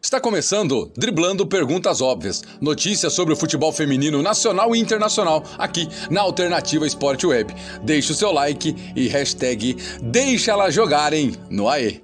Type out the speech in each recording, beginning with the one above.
Está começando Driblando Perguntas Óbvias. Notícias sobre o futebol feminino nacional e internacional, aqui na Alternativa Esporte Web. Deixe o seu like e hashtag Deixa Elas Jogarem no AE.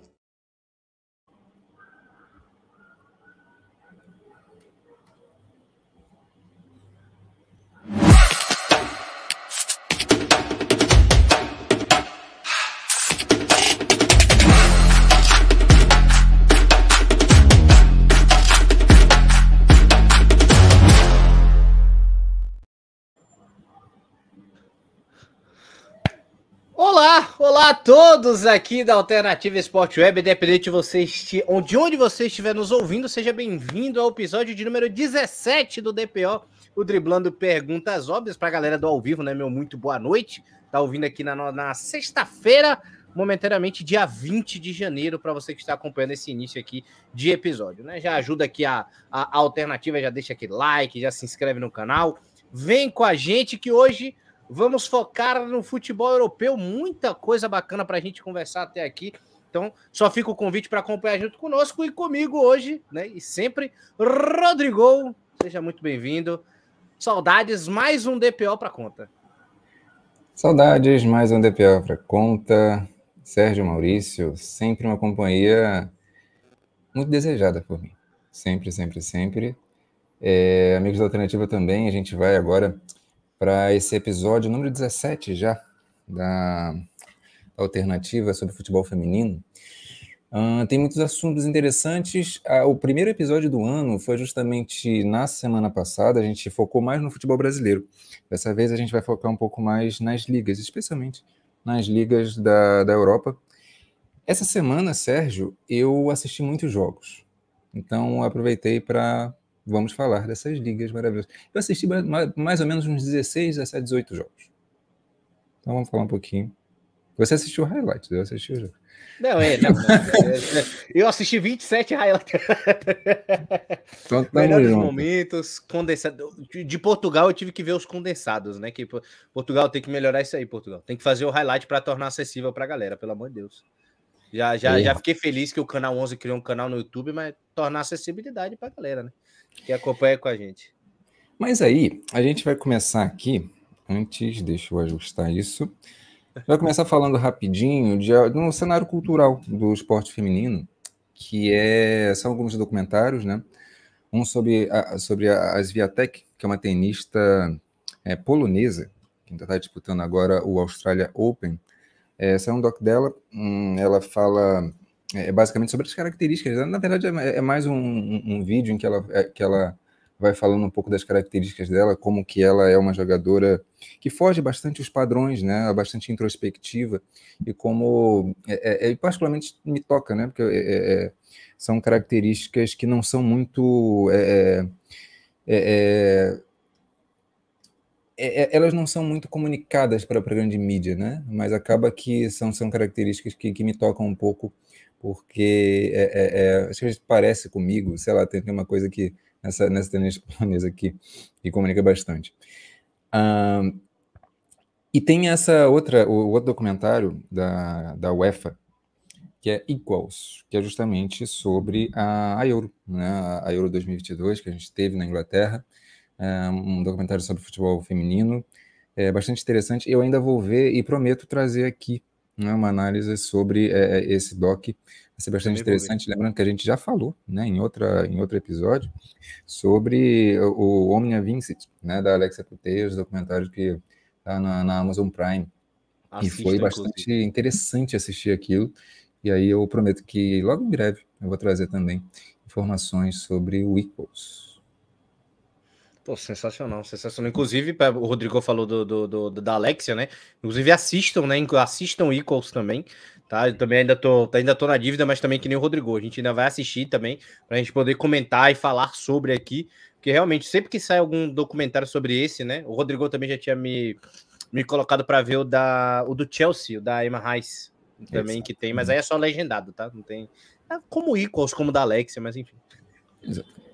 Olá a todos aqui da Alternativa Esporte Web, independente de onde você estiver nos ouvindo, seja bem-vindo ao episódio de número 17 do DPO, o Driblando Perguntas Óbvias, pra galera do ao vivo, né, meu muito boa noite, tá ouvindo aqui na sexta-feira, momentaneamente dia 20 de janeiro, para você que está acompanhando esse início aqui de episódio, né, já ajuda aqui a Alternativa, já deixa aquele like, já se inscreve no canal, vem com a gente que hoje vamos focar no futebol europeu, muita coisa bacana para a gente conversar até aqui. Então, só fica o convite para acompanhar junto conosco e comigo hoje, né? E sempre, Rodrigo, seja muito bem-vindo. Saudades, mais um DPO para conta. Saudades, mais um DPO para conta. Sérgio Maurício, sempre uma companhia muito desejada por mim. Sempre, sempre, sempre. Amigos da Alternativa também, a gente vai agora para esse episódio número 17 já da Alternativa sobre futebol feminino. Tem muitos assuntos interessantes. O primeiro episódio do ano foi justamente na semana passada, a gente focou mais no futebol brasileiro. Dessa vez a gente vai focar um pouco mais nas ligas, especialmente nas ligas da Europa. Essa semana, Sérgio, eu assisti muitos jogos. Então aproveitei para... Vamos falar dessas ligas maravilhosas. Eu assisti mais ou menos uns 16, 17, 18 jogos. Então vamos falar um pouquinho. Você assistiu highlights, eu assisti o jogo. Não. Eu assisti 27 highlights. Então, melhores momentos, condensados. De Portugal eu tive que ver os condensados, né? Que Portugal tem que melhorar isso aí, Portugal. Tem que fazer o highlight para tornar acessível para a galera, pelo amor de Deus. Já fiquei feliz que o Canal 11 criou um canal no YouTube, mas tornar acessibilidade para a galera, né? Que acompanha com a gente. Mas aí, a gente vai começar aqui, deixa eu ajustar isso, vai começar falando rapidinho de um cenário cultural do esporte feminino, que são alguns documentários, né? Um sobre a Swiatek, que é uma tenista polonesa, que está disputando agora o Australia Open. Esse é um doc dela, ela fala... basicamente sobre as características. Na verdade, é mais um vídeo em que ela vai falando um pouco das características dela, como que ela é uma jogadora que foge bastante os padrões, né? Bastante introspectiva, e como particularmente me toca, né? Porque são características que não são muito... elas não são muito comunicadas para a grande mídia, né? Mas acaba que são características que me tocam um pouco, porque acho que parece comigo, sei lá, tem uma coisa que nessa tenista polonesa que comunica bastante. E tem o outro documentário da UEFA, que é Equals, que é justamente sobre a Euro, né? A Euro 2022, que a gente teve na Inglaterra, um documentário sobre futebol feminino, bastante interessante. Eu ainda vou ver e prometo trazer aqui, né, uma análise sobre esse doc. Vai ser bastante interessante, lembrando que a gente já falou, né, em outro episódio, sobre o Omnia Vincit, né, da Alexia Putellas, documentário que está na Amazon Prime. E foi bastante interessante assistir aquilo, e aí eu prometo que logo em breve eu vou trazer também informações sobre o Equals. Pô, sensacional, sensacional. Inclusive, o Rodrigo falou da Alexia, né? Inclusive assistam, né? Assistam Equals também, tá? Eu também ainda tô na dívida, mas também que nem o Rodrigo. A gente ainda vai assistir também, pra gente poder comentar e falar sobre aqui. Porque realmente, sempre que sai algum documentário sobre esse, né? O Rodrigo também já tinha me colocado para ver o do Chelsea, o da Emma Rice, também que tem, mas aí é só legendado, tá? Não tem. Como Equals, como da Alexia, mas enfim. Exatamente.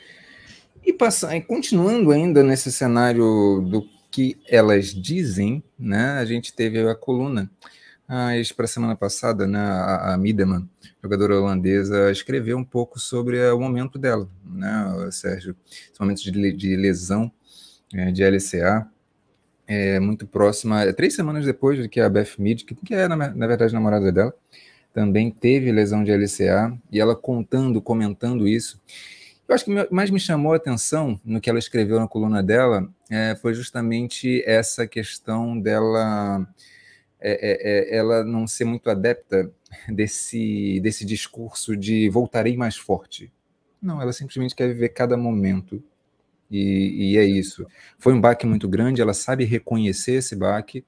E continuando ainda nesse cenário do que elas dizem, né, a gente teve a coluna Mas para a semana passada, né, a Miedemann, jogadora holandesa, escreveu um pouco sobre o momento dela, né, Sérgio? Esse momento de lesão de LCA, muito próxima, 3 semanas depois de que a Beth Mead, que é, na verdade, namorada dela, também teve lesão de LCA, e ela comentando isso. Eu acho que mais me chamou a atenção no que ela escreveu na coluna dela foi justamente essa questão dela ela não ser muito adepta desse discurso de voltarei mais forte. Não, ela simplesmente quer viver cada momento. E é isso. Foi um baque muito grande, ela sabe reconhecer esse baque,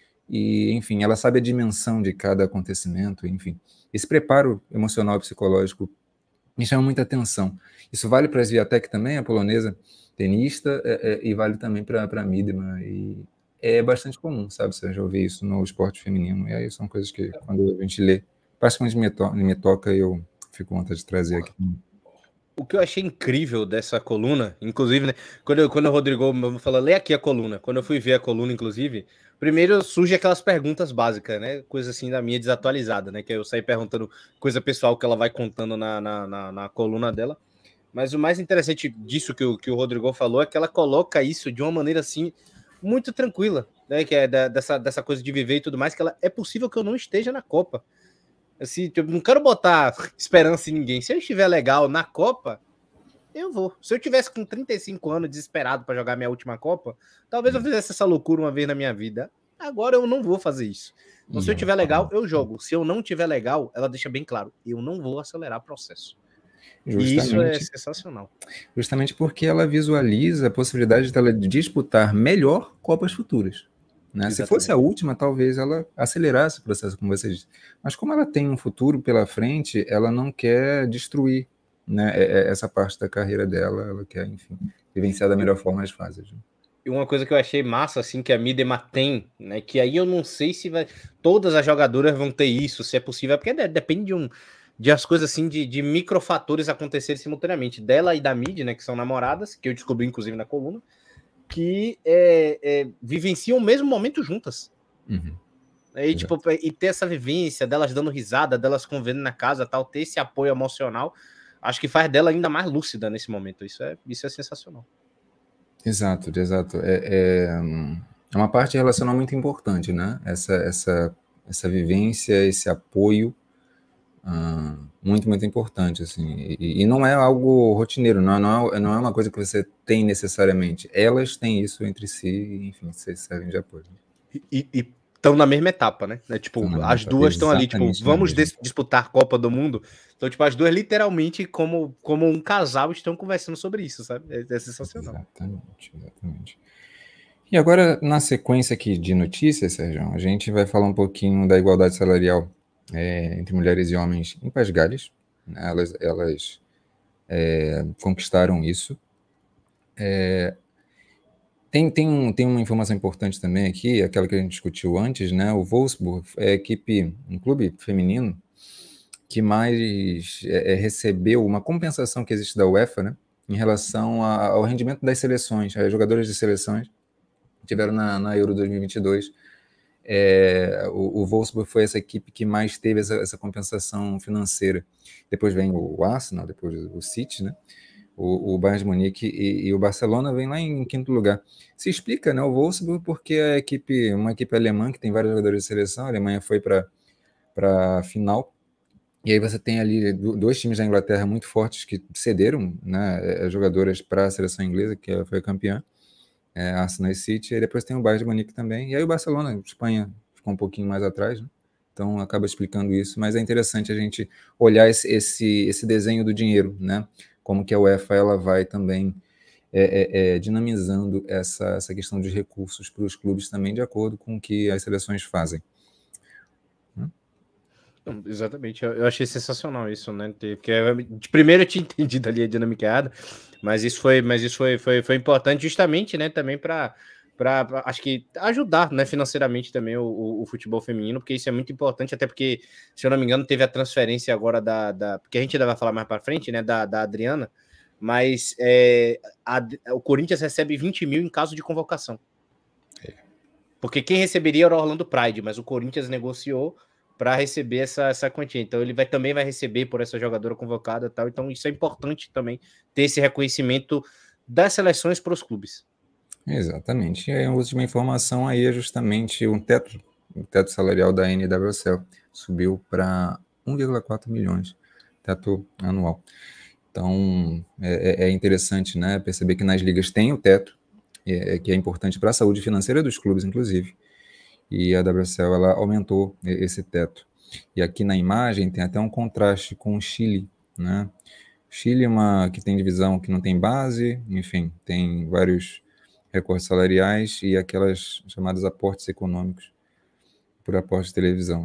e, enfim, ela sabe a dimensão de cada acontecimento, enfim. Esse preparo emocional e psicológico me chama muita atenção. Isso vale para a Swiatek também, a polonesa tenista, e vale também para a Miedemann. E é bastante comum, sabe? Você já ouviu isso no esporte feminino. E aí são coisas que, quando a gente lê, praticamente me toca, e eu fico com vontade de trazer aqui. O que eu achei incrível dessa coluna, inclusive, né, quando o Rodrigo me falou, lê aqui a coluna, quando eu fui ver a coluna, inclusive, primeiro surge aquelas perguntas básicas, né, coisa assim da minha desatualizada, né, que eu saí perguntando coisa pessoal que ela vai contando na coluna dela, mas o mais interessante disso que o Rodrigo falou é que ela coloca isso de uma maneira, assim, muito tranquila, né, que é dessa coisa de viver e tudo mais, que ela, é possível que eu não esteja na Copa. Assim, eu não quero botar esperança em ninguém. Se eu estiver legal na Copa, eu vou. Se eu tivesse com 35 anos desesperado para jogar minha última Copa, talvez eu fizesse essa loucura uma vez na minha vida. Agora eu não vou fazer isso. Então, se eu tiver legal, eu jogo. Se eu não tiver legal, ela deixa bem claro, eu não vou acelerar o processo. E isso é sensacional. Justamente porque ela visualiza a possibilidade dela de disputar melhor Copas futuras. Né? Se fosse a última, talvez ela acelerasse o processo, como você disse. Mas como ela tem um futuro pela frente, ela não quer destruir, né, essa parte da carreira dela. Ela quer, enfim, vivenciar da melhor forma as fases. Né? E uma coisa que eu achei massa, assim, que a Miedemann tem, né, que aí eu não sei se todas as jogadoras vão ter isso, se é possível, porque depende de as coisas, assim, de microfatores acontecerem simultaneamente. Dela e da Mid, né, que são namoradas, que eu descobri, inclusive, na coluna, que vivenciam o mesmo momento juntas. Uhum. E, tipo, e ter essa vivência delas dando risada, delas convivendo na casa, tal, ter esse apoio emocional, acho que faz dela ainda mais lúcida nesse momento. Isso é sensacional. Exato. É uma parte relacional muito importante, né? Essa vivência, esse apoio, muito, muito importante, assim. E não é algo rotineiro, não é uma coisa que você tem necessariamente. Elas têm isso entre si, e, enfim, se servem de apoio. E estão na mesma etapa, né? Tipo, as duas estão ali, tipo, vamos disputar Copa do Mundo. Então, tipo, as duas literalmente, como um casal, estão conversando sobre isso, sabe? É sensacional. Exatamente. E agora, na sequência aqui de notícias, Sérgio, a gente vai falar um pouquinho da igualdade salarial entre mulheres e homens em País de Gales. Elas conquistaram isso. Tem uma informação importante também aqui, aquela que a gente discutiu antes, né? O Wolfsburg é um clube feminino que mais recebeu uma compensação que existe da UEFA, né? Em relação ao rendimento das seleções, as jogadoras de seleções que tiveram na Euro 2022. O Wolfsburg foi essa equipe que mais teve essa compensação financeira. Depois vem o Arsenal, depois o City, né? O Bayern de Munique e o Barcelona vem lá em quinto lugar. Se explica, né, o Wolfsburg, porque uma equipe alemã que tem vários jogadores de seleção, a Alemanha foi para a final, e aí você tem ali dois times da Inglaterra muito fortes que cederam, né, jogadoras para a seleção inglesa, que foi a campeã, Arsenal e City, e depois tem o Bayern de Munique também, e aí o Barcelona, Espanha, ficou um pouquinho mais atrás, né? Então acaba explicando isso, mas é interessante a gente olhar esse desenho do dinheiro, né? Como que a UEFA ela vai também dinamizando essa questão de recursos para os clubes também, de acordo com o que as seleções fazem. Exatamente, eu achei sensacional isso, né? Porque de primeiro eu tinha entendido ali a dinâmica errada, mas isso foi importante justamente, né? Também para acho que ajudar, né, financeiramente também o futebol feminino, porque isso é muito importante, até porque, se eu não me engano, teve a transferência agora porque a gente ainda vai falar mais para frente, né, da Adriana, mas o Corinthians recebe 20 mil em caso de convocação. Porque quem receberia era o Orlando Pride, mas o Corinthians negociou para receber essa quantia. Então ele também vai receber por essa jogadora convocada e tal. Então isso é importante também, ter esse reconhecimento das seleções para os clubes. Exatamente. E aí, a última informação aí é justamente o teto salarial da NWSL subiu para 1,4 milhões, teto anual. Então, é interessante, né, perceber que nas ligas tem o teto, que é importante para a saúde financeira dos clubes, inclusive, e a WSL ela aumentou esse teto. E aqui na imagem tem até um contraste com o Chile, né? Chile é uma que tem divisão que não tem base, enfim, tem vários recortes salariais e aquelas chamadas aportes econômicos por aporte de televisão.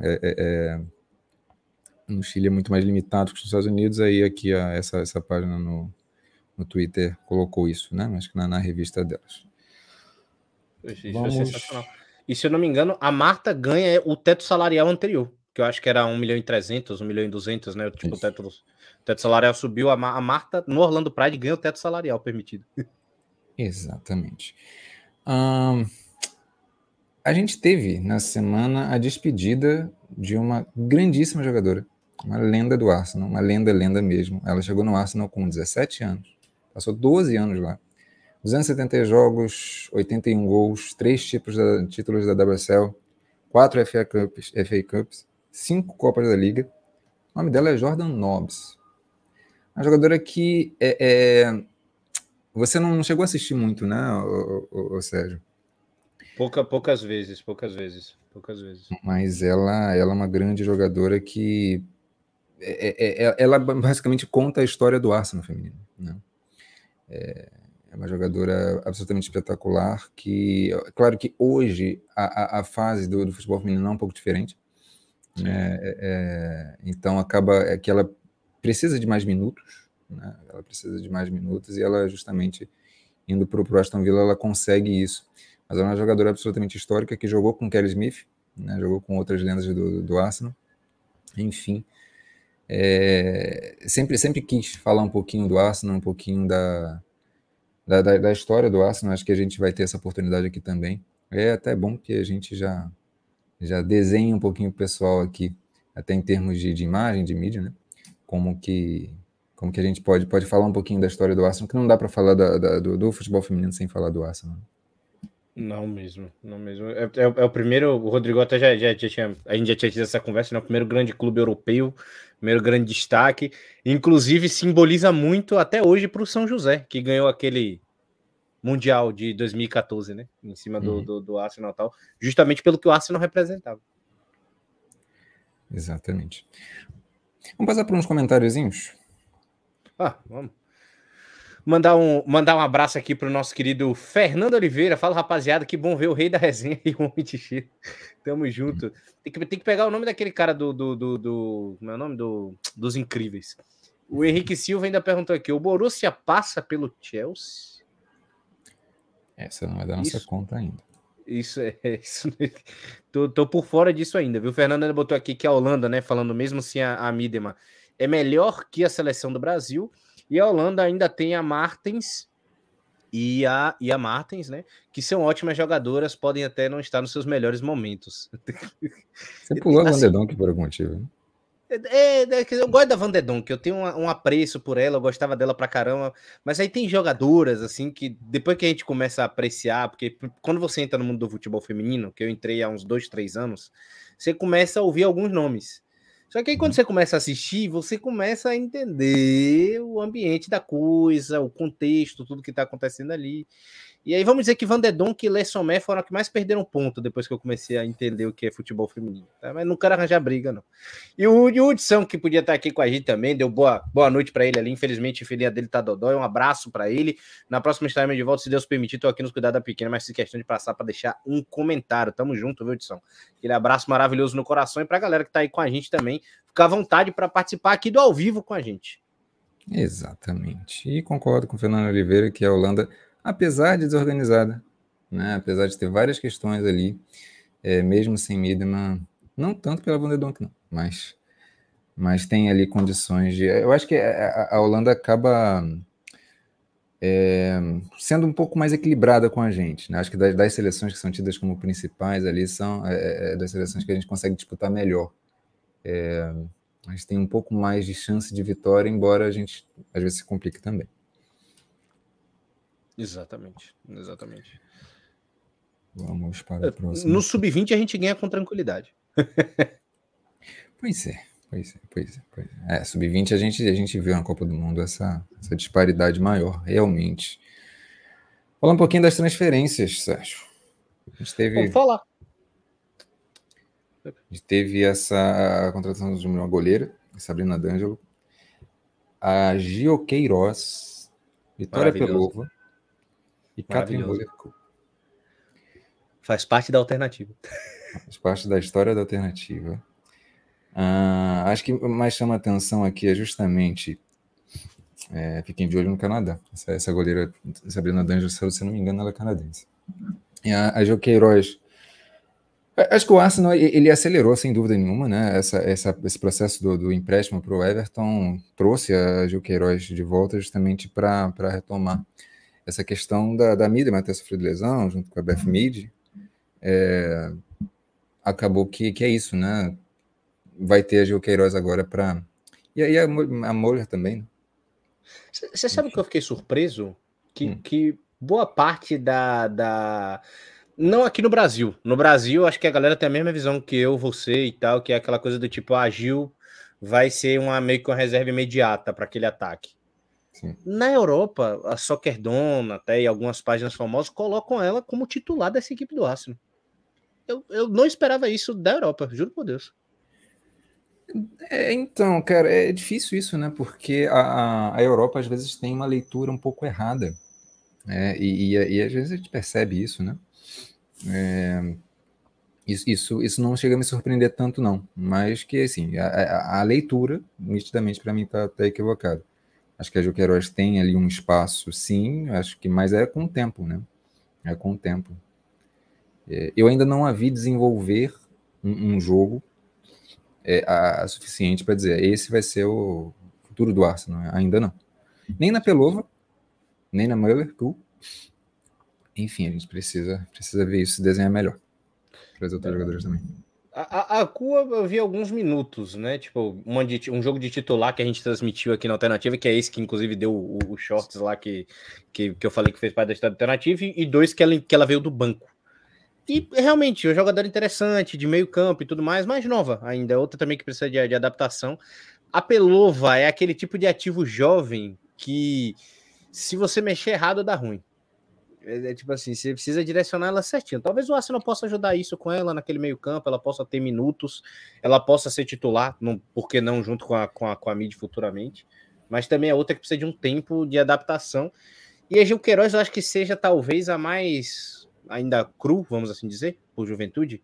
No Chile é muito mais limitado que nos Estados Unidos, aí aqui essa página no Twitter colocou isso, né? Acho que na revista delas. Isso é sensacional. E se eu não me engano, a Marta ganha o teto salarial anterior, que eu acho que era 1.300.000, 1.200.000, né? Tipo, o teto salarial subiu, a Marta no Orlando Pride ganha o teto salarial permitido. Exatamente. A gente teve na semana a despedida de uma grandíssima jogadora, uma lenda do Arsenal, uma lenda mesmo. Ela chegou no Arsenal com 17 anos, passou 12 anos lá. 270 jogos, 81 gols, 3 títulos da WSL, 4 FA Cups, 5 Copas da Liga. O nome dela é Jordan Nobbs. Uma jogadora que você não chegou a assistir muito, né, o Sérgio? Poucas vezes. Mas ela é uma grande jogadora que ela basicamente conta a história do Arsenal feminino, né? É uma jogadora absolutamente espetacular que, claro que hoje a fase do futebol feminino é um pouco diferente, né? Então acaba que ela precisa de mais minutos, né? Ela precisa de mais minutos e ela justamente indo para o Aston Villa ela consegue isso. Mas ela é uma jogadora absolutamente histórica que jogou com Kelly Smith, né? Jogou com outras lendas do Arsenal. Enfim, sempre quis falar um pouquinho do Arsenal, um pouquinho da história do Arsenal. Acho que a gente vai ter essa oportunidade aqui também. É até bom que a gente já desenha um pouquinho o pessoal aqui, até em termos de imagem, de mídia, né? Como que a gente pode falar um pouquinho da história do Arsenal, que não dá para falar do futebol feminino sem falar do Arsenal. Não mesmo. É o primeiro, o Rodrigo até já tinha, a gente já tinha tido essa conversa, né? O primeiro grande clube europeu, primeiro grande destaque, inclusive simboliza muito até hoje para o São José, que ganhou aquele Mundial de 2014, né? Em cima do Arsenal e tal, justamente pelo que o Arsenal representava. Exatamente. Vamos passar por uns comentáriozinhos? Vamos. Mandar um abraço aqui pro nosso querido Fernando Oliveira. Fala, rapaziada, que bom ver o rei da resenha e o homem de cheiro. Tamo junto. Tem que pegar o nome daquele cara como é o nome? Dos Incríveis. O Henrique Silva ainda perguntou aqui, o Borussia passa pelo Chelsea? Essa não é da nossa conta ainda. Isso. Tô por fora disso ainda, viu? O Fernando ainda botou aqui que a Holanda, né, falando mesmo assim a Miedema, é melhor que a seleção do Brasil. E a Holanda ainda tem a Martens e a Martens, né? Que são ótimas jogadoras, podem até não estar nos seus melhores momentos. Você pulou a Van de Donk por algum motivo, né? Eu gosto da Van de Donk, eu tenho um apreço por ela, eu gostava dela pra caramba, mas aí tem jogadoras, assim, que depois que a gente começa a apreciar, porque quando você entra no mundo do futebol feminino, que eu entrei há uns 2, 3 anos, você começa a ouvir alguns nomes. Só que aí quando você começa a assistir, você começa a entender o ambiente da coisa, o contexto, tudo que tá acontecendo ali. E aí vamos dizer que Van de Donk e Le Sommer foram os que mais perderam ponto depois que eu comecei a entender o que é futebol feminino. Tá? Mas não quero arranjar briga, não. E o Hudson, que podia estar aqui com a gente também, deu boa noite para ele ali. Infelizmente, a filhinha dele tá dodói. Um abraço para ele. Na próxima estaremos de volta, se Deus permitir. Tô aqui nos cuidados da pequena, mas se questão de passar para deixar um comentário. Tamo junto, viu, Hudson? Aquele abraço maravilhoso no coração. E pra galera que tá aí com a gente também, fica à vontade para participar aqui do ao vivo com a gente. Exatamente. E concordo com o Fernando Oliveira que a Holanda, apesar de desorganizada, né, apesar de ter várias questões ali, mesmo sem Miedema, não tanto pela Van de Donk, não, mas tem ali condições de... Eu acho que a Holanda acaba sendo um pouco mais equilibrada com a gente, né? Acho que das seleções que são tidas como principais ali são das seleções que a gente consegue disputar melhor. A gente tem um pouco mais de chance de vitória, embora a gente às vezes se complique também. Exatamente. Vamos para o próximo. No sub-20 a gente ganha com tranquilidade. Pois é. Sub-20 a gente viu na Copa do Mundo essa disparidade maior, realmente. Falar um pouquinho das transferências, Sérgio. Vamos falar. A gente teve essa contratação de uma goleira, Sabrina D'Angelo, a Gio Queiroz, Vitória Pelova e Katrin Volerko. Faz parte da alternativa. Faz parte da história da alternativa. Acho que o mais chama atenção aqui é justamente fiquem de olho no Canadá. Essa goleira Sabrina D'Angelo, se eu não me engano, ela é canadense. E a Gio Queiroz, acho que o Arsenal ele acelerou sem dúvida nenhuma, né? Esse processo do empréstimo para o Everton trouxe a Gil Queiroz de volta justamente para retomar essa questão da Midema ter sofrido lesão junto com a Beth Mead. Acabou que é isso, né? Vai ter a Gil Queiroz agora para... E aí a Moller também, né? Você sabe o que eu fiquei surpreso? Que boa parte da... Não aqui no Brasil. No Brasil, acho que a galera tem a mesma visão que eu, você e tal, que é aquela coisa do tipo, a Gil vai ser meio que uma reserva imediata para aquele ataque. Sim. Na Europa, a Soccerdon, até e algumas páginas famosas, colocam ela como titular dessa equipe do Arsenal. Eu não esperava isso da Europa, juro por Deus. Então, cara, é difícil isso, né? Porque a Europa às vezes tem uma leitura um pouco errada. E às vezes a gente percebe isso, né? Isso não chega a me surpreender tanto, não. Mas que, assim, a leitura, nitidamente, para mim, tá equivocada. Acho que a Gil Queiroz tem ali um espaço, sim, acho que, mas é com o tempo, né? É com o tempo. Eu ainda não a vi desenvolver um jogo suficiente para dizer, esse vai ser o futuro do Arsenal. Ainda não. Nem na Pelova, nem na Müller, enfim, a gente precisa ver isso se desenhar melhor para os outros jogadores também. A Cua eu vi alguns minutos, né? Tipo, um jogo de titular que a gente transmitiu aqui na Alternativa, que é esse que inclusive deu o shorts lá que eu falei que fez parte da história da Alternativa, e 2 que ela veio do banco. E realmente, um jogador interessante, de meio campo e tudo mais, mais nova ainda. Outra também que precisa de adaptação. A Pelova é aquele tipo de ativo jovem que, se você mexer errado, dá ruim. Tipo assim, você precisa direcionar ela certinho. Talvez o Arsenal possa ajudar isso com ela naquele meio campo, ela possa ter minutos, ela possa ser titular, por que não junto com a Mid futuramente. Mas também é outra que precisa de um tempo de adaptação. E a Gil Queiroz eu acho que seja talvez a mais ainda cru, vamos assim dizer, por juventude.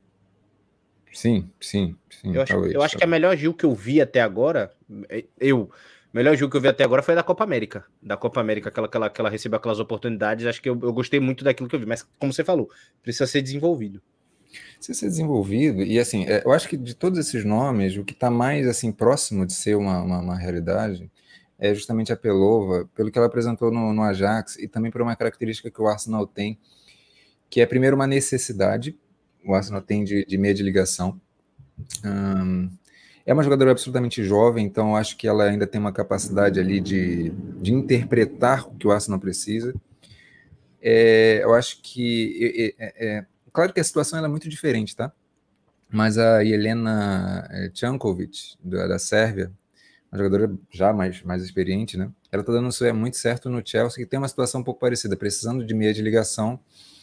Sim. Eu acho que a melhor Gil que eu vi até agora, melhor jogo que eu vi até agora foi da Copa América. Da Copa América, que ela recebeu aquelas oportunidades. Acho que eu gostei muito daquilo que eu vi. Mas, como você falou, precisa ser desenvolvido. Precisa ser desenvolvido. E, assim, eu acho que de todos esses nomes, o que está mais assim próximo de ser uma realidade é justamente a Pelova, pelo que ela apresentou no Ajax, e também por uma característica que o Arsenal tem, que é, primeiro, uma necessidade. O Arsenal tem de meia de ligação. É uma jogadora absolutamente jovem, então eu acho que ela ainda tem uma capacidade ali de interpretar o que o Arsenal precisa. Eu acho que... claro que a situação ela é muito diferente, tá? Mas a Jelena Cankovic, da Sérvia, uma jogadora já mais experiente, né? Ela está dando muito certo no Chelsea, que tem uma situação um pouco parecida, precisando de meia de ligação.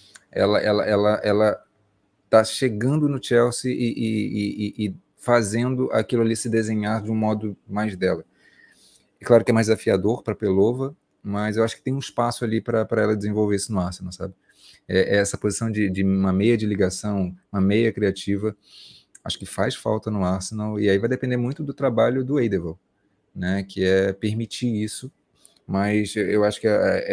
Ela está chegando no Chelsea e fazendo aquilo ali se desenhar de um modo mais dela. É claro que é mais desafiador para a Pelova, mas eu acho que tem um espaço ali para ela desenvolver isso no Arsenal, sabe? Essa posição de uma meia de ligação, uma meia criativa, acho que faz falta no Arsenal, e aí vai depender muito do trabalho do Eidevall, né? Que é permitir isso, mas eu acho que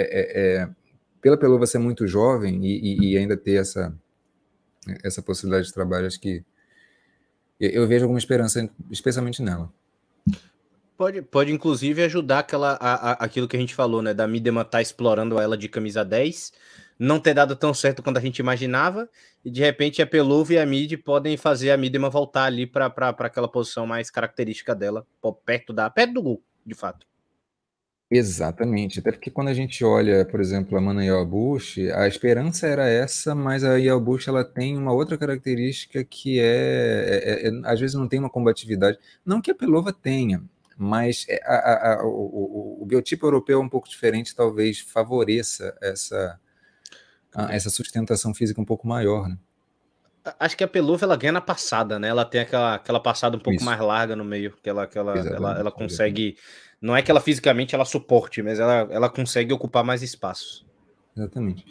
pela Pelova ser muito jovem e ainda ter essa possibilidade de trabalho, acho que eu vejo alguma esperança, especialmente nela. Pode inclusive ajudar aquilo que a gente falou, né? Da Miedema tá explorando ela de camisa 10, não ter dado tão certo quanto a gente imaginava, e de repente a Pelluva e a Mid podem fazer a Miedema voltar ali para aquela posição mais característica dela, perto do gol, de fato. Exatamente, até porque quando a gente olha, por exemplo, a Mana Yamabushi, a esperança era essa, mas a Yamabushi ela tem uma outra característica que às vezes não tem uma combatividade, não que a Pelova tenha, mas o biotipo europeu é um pouco diferente, talvez favoreça essa sustentação física um pouco maior, né? Acho que a Pelluva ela ganha na passada, né? Ela tem aquela passada um pouco Isso. mais larga no meio, que ela Exatamente, consegue. Não é que ela fisicamente ela suporte, mas ela consegue ocupar mais espaço. exatamente.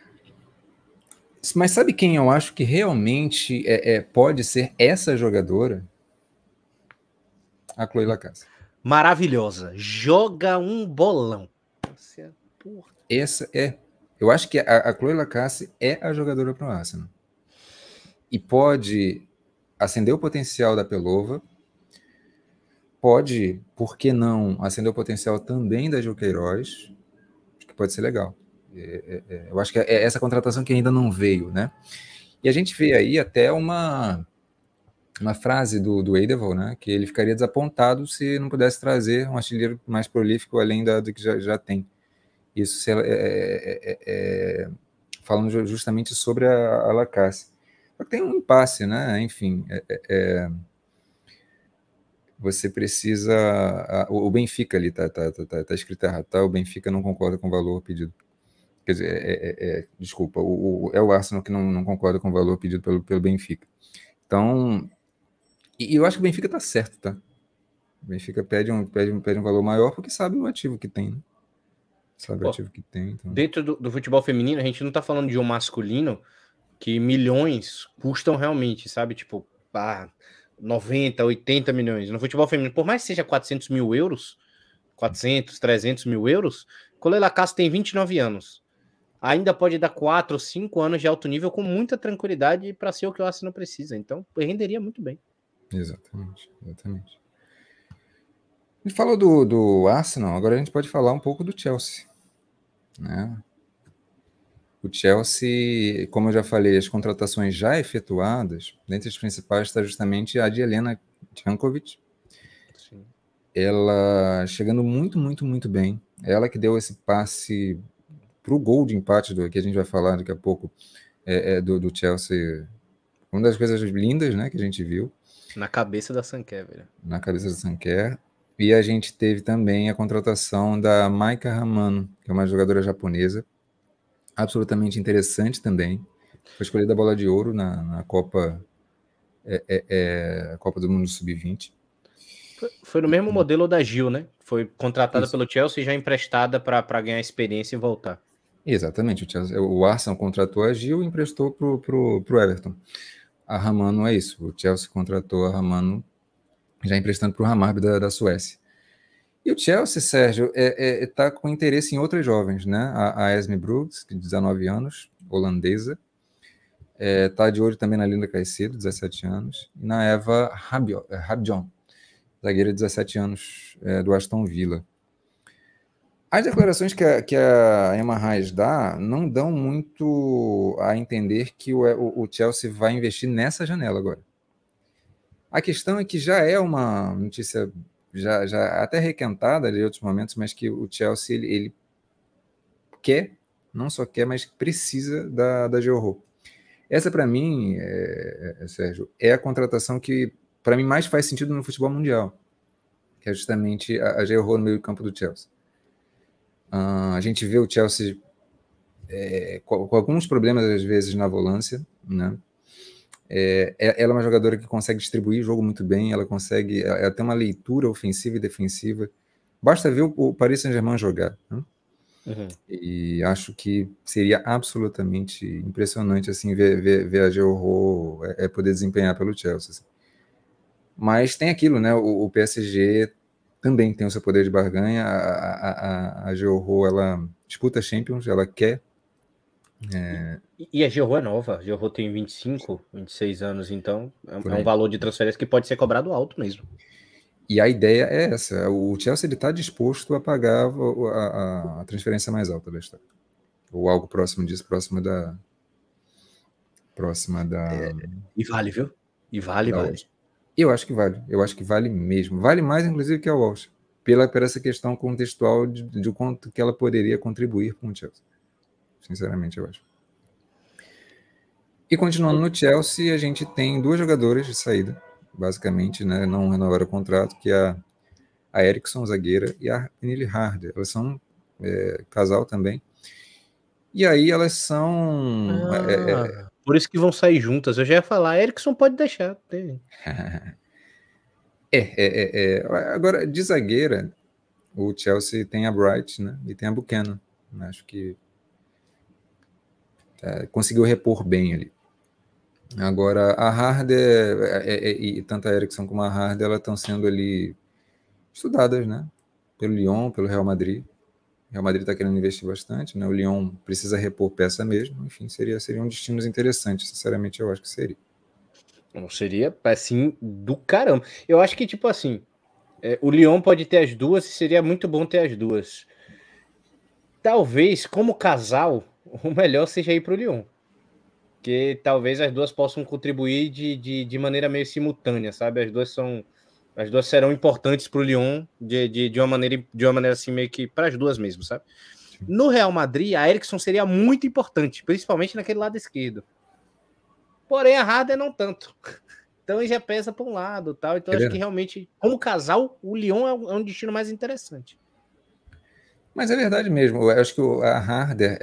Mas sabe quem eu acho que realmente pode ser essa jogadora? A Chloe Lacasse. Maravilhosa. Joga um bolão. Essa é. Eu acho que a Chloe Lacasse é a jogadora para o Arsenal. E pode acender o potencial da Pelova. Pode, por que não, acender o potencial também da Gil Queiroz. Acho que pode ser legal. Eu acho que é essa contratação que ainda não veio, né? E a gente vê aí até uma frase do Eidevall, né? Que ele ficaria desapontado se não pudesse trazer um artilheiro mais prolífico além do que já tem. Isso falando justamente sobre a Lacasse. Só que tem um impasse, né? Enfim, você precisa... O Benfica ali, tá escrito errado, tá? O Benfica não concorda com o valor pedido. Quer dizer, desculpa, é o Arsenal que não concorda com o valor pedido pelo Benfica. Então, e eu acho que o Benfica tá certo, tá? O Benfica pede um valor maior porque sabe o ativo que tem, né? Sabe o ativo que tem. Então... Dentro do futebol feminino, a gente não tá falando de um masculino que milhões custam realmente, sabe? Tipo, 90, 80 milhões. No futebol feminino, por mais que seja 400 mil euros, 400, 300 mil euros, Chloe Lacasse tem 29 anos. Ainda pode dar 4 ou 5 anos de alto nível com muita tranquilidade para ser o que o Arsenal precisa. Então, renderia muito bem. Exatamente. A gente falou do Arsenal, agora a gente pode falar um pouco do Chelsea, né? O Chelsea, como eu já falei, as contratações já efetuadas, dentre as principais está justamente a de Helena Jankovic. Sim. Ela chegando muito, muito, muito bem. Ela que deu esse passe para o gol de empate, que a gente vai falar daqui a pouco, do Chelsea. Uma das coisas lindas, né, que a gente viu. Na cabeça da Sanquer, velho. Na cabeça da Sanquer. E a gente teve também a contratação da Maika Hamano, que é uma jogadora japonesa, absolutamente interessante também. Foi escolhida a bola de ouro na Copa, Copa do Mundo Sub-20. Foi no mesmo modelo da Gil, né? Foi contratada pelo Chelsea e já emprestada para ganhar experiência e voltar. Exatamente. O Arsenal contratou a Gil e emprestou pro Everton. A Hamano é isso. O Chelsea contratou a Hamano já emprestando para o Hammarby da Suécia. E o Chelsea, Sérgio, está com interesse em outras jovens, né? A Esme Brooks, de 19 anos, holandesa. Está de olho também na Linda Caicedo, 17 anos. E na Eva Rabjon, zagueira de 17 anos, do Aston Villa. As declarações que a Emma Hayes dá não dão muito a entender que o Chelsea vai investir nessa janela agora. A questão é que já é uma notícia já até requentada de outros momentos, mas que o Chelsea ele quer, não só quer, mas precisa da Georro. Essa, para mim, Sérgio, é a contratação que, para mim, mais faz sentido no futebol mundial, que é justamente a Georro no meio campo do Chelsea. A gente vê o Chelsea com alguns problemas, às vezes, na volância, né? Ela é uma jogadora que consegue distribuir o jogo muito bem, ela tem uma leitura ofensiva e defensiva. Basta ver o Paris Saint-Germain jogar, né? Uhum. E acho que seria absolutamente impressionante assim, ver a Georro poder desempenhar pelo Chelsea. Assim. Mas tem aquilo, né? O PSG também tem o seu poder de barganha. A Georro, ela disputa Champions, ela quer. E a Georro é nova, a Georro tem 25, 26 anos, então é um valor de transferência que pode ser cobrado alto mesmo. E a ideia é essa. O Chelsea está disposto a pagar a transferência mais alta da história. Ou algo próximo disso, próxima da... E vale, viu? E vale. Walsh. Eu acho que vale. Eu acho que vale mesmo. Vale mais, inclusive, que a Walsh. Por essa questão contextual de quanto que ela poderia contribuir com o Chelsea. Sinceramente, eu acho. E continuando no Chelsea, a gente tem 2 jogadoras de saída, basicamente, né? Não renovaram o contrato, que é a Eriksson, zagueira, e a Pernille Harder. Elas são casal também. E aí elas são... Por isso que vão sair juntas. Eu já ia falar, Erickson pode deixar. Agora, de zagueira, o Chelsea tem a Bright, né? E tem a Buchanan. Acho que conseguiu repor bem ali. Agora, a Harder, e tanto a Eriksson como a Harder, elas estão sendo ali estudadas, né? Pelo Lyon, pelo Real Madrid. O Real Madrid está querendo investir bastante, né? O Lyon precisa repor peça mesmo. Enfim, seriam destinos interessantes, sinceramente, eu acho que seria. Não seria, assim, do caramba. Eu acho que, tipo assim, o Lyon pode ter as duas e seria muito bom ter as duas. Talvez, como casal, o melhor seja ir pro Lyon. Porque talvez as duas possam contribuir de maneira meio simultânea, sabe? As duas serão importantes pro Lyon de uma maneira assim, meio que para as duas mesmo, sabe? No Real Madrid, a Eriksson seria muito importante, principalmente naquele lado esquerdo. Porém, a Harder não tanto. Então já pesa para um lado, tal. Então acho que realmente, como casal, o Lyon é um destino mais interessante. Mas é verdade mesmo. Eu acho que a Harder,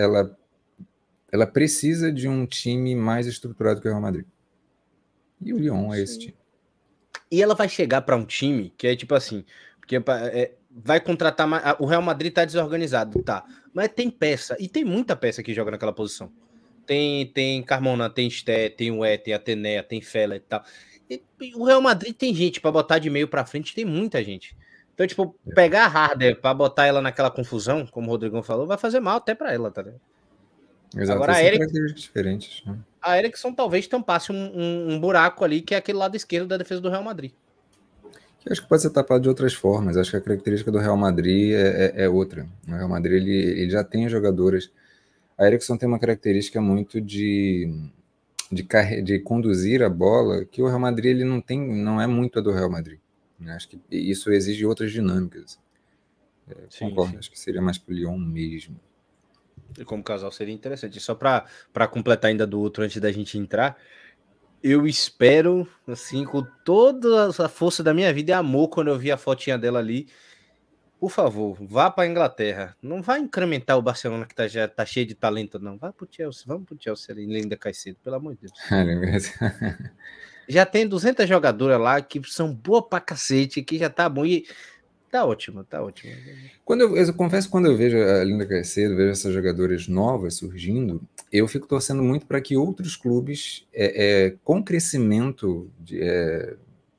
ela precisa de um time mais estruturado que o Real Madrid. E o Lyon é esse time. E ela vai chegar para um time que é tipo assim, porque vai contratar mais. O Real Madrid tá desorganizado, tá? Mas tem peça, e tem muita peça que joga naquela posição. Tem Carmona, tem Sté, tem Ué, tem Atenea, tem Fela e tal. E o Real Madrid tem gente para botar de meio para frente, tem muita gente. Então, tipo, pegar a Harder para botar ela naquela confusão, como o Rodrigão falou, vai fazer mal até para ela, tá ligado? Exato, agora são características diferentes. Né? A Eriksson talvez tampasse um buraco ali, que é aquele lado esquerdo da defesa do Real Madrid. Eu acho que pode ser tapado de outras formas. Acho que a característica do Real Madrid é outra. O Real Madrid ele já tem jogadoras. A Eriksson tem uma característica muito de conduzir a bola, que o Real Madrid ele não é muito a do Real Madrid. Acho que isso exige outras dinâmicas. Concordo, sim. Acho que seria mais para o Lyon mesmo. E como casal seria interessante. Só para completar ainda do outro antes da gente entrar, eu espero, assim, com toda a força da minha vida e amor, quando eu vi a fotinha dela ali, por favor, vá para a Inglaterra. Não vai incrementar o Barcelona, que já tá cheio de talento, não. Vai pro Chelsea, vamos pro Chelsea ali, Linda Caicedo, pelo amor de Deus. Já tem 200 jogadoras lá que são boas pra cacete, que já tá bom. E tá ótimo, tá ótimo. Eu confesso que quando eu vejo a Linda Caicedo, vejo essas jogadoras novas surgindo, eu fico torcendo muito para que outros clubes, com crescimento de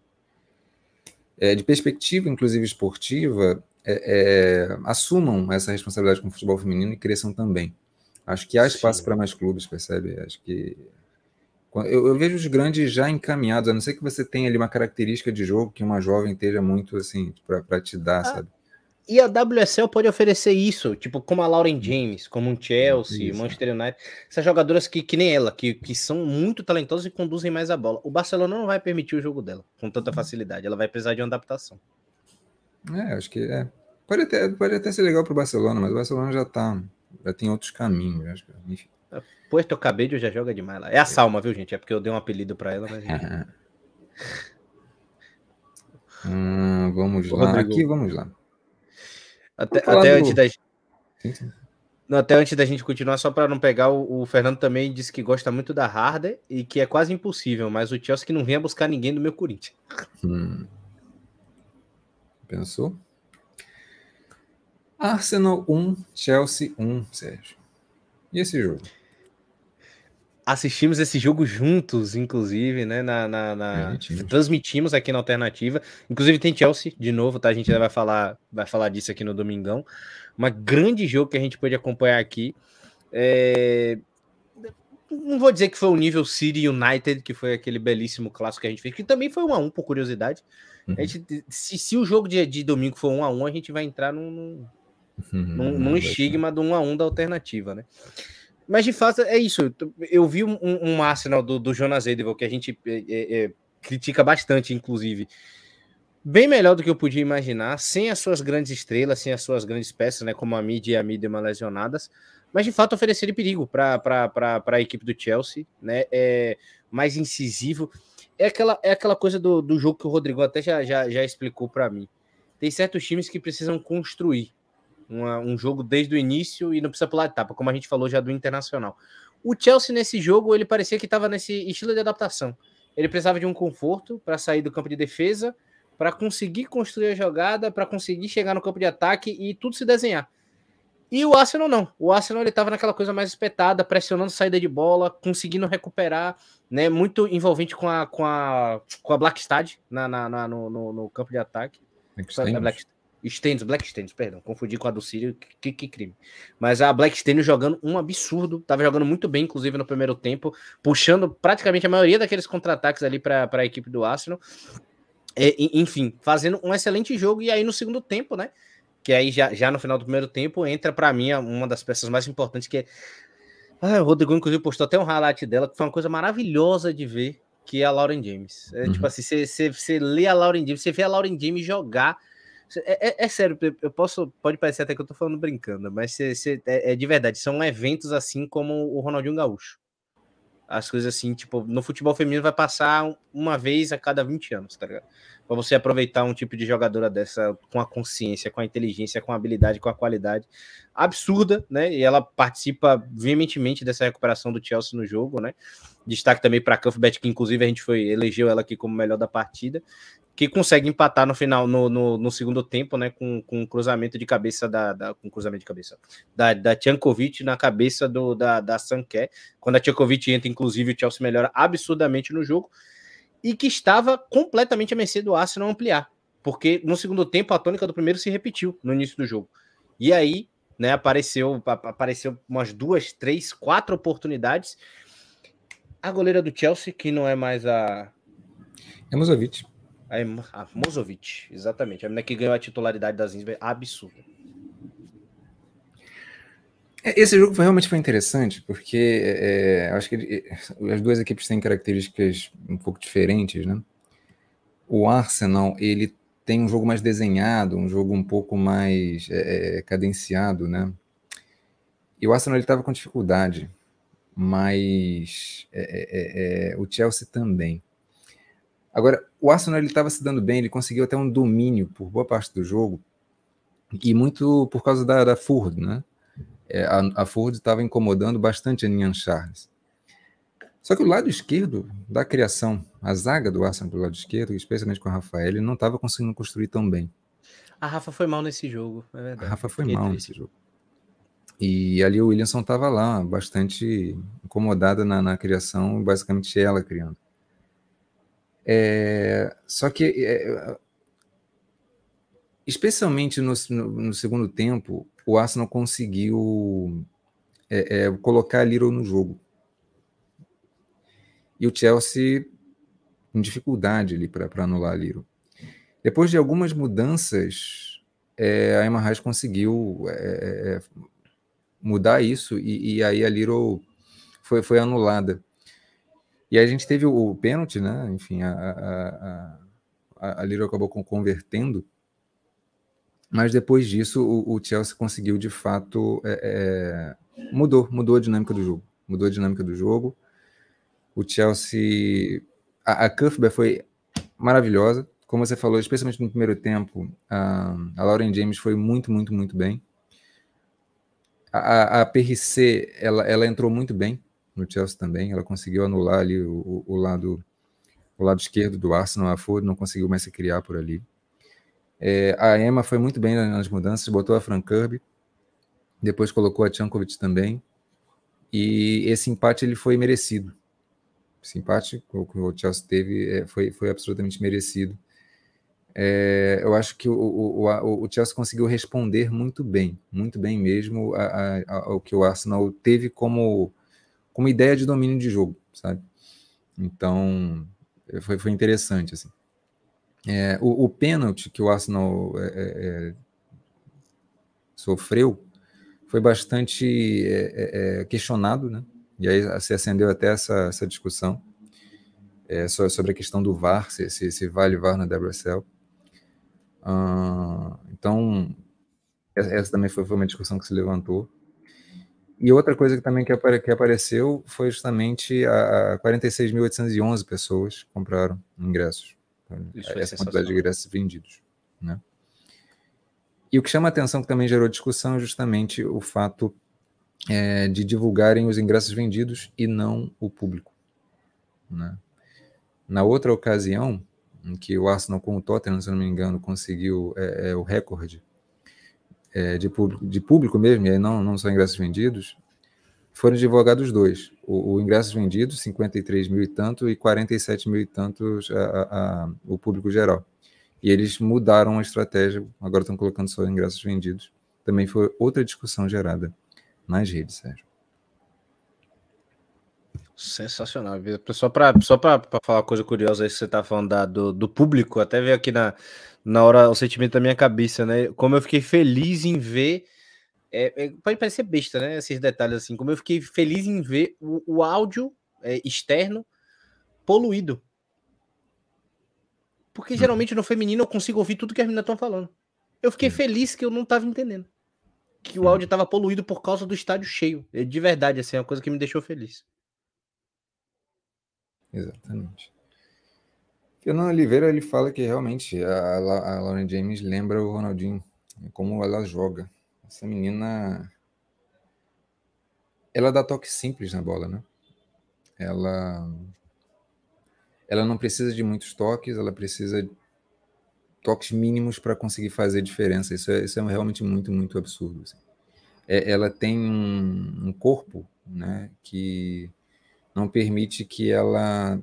perspectiva, inclusive esportiva, assumam essa responsabilidade com o futebol feminino e cresçam também. Acho que há espaço para mais clubes, percebe? Acho que eu vejo os grandes já encaminhados, a não ser que você tenha ali uma característica de jogo que uma jovem esteja muito assim para te dar, sabe? E a WSL pode oferecer isso, tipo como a Lauren James, como um Chelsea, Manchester United, essas jogadoras que nem ela, que são muito talentosas e conduzem mais a bola. O Barcelona não vai permitir o jogo dela com tanta facilidade, ela vai precisar de uma adaptação. Acho que pode até ser legal para o Barcelona, mas o Barcelona já tem outros caminhos, acho que, enfim. Puerto Cabello já joga demais lá. É a Salma, viu, gente? É porque eu dei um apelido para ela, mas... vamos lá. Rodrigo. Aqui, vamos lá. Até antes da gente continuar, só para não pegar, o Fernando também disse que gosta muito da Harder e que é quase impossível, mas o Chelsea que não venha buscar ninguém do meu Corinthians. Pensou? Arsenal 1, Chelsea 1, Sérgio. E esse jogo? Assistimos esse jogo juntos, inclusive, né? Transmitimos aqui na Alternativa. Inclusive tem Chelsea de novo, tá? A gente vai falar disso aqui no domingão. Um grande jogo que a gente pôde acompanhar aqui. Não vou dizer que foi o nível City United, que foi aquele belíssimo clássico que a gente fez, que também foi 1-1, por curiosidade. A gente, se o jogo de domingo for 1-1, a gente vai entrar num estigma do 1-1 da alternativa, né? Mas, de fato, é isso. Eu vi um Arsenal do Jonas Eidevall, que a gente critica bastante, inclusive, bem melhor do que eu podia imaginar, sem as suas grandes estrelas, sem as suas grandes peças, né, como a Mid e a Midema lesionadas, mas, de fato, ofereceria perigo para a equipe do Chelsea, né? Mais incisivo. É aquela coisa do jogo que o Rodrigo até já explicou para mim. Tem certos times que precisam construir um jogo desde o início e não precisa pular etapa, como a gente falou já do Internacional. O Chelsea, nesse jogo, ele parecia que estava nesse estilo de adaptação. Ele precisava de um conforto para sair do campo de defesa, para conseguir construir a jogada, para conseguir chegar no campo de ataque e tudo se desenhar. E o Arsenal não. O Arsenal ele estava naquela coisa mais espetada, pressionando saída de bola, conseguindo recuperar, né? Muito envolvente com a Blackstad no campo de ataque. Blackstenius, perdão, confundi com a do Sírio, que crime. Mas a Blackstenius jogando um absurdo, tava jogando muito bem, inclusive no primeiro tempo, puxando praticamente a maioria daqueles contra-ataques ali para a equipe do Arsenal. Enfim, fazendo um excelente jogo, e aí no segundo tempo, né, que aí já no final do primeiro tempo, entra para mim uma das peças mais importantes, que é... o Rodrigo, inclusive, postou até um highlight dela, que foi uma coisa maravilhosa de ver, que é a Lauren James. Tipo assim, você lê a Lauren James, você vê a Lauren James jogar. É sério, pode parecer até que eu tô falando brincando, mas é de verdade, são eventos assim como o Ronaldinho Gaúcho. As coisas assim, tipo, no futebol feminino vai passar uma vez a cada 20 anos, tá ligado? Pra você aproveitar um tipo de jogadora dessa com a consciência, com a inteligência, com a habilidade, com a qualidade absurda, né? E ela participa veementemente dessa recuperação do Chelsea no jogo, né? Destaque também para a Cuthbert, que inclusive a gente elegeu ela aqui como melhor da partida, que consegue empatar no final, no segundo tempo, né, com um cruzamento de cabeça da Tchankovic na cabeça da Sanké. Quando a Tchankovic entra, inclusive, o Chelsea melhora absurdamente no jogo, e que estava completamente a mercê do Arsenal ampliar, porque no segundo tempo a tônica do primeiro se repetiu no início do jogo. E aí, né, apareceu umas 2, 3, 4 oportunidades. A goleira do Chelsea, que não é mais a Mozovic. A Mozovic, exatamente. A menina que ganhou a titularidade da Zinsberg, absurda. Esse jogo realmente foi interessante, porque eu acho que as duas equipes têm características um pouco diferentes, né? O Arsenal, ele tem um jogo mais desenhado, um jogo um pouco mais cadenciado, né? E o Arsenal estava com dificuldade, mas o Chelsea também. Agora, o Arsenal estava se dando bem, ele conseguiu até um domínio por boa parte do jogo, e muito por causa da Ford, né? A Ford estava incomodando bastante a Nian Charles. Só que o lado esquerdo da criação, a zaga do Arsenal do lado esquerdo, especialmente com a Rafael, ele não estava conseguindo construir tão bem. A Rafa foi mal nesse jogo, é verdade. A Rafa foi mal nesse jogo. E ali o Williamson estava lá, bastante incomodada na criação, basicamente ela criando. Só que, especialmente no segundo tempo, o Arsenal conseguiu colocar a Little no jogo. E o Chelsea com dificuldade ali para anular a Little. Depois de algumas mudanças, a Emma Hayes conseguiu mudar isso, e aí a Little foi anulada. E aí a gente teve o pênalti, né? Enfim, a Little acabou convertendo, mas depois disso o Chelsea conseguiu, de fato, mudou a dinâmica do jogo. Mudou a dinâmica do jogo. O Chelsea... A Cuthbert foi maravilhosa. Como você falou, especialmente no primeiro tempo, a Lauren James foi muito, muito, muito bem. A PRC, ela entrou muito bem no Chelsea também. Ela conseguiu anular ali o lado esquerdo do Arsenal. A Ford não conseguiu mais se criar por ali. A Emma foi muito bem nas mudanças, botou a Fran Kirby, depois colocou a Tchankovic também, e esse empate ele foi merecido. Esse empate que o Chelsea teve foi absolutamente merecido. Eu acho que o Chelsea conseguiu responder muito bem mesmo ao que o Arsenal teve como ideia de domínio de jogo, sabe? Então, foi interessante, assim. O pênalti que o Arsenal sofreu foi bastante questionado, né? E aí se acendeu até essa discussão sobre a questão do VAR, se vale VAR na WSL. Então, essa também foi uma discussão que se levantou. E outra coisa que também que apareceu foi justamente a 46.811 pessoas compraram ingressos. Essa quantidade de ingressos vendidos, né? E o que chama a atenção, que também gerou discussão, é justamente o fato de divulgarem os ingressos vendidos e não o público, né? Na outra ocasião, em que o Arsenal com o Tottenham, se não me engano, conseguiu o recorde de público mesmo, e aí não só ingressos vendidos, foram divulgados dois. O ingressos vendidos, 53 mil e tanto, e 47 mil e tantos o público geral. E eles mudaram a estratégia, agora estão colocando só ingressos vendidos. Também foi outra discussão gerada nas redes, Sérgio. Sensacional. Só para falar uma coisa curiosa aí que você tá falando do público, até veio aqui na hora o sentimento da minha cabeça, né? Como eu fiquei feliz em ver. Pode parecer besta, né? Esses detalhes assim. Como eu fiquei feliz em ver o áudio externo poluído. Porque geralmente no feminino eu consigo ouvir tudo que as meninas estão falando. Eu fiquei feliz que eu não tava entendendo. Que o áudio tava poluído por causa do estádio cheio. De verdade, assim, é uma coisa que me deixou feliz. Exatamente. Fernando Oliveira, ele fala que realmente a Lauren James lembra o Ronaldinho, como ela joga. Essa menina, ela dá toque simples na bola, né? Ela não precisa de muitos toques, ela precisa de toques mínimos para conseguir fazer diferença. Isso é realmente muito, muito absurdo. Assim. Ela tem um corpo, né, que não permite que ela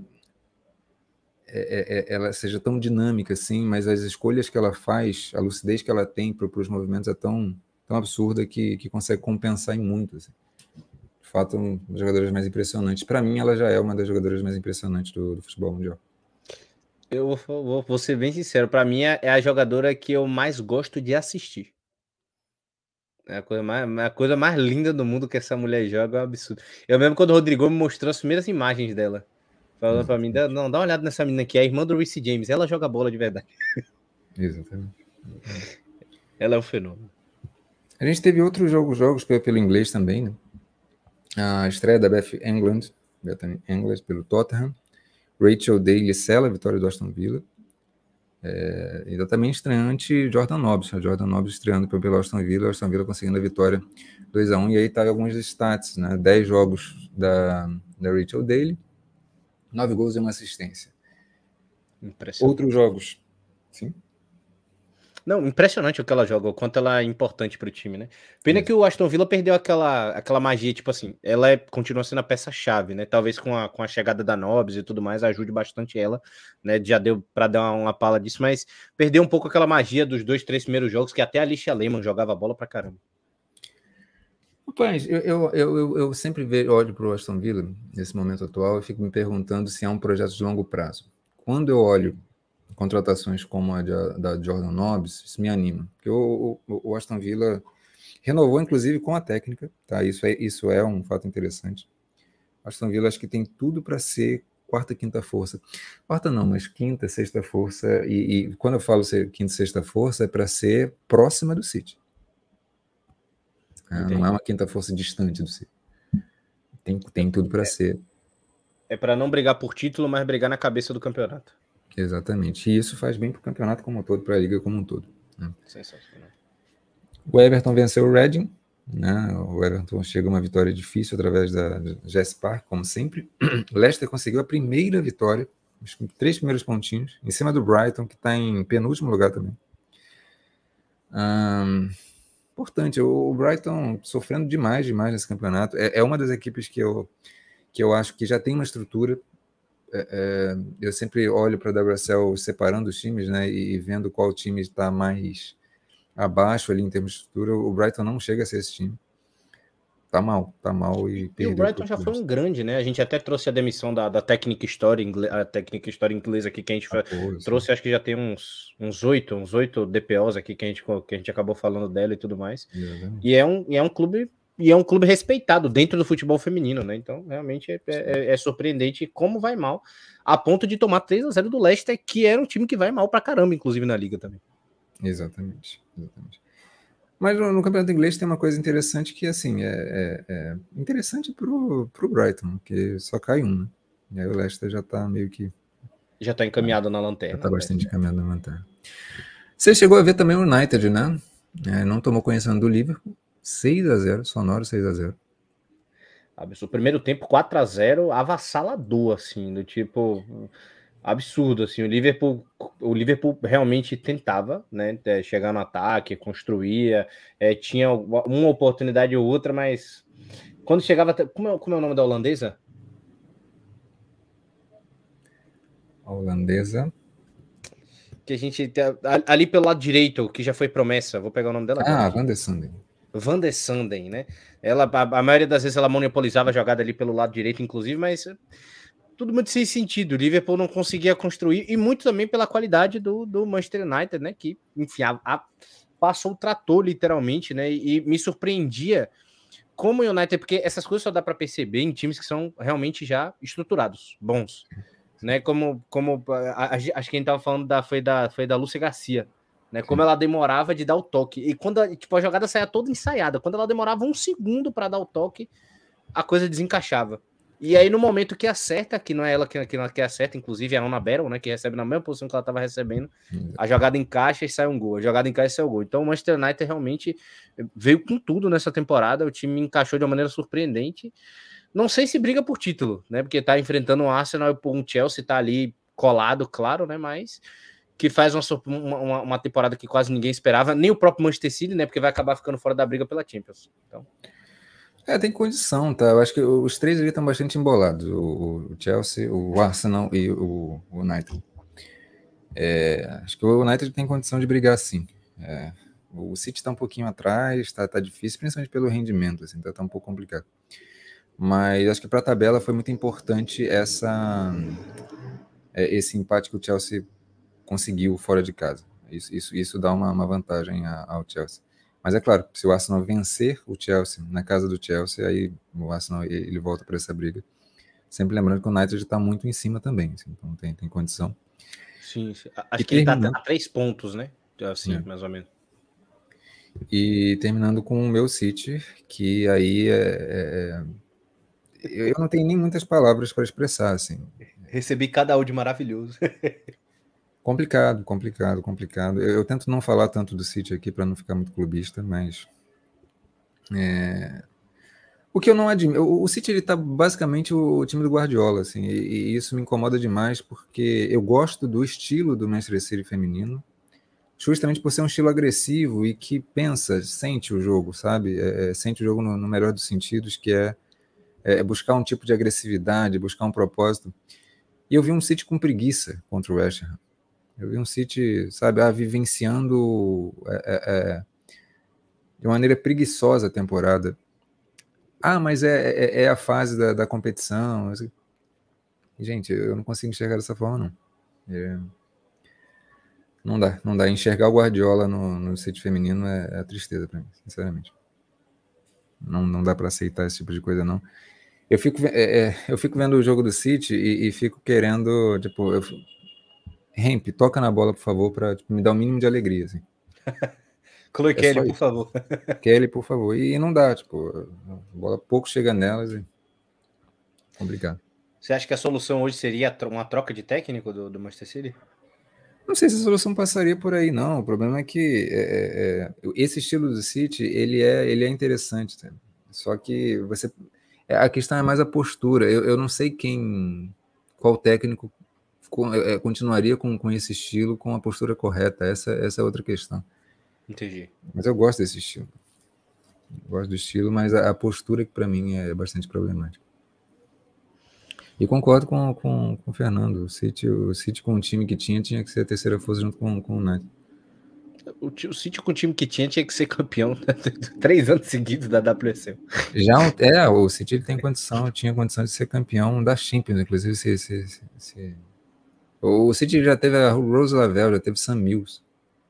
seja tão dinâmica assim, mas as escolhas que ela faz, a lucidez que ela tem para os movimentos é tão absurda que consegue compensar em muito. Assim. De fato, uma das jogadoras mais impressionantes. Para mim, ela já é uma das jogadoras mais impressionantes do futebol mundial. Eu vou ser bem sincero, para mim é a jogadora que eu mais gosto de assistir. É a coisa mais linda do mundo que essa mulher joga, é um absurdo. Eu mesmo quando o Rodrigo me mostrou as primeiras imagens dela, falando para mim, não, dá uma olhada nessa menina aqui, é a irmã do Reece James, ela joga bola de verdade. Exatamente. Ela é um fenômeno. A gente teve outros jogos pelo inglês também, né? A estreia da Beth England pelo Tottenham, Rachel Daly-Sella, vitória do Aston Villa, e também estreante Jordan Nobbs, a Jordan Nobbs estreando pelo Aston Villa conseguindo a vitória 2-1, e aí tá alguns stats, né? 10 jogos da Rachel Daly, 9 gols e uma assistência. Outros jogos, sim? Não, impressionante o que ela joga, o quanto ela é importante pro time, né? Pena que o Aston Villa perdeu aquela magia, tipo assim, ela continua sendo a peça-chave, né? Talvez com a chegada da Nobbs e tudo mais, ajude bastante ela, né? Já deu pra dar uma pala disso, mas perdeu um pouco aquela magia dos 2, 3 primeiros jogos, que até a Alicia Lehmann jogava bola pra caramba. Rapaz, eu sempre olho pro Aston Villa, nesse momento atual, e fico me perguntando se é um projeto de longo prazo. Quando eu olho contratações como a da Jordan Nobbs, isso me anima. Porque o Aston Villa renovou, inclusive, com a técnica, tá? Isso é um fato interessante. O Aston Villa acho que tem tudo para ser quarta, quinta força. Quarta não, mas quinta, sexta força. E quando eu falo ser quinta, sexta força, é para ser próxima do City. Não é uma quinta força distante do City. Tem tudo para ser. É para não brigar por título, mas brigar na cabeça do campeonato. Exatamente. E isso faz bem para o campeonato como um todo, para a liga como um todo. Né? Sensacional. O Everton venceu o Reading. Né? O Everton chega a uma vitória difícil através da Jess Park, como sempre. O Leicester conseguiu a primeira vitória, os 3 primeiros pontinhos, em cima do Brighton, que está em penúltimo lugar também. Importante, o Brighton sofrendo demais nesse campeonato. É uma das equipes que eu acho que já tem uma estrutura. Eu sempre olho para a WSL separando os times, né, e vendo qual time está mais abaixo ali em termos de estrutura. O Brighton não chega a ser esse time. tá mal e E o perdeu. Brighton já foi um grande, né? A gente até trouxe a demissão da técnica história, a técnica história inglesa aqui que a gente trouxe, acho que já tem uns 8 DPOs aqui que a gente acabou falando dela e tudo mais. E é um clube respeitado dentro do futebol feminino, né? Então, realmente é surpreendente como vai mal, a ponto de tomar 3-0 do Leicester, que era um time que vai mal pra caramba, inclusive na liga também. Exatamente. Mas no campeonato inglês tem uma coisa interessante que, assim, é interessante pro Brighton, que só cai um, né? E aí o Leicester já tá meio que... Já tá encaminhado na lanterna. Já tá bastante encaminhado na lanterna. Você chegou a ver também o United, né? Não tomou conhecimento do Liverpool. 6-0, sonoro 6-0. O primeiro tempo 4-0, avassalador, assim, do tipo... absurdo, assim, o Liverpool realmente tentava, né, chegar no ataque, construía, tinha uma oportunidade ou outra, mas quando chegava, como é o nome da holandesa? A holandesa. Que a gente, ali pelo lado direito, que já foi promessa, vou pegar o nome dela agora. Van der Sanden. Van der Sanden, né, a maioria das vezes ela monopolizava a jogada ali pelo lado direito, inclusive, mas... tudo muito sem sentido. O Liverpool não conseguia construir, e muito também pela qualidade do Manchester United, né? Que, enfim, passou o trator, literalmente, né? E me surpreendia como o United, porque essas coisas só dá para perceber em times que são realmente já estruturados, bons. Né? Como acho que a gente tava falando foi da Lúcia Garcia, né? Como ela demorava de dar o toque. E quando a jogada saía toda ensaiada, quando ela demorava 1 segundo para dar o toque, a coisa desencaixava. E aí, no momento que acerta, que não é ela que acerta, inclusive é a Anna Battle, né, que recebe na mesma posição que ela estava recebendo, a jogada encaixa e sai um gol. A jogada encaixa e sai um gol. Então, o Manchester United realmente veio com tudo nessa temporada. O time encaixou de uma maneira surpreendente. Não sei se briga por título, né, porque tá enfrentando um Arsenal e um Chelsea, tá ali colado, claro, né, mas que faz uma temporada que quase ninguém esperava, nem o próprio Manchester City, né, porque vai acabar ficando fora da briga pela Champions. Então... tem condição, tá? Eu acho que os três ali estão bastante embolados. O Chelsea, o Arsenal e o United. Acho que o United tem condição de brigar, sim. O City está um pouquinho atrás, tá difícil, principalmente pelo rendimento, assim, tá um pouco complicado. Mas acho que para a tabela foi muito importante esse empate que o Chelsea conseguiu fora de casa. Isso dá uma vantagem ao Chelsea. Mas é claro, se o Arsenal vencer o Chelsea na casa do Chelsea, aí o Arsenal ele volta para essa briga. Sempre lembrando que o United está muito em cima também, assim, então tem condição. Sim. Acho que ele está a 3 pontos, né? Assim, mais ou menos. E terminando com o meu City, que aí eu não tenho nem muitas palavras para expressar, assim. Recebi cada áudio maravilhoso. Complicado. Eu tento não falar tanto do City aqui para não ficar muito clubista, mas o que eu não admiro, o City ele tá basicamente o time do Guardiola, assim, e isso me incomoda demais porque eu gosto do estilo do Manchester City feminino, justamente por ser um estilo agressivo e que sente o jogo, sabe? Sente o jogo no melhor dos sentidos, que é buscar um tipo de agressividade, buscar um propósito. E eu vi um City com preguiça contra o West Ham. Eu vi um City, sabe, vivenciando de maneira preguiçosa a temporada. Mas é a fase da competição. Gente, eu não consigo enxergar dessa forma, não. Não dá. Enxergar o Guardiola no City feminino é tristeza para mim, sinceramente. Não dá para aceitar esse tipo de coisa, não. Eu fico vendo o jogo do City e fico querendo, tipo... Hemp, toca na bola, por favor, para me dar o mínimo de alegria, assim. Chloe Kelly, por favor. Kelly, por favor. E não dá, tipo, a bola pouco chega nelas e... Complicado. Você acha que a solução hoje seria uma troca de técnico do Manchester City? Não sei se a solução passaria por aí, não. O problema é que esse estilo do City, ele é interessante, tá? Só que a questão é mais a postura. Eu não sei qual técnico continuaria com esse estilo, com a postura correta. Essa é outra questão. Entendi. Mas eu gosto desse estilo. Eu gosto do estilo, mas a postura que para mim é bastante problemática. E concordo com o Fernando. O City com o time que tinha que ser a terceira força junto com o United. O City com o time que tinha que ser campeão 3 anos seguidos da WSL. O City ele tinha condição de ser campeão da Champions, inclusive o City já teve a Rose Lavelle, já teve Sam Mills.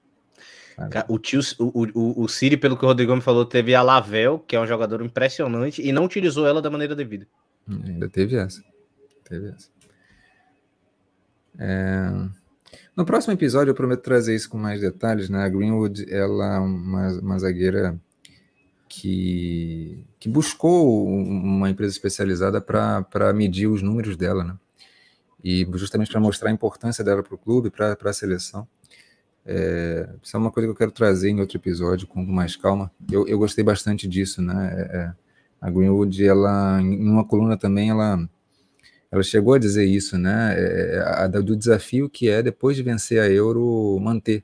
O City, pelo que o Rodrigo me falou, teve a Lavelle, que é um jogador impressionante, e não utilizou ela da maneira devida. Ainda teve essa. No próximo episódio eu prometo trazer isso com mais detalhes, né? A Greenwood, ela é uma zagueira que buscou uma empresa especializada para medir os números dela, né? E justamente para mostrar a importância dela para o clube, para a seleção. Isso é uma coisa que eu quero trazer em outro episódio com mais calma. Eu gostei bastante disso, né? A Greenwood, ela, em uma coluna também, ela chegou a dizer isso, né? Do desafio que é, depois de vencer a Euro, manter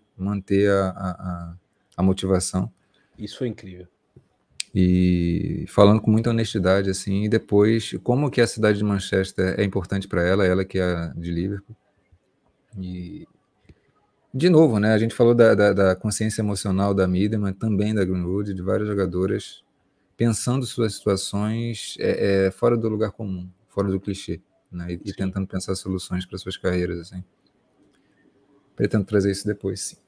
a motivação. Isso foi incrível. E falando com muita honestidade, assim, e depois, como que a cidade de Manchester é importante para ela que é de Liverpool. E, de novo, né? A gente falou da consciência emocional da Mida, mas também da Greenwood, de várias jogadoras pensando suas situações fora do lugar comum, fora do clichê. Né, e tentando pensar soluções para suas carreiras, assim. Pretendo trazer isso depois, sim.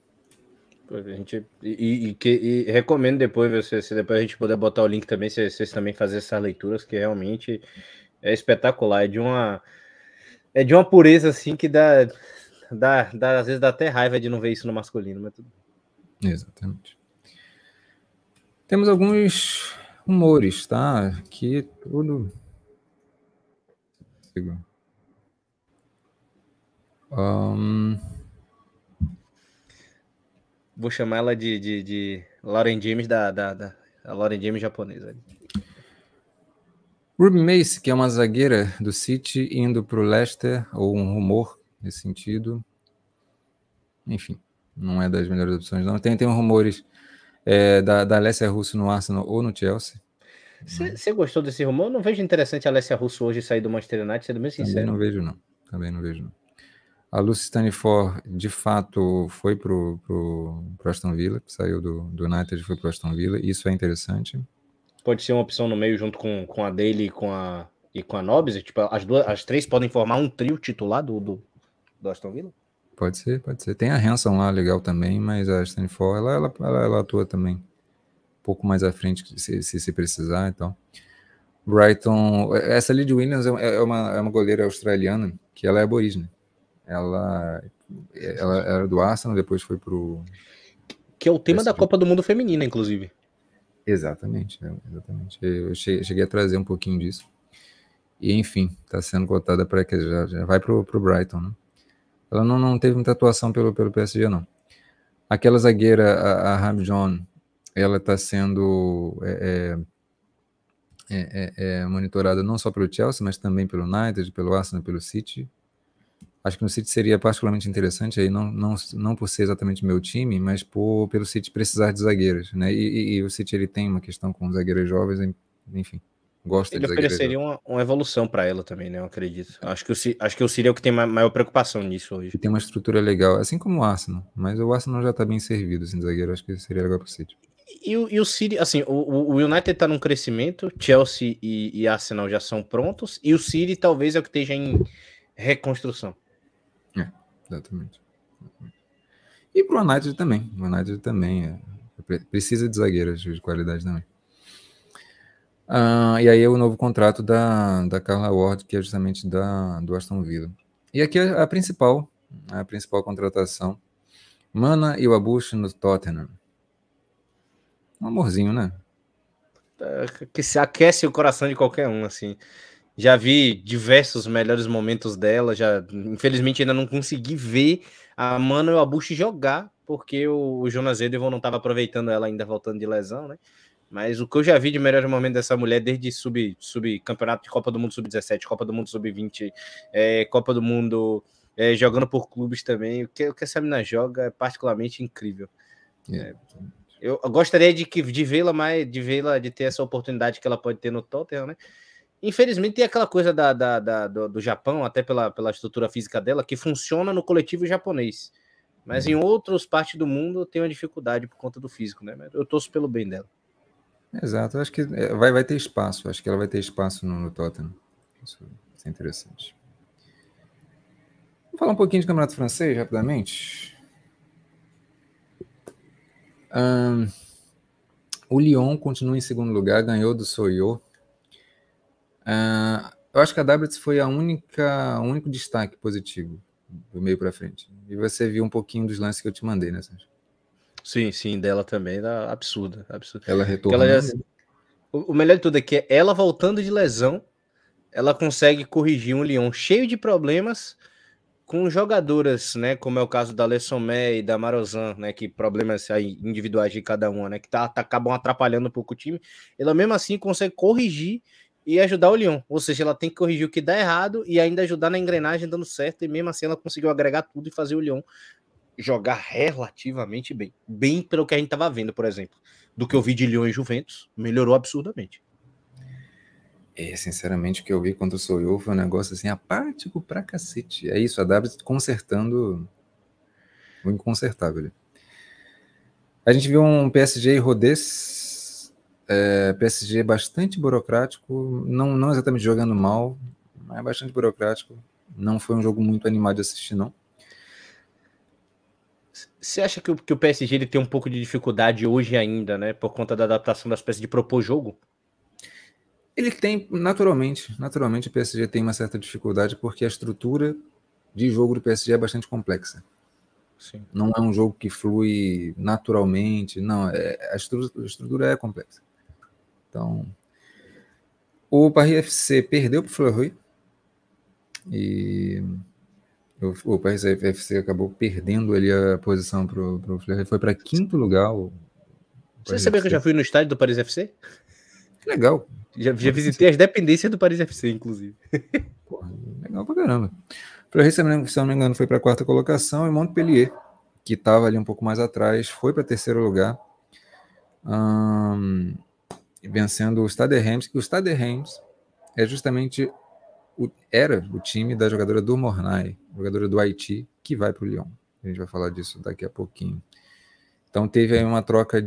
E recomendo depois, se depois a gente puder botar o link também, se vocês também fazerem essas leituras, que realmente é espetacular, é de uma pureza, assim, que às vezes dá até raiva de não ver isso no masculino, mas tudo. Exatamente. Temos alguns rumores, tá? Que tudo... Vou chamar ela de Lauren James a Lauren James japonesa. Ruby Mace, que é uma zagueira do City, indo para o Leicester, ou um rumor nesse sentido. Enfim, não é das melhores opções, não. Tem rumores da Alessia Russo no Arsenal ou no Chelsea. Você gostou desse rumor? Eu não vejo interessante a Alessia Russo hoje sair do Manchester United, sendo bem sincero. Também não vejo, não. A Lucy Staniford, de fato, foi pro Aston Villa, saiu do United e foi pro Aston Villa. Isso é interessante. Pode ser uma opção no meio junto com a Daly e com a Nobbs? Tipo, as três podem formar um trio titular do Aston Villa? Pode ser. Tem a Hanson lá, legal também, mas a Staniford, ela atua também um pouco mais à frente, se precisar, então. Brighton, essa Lyd Williams é uma goleira australiana, que ela é aborígene. Ela era do Arsenal, depois foi pro... Que é o tema da Copa do Mundo Feminina, inclusive. Exatamente. Eu cheguei a trazer um pouquinho disso. E, enfim, está sendo cotada para que já vai pro Brighton, né? Ela não teve muita atuação pelo PSG, não. Aquela zagueira, a Rabi John, ela está sendo monitorada não só pelo Chelsea, mas também pelo United, pelo Arsenal, pelo City. Acho que no City seria particularmente interessante, aí não por ser exatamente meu time, mas pelo City precisar de zagueiras, né? E o City ele tem uma questão com zagueiras jovens, enfim, gosta de zagueiras. Ele ofereceria uma evolução para ela também, né? Eu acredito. Acho que o City é o que tem maior preocupação nisso hoje. E tem uma estrutura legal, assim como o Arsenal, mas o Arsenal já está bem servido assim, de zagueiro, acho que seria legal para o City. E o City, assim, o United está num crescimento, Chelsea e Arsenal já são prontos, e o City talvez é o que esteja em reconstrução. Exatamente. E pro United também. O United também precisa de zagueiras de qualidade também. E aí é o novo contrato da Carla Ward, que é justamente do Aston Villa. E aqui é a principal contratação. Mana Iwabuchi no Tottenham. Um amorzinho, né? Que se aquece o coração de qualquer um, assim. Já vi diversos melhores momentos dela, infelizmente ainda não consegui ver a Mana Iwabuchi jogar, porque o Jonas Eidevall não estava aproveitando ela ainda voltando de lesão, né? Mas o que eu já vi de melhores momentos dessa mulher, desde campeonato de Copa do Mundo Sub-17, Copa do Mundo Sub-20, Copa do Mundo, jogando por clubes também, o que essa menina joga é particularmente incrível. Eu gostaria de vê-la de ter essa oportunidade que ela pode ter no Tottenham, né? Infelizmente tem aquela coisa do Japão, até pela estrutura física dela, que funciona no coletivo japonês. Mas em outras partes do mundo tem uma dificuldade por conta do físico, né? Mas eu torço pelo bem dela. Exato, eu acho que vai ter espaço. Acho que ela vai ter espaço no Tottenham. Isso é interessante. Vamos falar um pouquinho de campeonato francês, rapidamente. O Lyon continua em segundo lugar, ganhou do Soyo. Eu acho que a Dabrits foi o único destaque positivo do meio para frente. E você viu um pouquinho dos lances que eu te mandei, né, Sérgio? Sim, dela também, da absurda. Ela retornou. O melhor de tudo é que ela voltando de lesão, ela consegue corrigir um Lyon cheio de problemas com jogadoras, né, como é o caso da Le Sommet e da Marozan, né, que problemas aí individuais de cada uma, né, que acabam atrapalhando um pouco o time. Ela mesmo assim consegue corrigir e ajudar o Lyon, ou seja, ela tem que corrigir o que dá errado e ainda ajudar na engrenagem dando certo, e mesmo assim ela conseguiu agregar tudo e fazer o Lyon jogar relativamente bem pelo que a gente estava vendo, por exemplo, do que eu vi de Lyon e Juventus, melhorou absurdamente. Sinceramente, o que eu vi contra o Soyo foi um negócio assim, apático pra cacete. É isso, a W consertando o inconsertável. A gente viu um PSG e Rodez, PSG bastante burocrático, não exatamente jogando mal, mas bastante burocrático. Não foi um jogo muito animado de assistir, não. Você acha que o PSG ele tem um pouco de dificuldade hoje ainda, né, por conta da adaptação das peças de propor jogo? Ele tem, naturalmente o PSG tem uma certa dificuldade porque a estrutura de jogo do PSG é bastante complexa. Sim. Não é um jogo que flui naturalmente, não, a estrutura é complexa. Então, o Paris FC perdeu para o Fleury e o Paris FC acabou perdendo ali a posição para o Fleury, foi para quinto lugar. Você sabia que eu já fui no estádio do Paris FC? Que legal. Já visitei as dependências do Paris FC, inclusive. Porra, legal pra caramba. Fleury, se eu não me engano, foi para a quarta colocação e Montpellier, que estava ali um pouco mais atrás, foi para terceiro lugar, vencendo o Stade Reims. E o Stade Reims é justamente era o time da jogadora do Mornay, jogadora do Haiti, que vai para o Lyon. A gente vai falar disso daqui a pouquinho. Então teve aí uma troca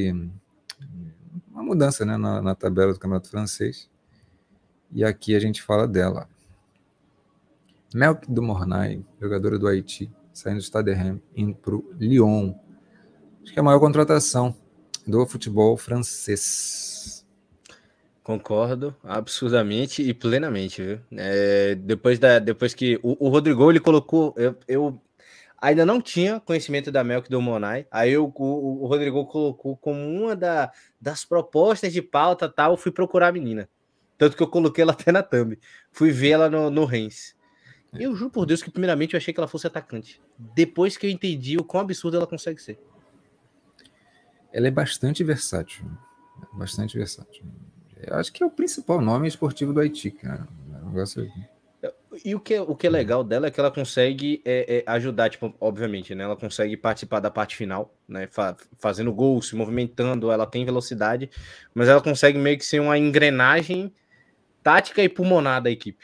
uma mudança, né, na tabela do Campeonato Francês. E aqui a gente fala dela. Melk do Mornay, jogadora do Haiti, saindo do Stade Reims, indo para o Lyon. Acho que é a maior contratação do futebol francês. Concordo absurdamente e plenamente, viu? Depois que o Rodrigo ele colocou, eu ainda não tinha conhecimento da Melk do Monai, aí o Rodrigo colocou como uma das propostas de pauta, tal, eu fui procurar a menina, tanto que eu coloquei ela até na thumb, fui ver ela no Reims. Eu juro por Deus que primeiramente eu achei que ela fosse atacante, depois que eu entendi o quão absurdo ela consegue ser. Ela é bastante versátil, bastante versátil. Eu acho que é o principal nome esportivo do Haiti, cara. E o que é legal dela é que ela consegue ajudar, tipo, obviamente, né? Ela consegue participar da parte final, né? Fazendo gol, se movimentando, ela tem velocidade, mas ela consegue meio que ser uma engrenagem tática e pulmonar da equipe.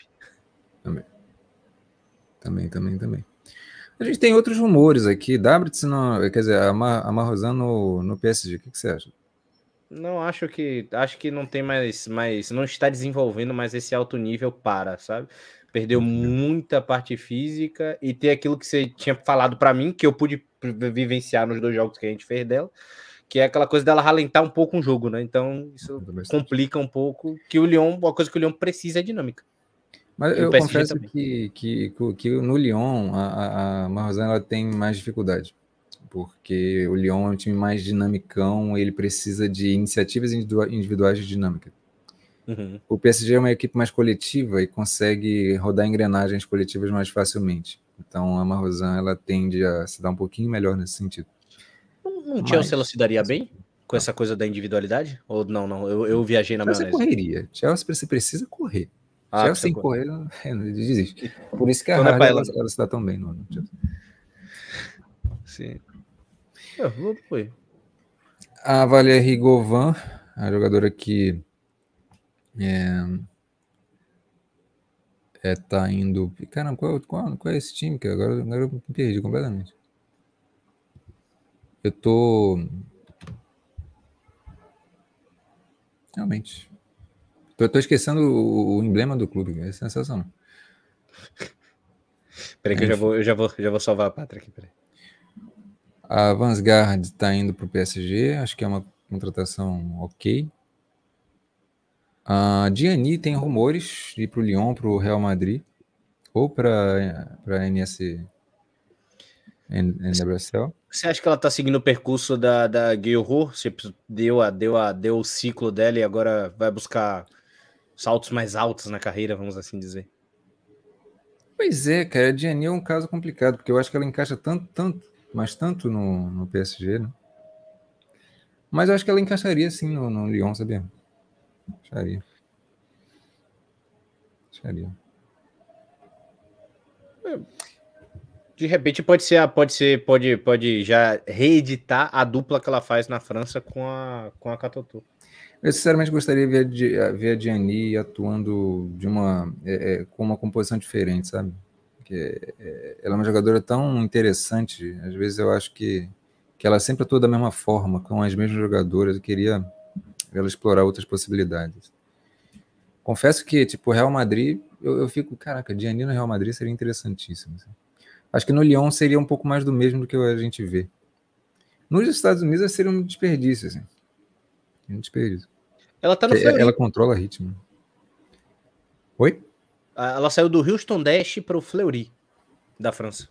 Também. A gente tem outros rumores aqui. Dabrits, quer dizer, a Marozan no PSG. O que você acha? Não, acho que não tem mais, não está desenvolvendo mais esse alto nível sabe? Perdeu muita parte física e tem aquilo que você tinha falado para mim, que eu pude vivenciar nos 2 jogos que a gente fez dela, que é aquela coisa dela ralentar um pouco um jogo, né? Então isso complica um pouco, que o Lyon, uma coisa que o Lyon precisa é dinâmica. Mas eu confesso que no Lyon a Marozan ela tem mais dificuldade, porque o Lyon é um time mais dinamicão, ele precisa de iniciativas individuais de dinâmica. Uhum. O PSG é uma equipe mais coletiva e consegue rodar engrenagens coletivas mais facilmente. Então a Marozan ela tende a se dar um pouquinho melhor nesse sentido. Não Chelsea ela se daria bem com essa coisa da individualidade? Ou não, eu viajei na maionese. Chelsea correria. Chelsea você precisa correr. Chelsea sem correr, não desiste. Por isso que a Hardy ela se dá tão bem no Chelsea. Sim. Eu vou foi. A Valérie Gauvin, a jogadora que tá indo. Caramba, qual é esse time? Que agora eu me perdi completamente. Eu tô... Realmente. Tô esquecendo o emblema do clube. É sensacional. Peraí que eu já vou salvar a pátria aqui, peraí. A Vansgaard está indo para o PSG, acho que é uma contratação ok. A Diani tem rumores de ir para o Lyon, para o Real Madrid, ou para a NWSL. Você acha que ela tá seguindo o percurso da Guilherme? Deu o ciclo dela e agora vai buscar saltos mais altos na carreira, vamos assim dizer? Pois é, cara, a Diani é um caso complicado, porque eu acho que ela encaixa tanto no PSG, né? Mas eu acho que ela encaixaria sim no Lyon, sabia? Acharia. De repente pode já reeditar a dupla que ela faz na França com a Catoto. Eu sinceramente gostaria de ver a Diani atuando com uma composição diferente, sabe? Porque ela é uma jogadora tão interessante, às vezes eu acho que ela sempre atua da mesma forma, com as mesmas jogadoras, eu queria ela explorar outras possibilidades. Confesso que, tipo, Real Madrid, eu fico, caraca, Diani no Real Madrid seria interessantíssimo. Assim. Acho que no Lyon seria um pouco mais do mesmo do que a gente vê. Nos Estados Unidos seria um desperdício, assim. Um desperdício. Ela tá no Fleury. Ela controla ritmo. Oi? Ela saiu do Houston Dash para o Fleury, da França.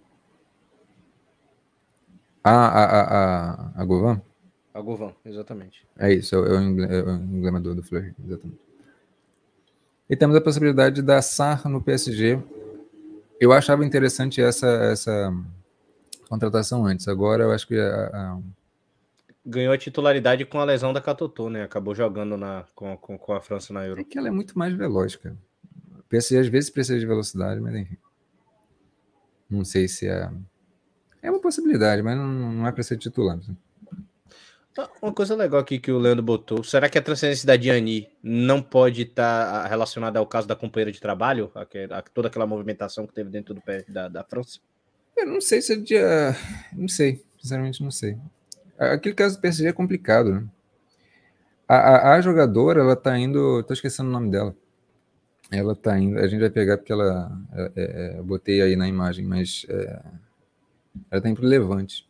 A Govan? A Govan, exatamente. É isso, é o emblema do Fleury, exatamente. E temos a possibilidade da Sarr no PSG. Eu achava interessante essa contratação antes. Agora eu acho que ganhou a titularidade com a lesão da Catoto, né? Acabou jogando com a França na Euro. É que ela é muito mais veloz, cara. O PSG às vezes precisa de velocidade, mas enfim. Não sei se é uma possibilidade, mas não é para ser titular. Assim. Uma coisa legal aqui que o Leandro botou, será que a transferência da Diani não pode estar relacionada ao caso da companheira de trabalho? Toda aquela movimentação que teve dentro da França? Eu não sei se não sei, sinceramente não sei. Aquele caso do PSG é complicado, né? A jogadora, ela tá indo, tô esquecendo o nome dela. Ela tá indo, a gente vai pegar porque eu botei aí na imagem, mas ela tá indo pro Levante.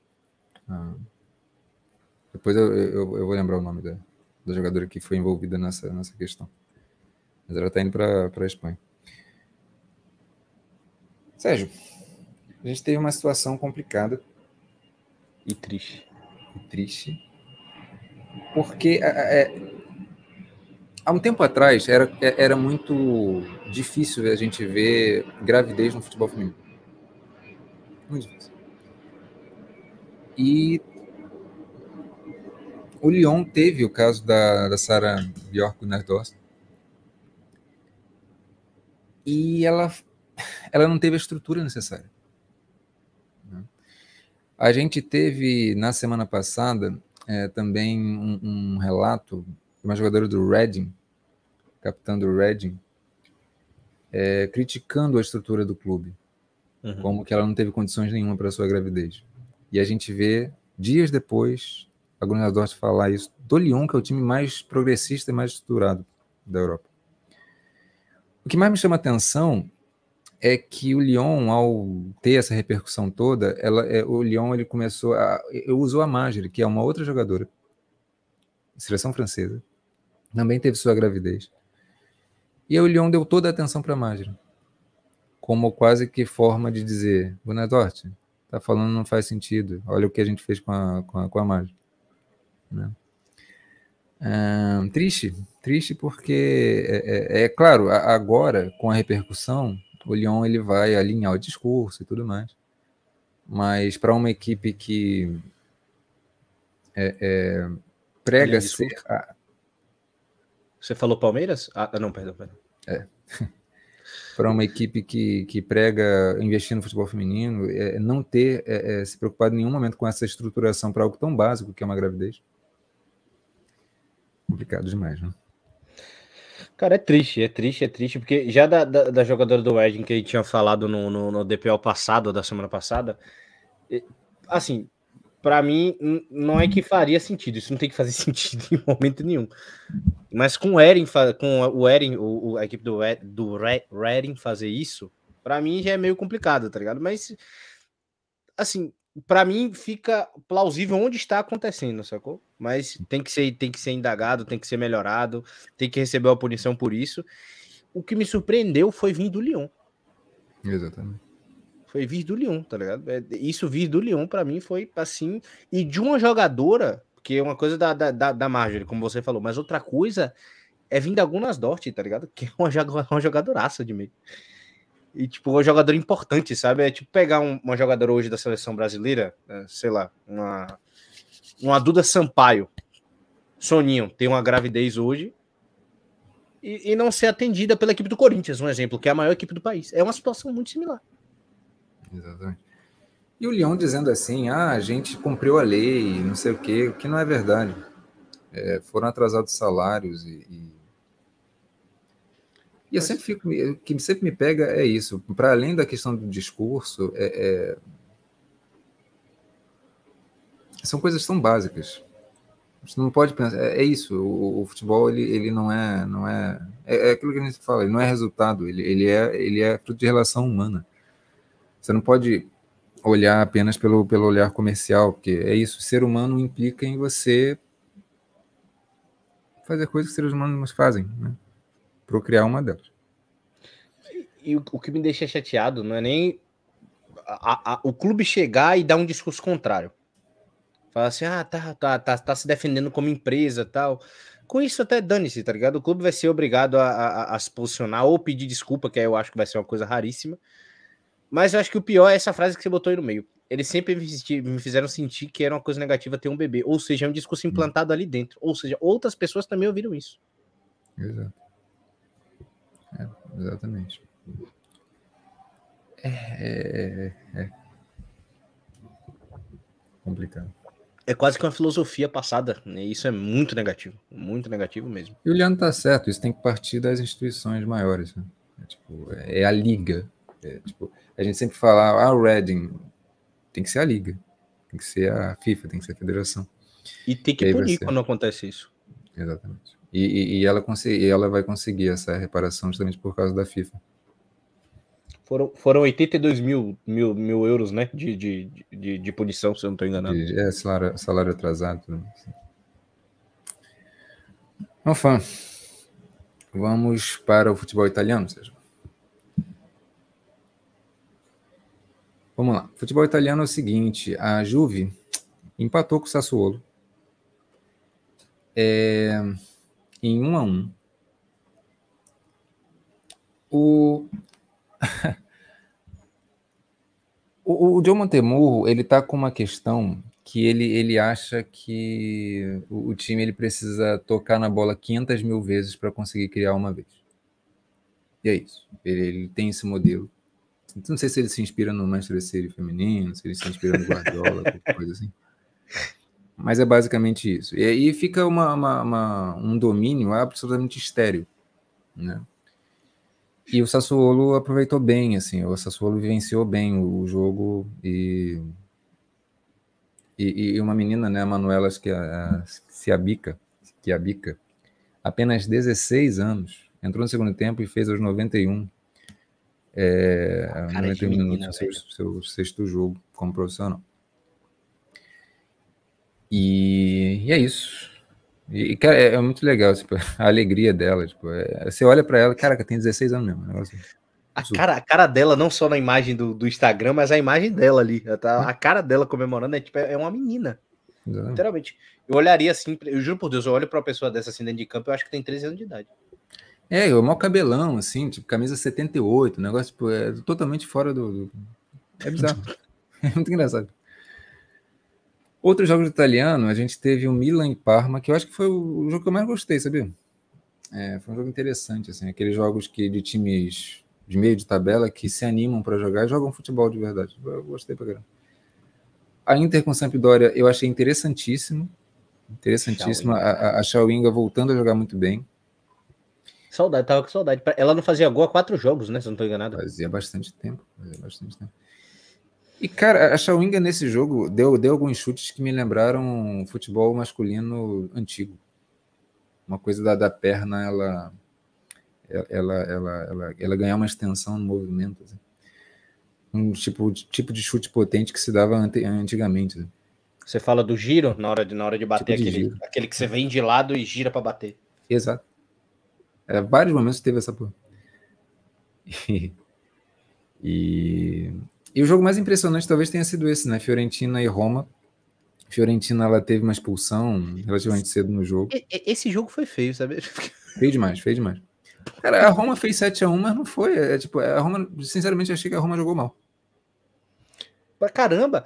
Depois eu vou lembrar o nome da jogadora que foi envolvida nessa questão. Mas ela tá indo para a Espanha. Sérgio, a gente teve uma situação complicada. E triste. Porque há um tempo atrás era muito difícil a gente ver gravidez no futebol feminino. Muito difícil. E o Lyon teve o caso da Sarah Bjork-Nardorst. E ela não teve a estrutura necessária. A gente teve, na semana passada, também um relato de uma jogadora do Reading, capitã do Reading, criticando a estrutura do clube, como que ela não teve condições nenhuma para sua gravidez. E a gente vê, dias depois, a Gunnar falar isso do Lyon, que é o time mais progressista e mais estruturado da Europa. O que mais me chama a atenção é que o Lyon, ao ter essa repercussão toda, o Lyon ele começou usou a Marjorie, que é uma outra jogadora, seleção francesa, também teve sua gravidez. E aí o Lyon deu toda a atenção para a Marjorie, como quase que forma de dizer, Bonadort, tá falando não faz sentido, olha o que a gente fez com a Marjorie. Né? Triste porque, claro, agora, com a repercussão, o Lyon ele vai alinhar o discurso e tudo mais. Mas para uma equipe que prega ser... Você falou Palmeiras? Não, perdão. Para uma equipe que prega investir no futebol feminino, não ter se preocupado em nenhum momento com essa estruturação para algo tão básico que é uma gravidez. Complicado demais, né? Cara, é triste, porque já da jogadora do Reading que a gente tinha falado no DPO passado, da semana passada, assim, Pra mim, não é que faria sentido. Isso não tem que fazer sentido em momento nenhum. Mas com o Eren, a equipe do Reading fazer isso, pra mim já é meio complicado, tá ligado? Mas, assim, pra mim fica plausível onde está acontecendo, sacou? Mas tem que ser indagado, tem que ser melhorado, tem que receber uma punição por isso. O que me surpreendeu foi vir do Lyon. Exatamente. Foi vir do Lyon, tá ligado? Isso vir do Lyon, pra mim, foi assim. E de uma jogadora, que é uma coisa da Marjorie, como você falou, mas outra coisa é vir da Gunas Dort, tá ligado? Que é uma jogadoraça de meio. E, tipo, uma jogadora importante, sabe? É tipo pegar uma jogadora hoje da seleção brasileira, sei lá, uma Duda Sampaio, Soninho, tem uma gravidez hoje e não ser atendida pela equipe do Corinthians, um exemplo, que é a maior equipe do país. É uma situação muito similar. Exatamente. E o Lyon dizendo assim, a gente cumpriu a lei, não sei o que não é verdade. Foram atrasados salários e eu sempre fico, o que sempre me pega é isso, para além da questão do discurso, são coisas tão básicas. Você não pode pensar, é isso, o futebol ele não é aquilo que a gente fala, ele não é resultado, ele é fruto de relação humana. Você não pode olhar apenas pelo olhar comercial, porque é isso, ser humano implica em você fazer coisas que seres humanos fazem, né? Procriar uma delas. E o que me deixa chateado não é nem o clube chegar e dar um discurso contrário. Fala assim, tá se defendendo como empresa tal. Com isso até dane-se, tá ligado? O clube vai ser obrigado a se posicionar ou pedir desculpa, que eu acho que vai ser uma coisa raríssima. Mas eu acho que o pior é essa frase que você botou aí no meio. Eles sempre me fizeram sentir que era uma coisa negativa ter um bebê. Ou seja, é um discurso implantado ali dentro. Ou seja, outras pessoas também ouviram isso. Exato. Exatamente. É complicado. É quase que uma filosofia passada, né? Isso é muito negativo mesmo. E o Leandro tá certo, isso tem que partir das instituições maiores, né? É a liga. A gente sempre fala, o Reading tem que ser a liga, tem que ser a FIFA, tem que ser a federação. E tem que punir quando acontece isso. Exatamente. E ela vai conseguir essa reparação justamente por causa da FIFA. Foram 82 mil euros, né? De punição, se eu não estou enganado. Salário atrasado. Tudo assim. Então, vamos para o futebol italiano, Sérgio. Vamos lá. Futebol italiano é o seguinte: a Juve empatou com o Sassuolo em 1-1. O Joe Montemurro, ele tá com uma questão que ele acha que o time ele precisa tocar na bola 500 mil vezes para conseguir criar uma vez. E é isso. Ele tem esse modelo. Não sei se ele se inspira no Manchester City feminino, se ele se inspira no Guardiola, qualquer coisa assim. Mas é basicamente isso. E aí fica um domínio absolutamente estéril, né? E o Sassuolo aproveitou bem, assim, o Sassuolo vivenciou bem o jogo e uma menina, né, a Manuela Sciabica, apenas 16 anos, entrou no segundo tempo e fez aos 91. 91 minutos, seu sexto jogo como profissional. E é isso. E cara, é muito legal, tipo, a alegria dela. Tipo, você olha pra ela, caraca, tem 16 anos mesmo. Negócio a cara dela, não só na imagem do Instagram, mas a imagem dela ali. A cara dela comemorando é uma menina. Exatamente. Literalmente. Eu olharia assim, eu juro por Deus, eu olho pra uma pessoa dessa assim dentro de campo, eu acho que tem 13 anos de idade. O maior cabelão, assim, tipo, camisa 78, negócio, tipo, é totalmente fora do... É bizarro. É muito engraçado. Outros jogos italianos, a gente teve o Milan e Parma, que eu acho que foi o jogo que eu mais gostei, sabia? Foi um jogo interessante, assim, aqueles jogos de times de meio de tabela que se animam para jogar e jogam futebol de verdade. Eu gostei pra caramba. A Inter com Sampdoria eu achei interessantíssimo. A Chawinga voltando a jogar muito bem. Tava com saudade. Ela não fazia gol há 4 jogos, né? Se eu não tô enganado. Fazia bastante tempo. E, cara, a Chawinga nesse jogo deu alguns chutes que me lembraram futebol masculino antigo. Uma coisa da perna, ela ganhar uma extensão no movimento. Assim. Um tipo de chute potente que se dava antigamente. Assim. Você fala do giro na hora de bater, Tipo de aquele que você vem de lado e gira para bater. Exato. Vários momentos teve essa porra. E o jogo mais impressionante talvez tenha sido esse, né? Fiorentina e Roma. Fiorentina, ela teve uma expulsão relativamente cedo no jogo. Esse jogo foi feio, sabe? Feio demais, feio demais. Cara, a Roma fez 7-1, mas não foi. A Roma, sinceramente, achei que a Roma jogou mal. Caramba!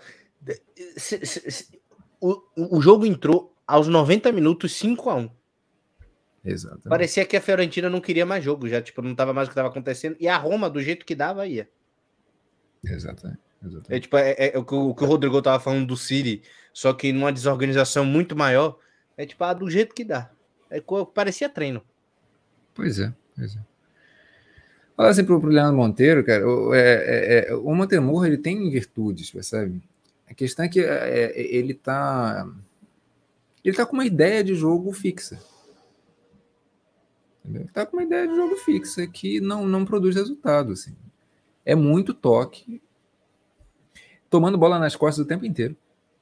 O jogo entrou aos 90 minutos 5-1. Exato. Parecia que a Fiorentina não queria mais jogo, já tipo, não tava mais o que estava acontecendo. E a Roma, do jeito que dava, ia. Exatamente. É o que o Rodrigo tava falando do City, só que numa desorganização muito maior. É tipo, do jeito que dá. Parecia treino. Pois é. Falar assim pro Leandro Monteiro, cara, o Montemurro, ele tem virtudes, percebe? A questão é que ele tá com uma ideia de jogo fixa. Entendeu? Tá com uma ideia de jogo fixa que não produz resultado, assim. É muito toque, tomando bola nas costas o tempo inteiro.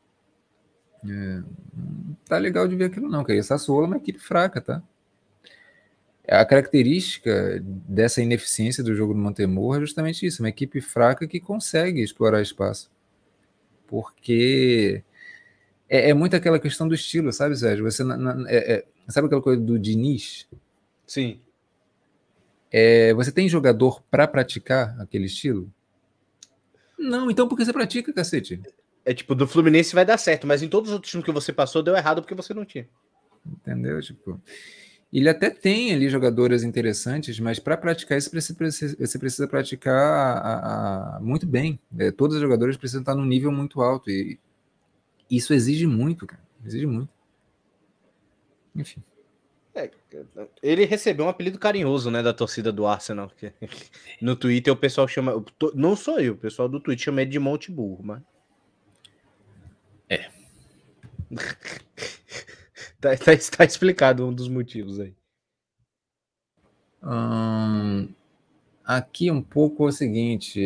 Não tá legal de ver aquilo não, cara. E Sassuolo é uma equipe fraca, tá? A característica dessa ineficiência do jogo do Montemurro é justamente isso, uma equipe fraca que consegue explorar espaço. Porque é muito aquela questão do estilo, sabe, Sérgio? Você sabe aquela coisa do Diniz? Sim. Você tem jogador para praticar aquele estilo? Não, então por que você pratica, cacete? É tipo, do Fluminense vai dar certo, mas em todos os outros times que você passou, deu errado porque você não tinha. Entendeu? Tipo, ele até tem ali jogadores interessantes, mas para praticar isso, você precisa praticar muito bem. Todos os jogadores precisam estar num nível muito alto. E isso exige muito, cara. Exige muito. Enfim. Ele recebeu um apelido carinhoso, né, da torcida do Arsenal. Que no Twitter o pessoal chama... Não sou eu, o pessoal do Twitter chama ele de Monte Burro, mas... Tá explicado um dos motivos aí. Aqui um pouco é o seguinte,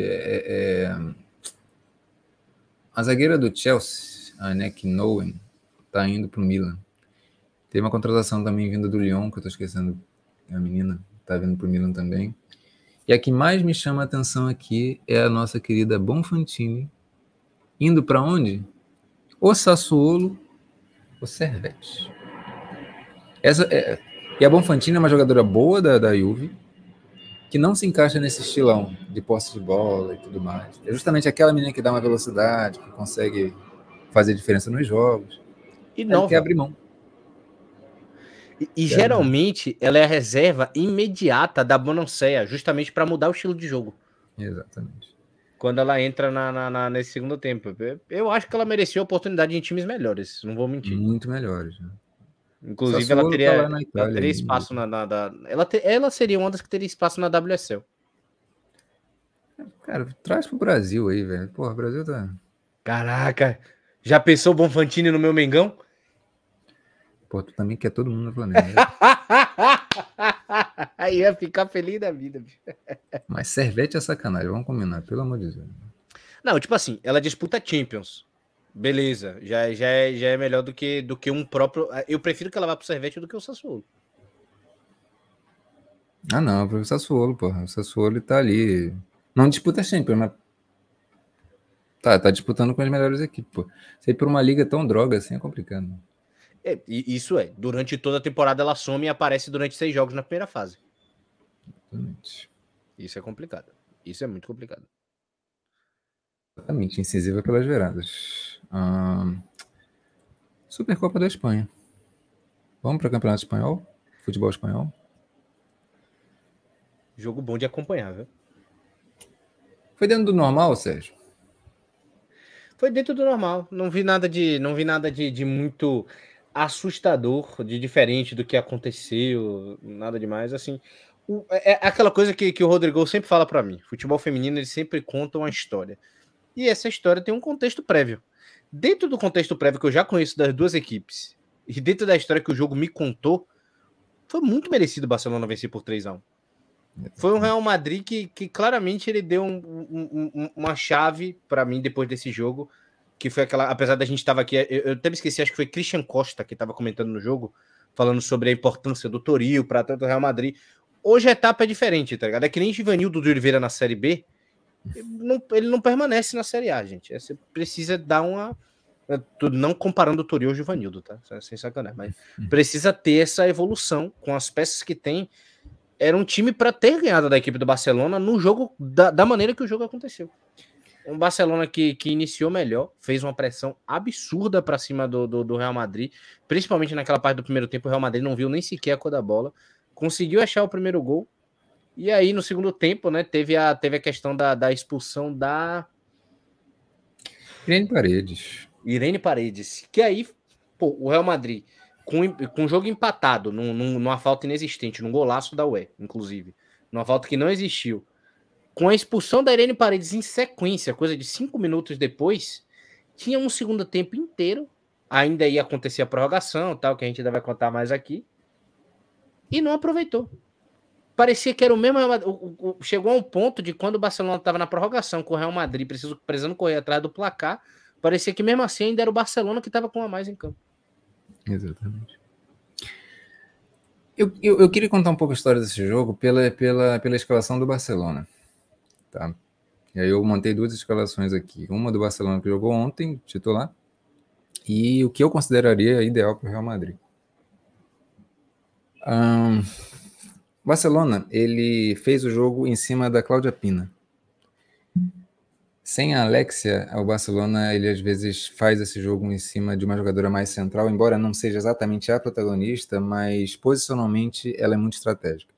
a zagueira do Chelsea, a Nick Nowen, tá indo pro Milan. Tem uma contratação também vinda do Lyon, que eu tô esquecendo, a menina tá vindo pro Milan também. E a que mais me chama a atenção aqui é a nossa querida Bonfantini, indo para onde? O Sassuolo, o Servette. E a Bonfantini é uma jogadora boa da Juve, que não se encaixa nesse estilão de posse de bola e tudo mais. É justamente aquela menina que dá uma velocidade, que consegue fazer diferença nos jogos. E nova. Quer abrir mão. E geralmente ela é a reserva imediata da Bonansea, justamente para mudar o estilo de jogo. Exatamente. Quando ela entra nesse segundo tempo. Eu acho que ela merecia oportunidade em times melhores, não vou mentir. Muito melhores. Né? Inclusive, ela teria espaço ela seria uma das que teria espaço na WSL. Cara, traz pro Brasil aí, velho. Porra, o Brasil tá... Caraca, já pensou o Bonfantini no meu Mengão? Pô, tu também quer todo mundo no Flamengo. Né? Aí ia ficar feliz da vida, bicho. Mas Servette é sacanagem, vamos combinar, pelo amor de Deus. Não, tipo assim, ela disputa Champions. Beleza, já é melhor do que um próprio... Eu prefiro que ela vá pro Servette do que o Sassuolo. Ah, não, pro Sassuolo, porra. O Sassuolo tá ali. Não disputa Champions, mas tá disputando com as melhores equipes, pô. Você ir por uma liga tão droga assim é complicado. Isso é. Durante toda a temporada ela some e aparece durante 6 jogos na primeira fase. Exatamente. Isso é complicado. Isso é muito complicado. Exatamente, incisiva pelas veradas. Supercopa da Espanha. Vamos para o Campeonato Espanhol? Futebol espanhol? Jogo bom de acompanhar, viu? Foi dentro do normal, Sérgio? Foi dentro do normal. Não vi nada de muito assustador, de diferente do que aconteceu, nada demais, assim. É aquela coisa que o Rodrigo sempre fala para mim. Futebol feminino, ele sempre conta uma história. E essa história tem um contexto prévio. Dentro do contexto prévio que eu já conheço das duas equipes, e dentro da história que o jogo me contou, foi muito merecido o Barcelona vencer por 3-1. Foi um Real Madrid que claramente ele deu uma chave para mim depois desse jogo, que foi aquela, apesar da gente estar aqui, eu até me esqueci, acho que foi Christian Costa que estava comentando no jogo, falando sobre a importância do Toril para tanto o Real Madrid. Hoje a etapa é diferente, tá ligado? É que nem Givanildo de Oliveira na Série B, ele não permanece na Série A, gente. Você precisa dar uma... Não comparando o Toril ao Givanildo, tá? Sem sacanagem, mas precisa ter essa evolução com as peças que tem. Era um time para ter ganhado da equipe do Barcelona no jogo, da maneira que o jogo aconteceu. Um Barcelona que iniciou melhor, fez uma pressão absurda para cima do Real Madrid, principalmente naquela parte do primeiro tempo. O Real Madrid não viu nem sequer a cor da bola, conseguiu achar o primeiro gol, e aí no segundo tempo, né, teve a questão da expulsão da Irene Paredes, que aí, pô, o Real Madrid, com o jogo empatado, numa falta inexistente, num golaço da UE, inclusive, numa falta que não existiu, com a expulsão da Irene Paredes em sequência, coisa de 5 minutos depois, tinha um segundo tempo inteiro, ainda ia acontecer a prorrogação, tal, que a gente ainda vai contar mais aqui, e não aproveitou. Parecia que era o mesmo. Chegou a um ponto de quando o Barcelona estava na prorrogação com o Real Madrid, precisando correr atrás do placar, parecia que mesmo assim ainda era o Barcelona que estava com a mais em campo. Exatamente. Eu queria contar um pouco a história desse jogo pela escalação do Barcelona. Tá? E aí eu montei duas escalações aqui. Uma do Barcelona que jogou ontem, titular, e o que eu consideraria ideal para o Real Madrid. Barcelona, ele fez o jogo em cima da Cláudia Pina. Sem a Alexia, o Barcelona, ele às vezes faz esse jogo em cima de uma jogadora mais central, embora não seja exatamente a protagonista, mas posicionalmente ela é muito estratégica.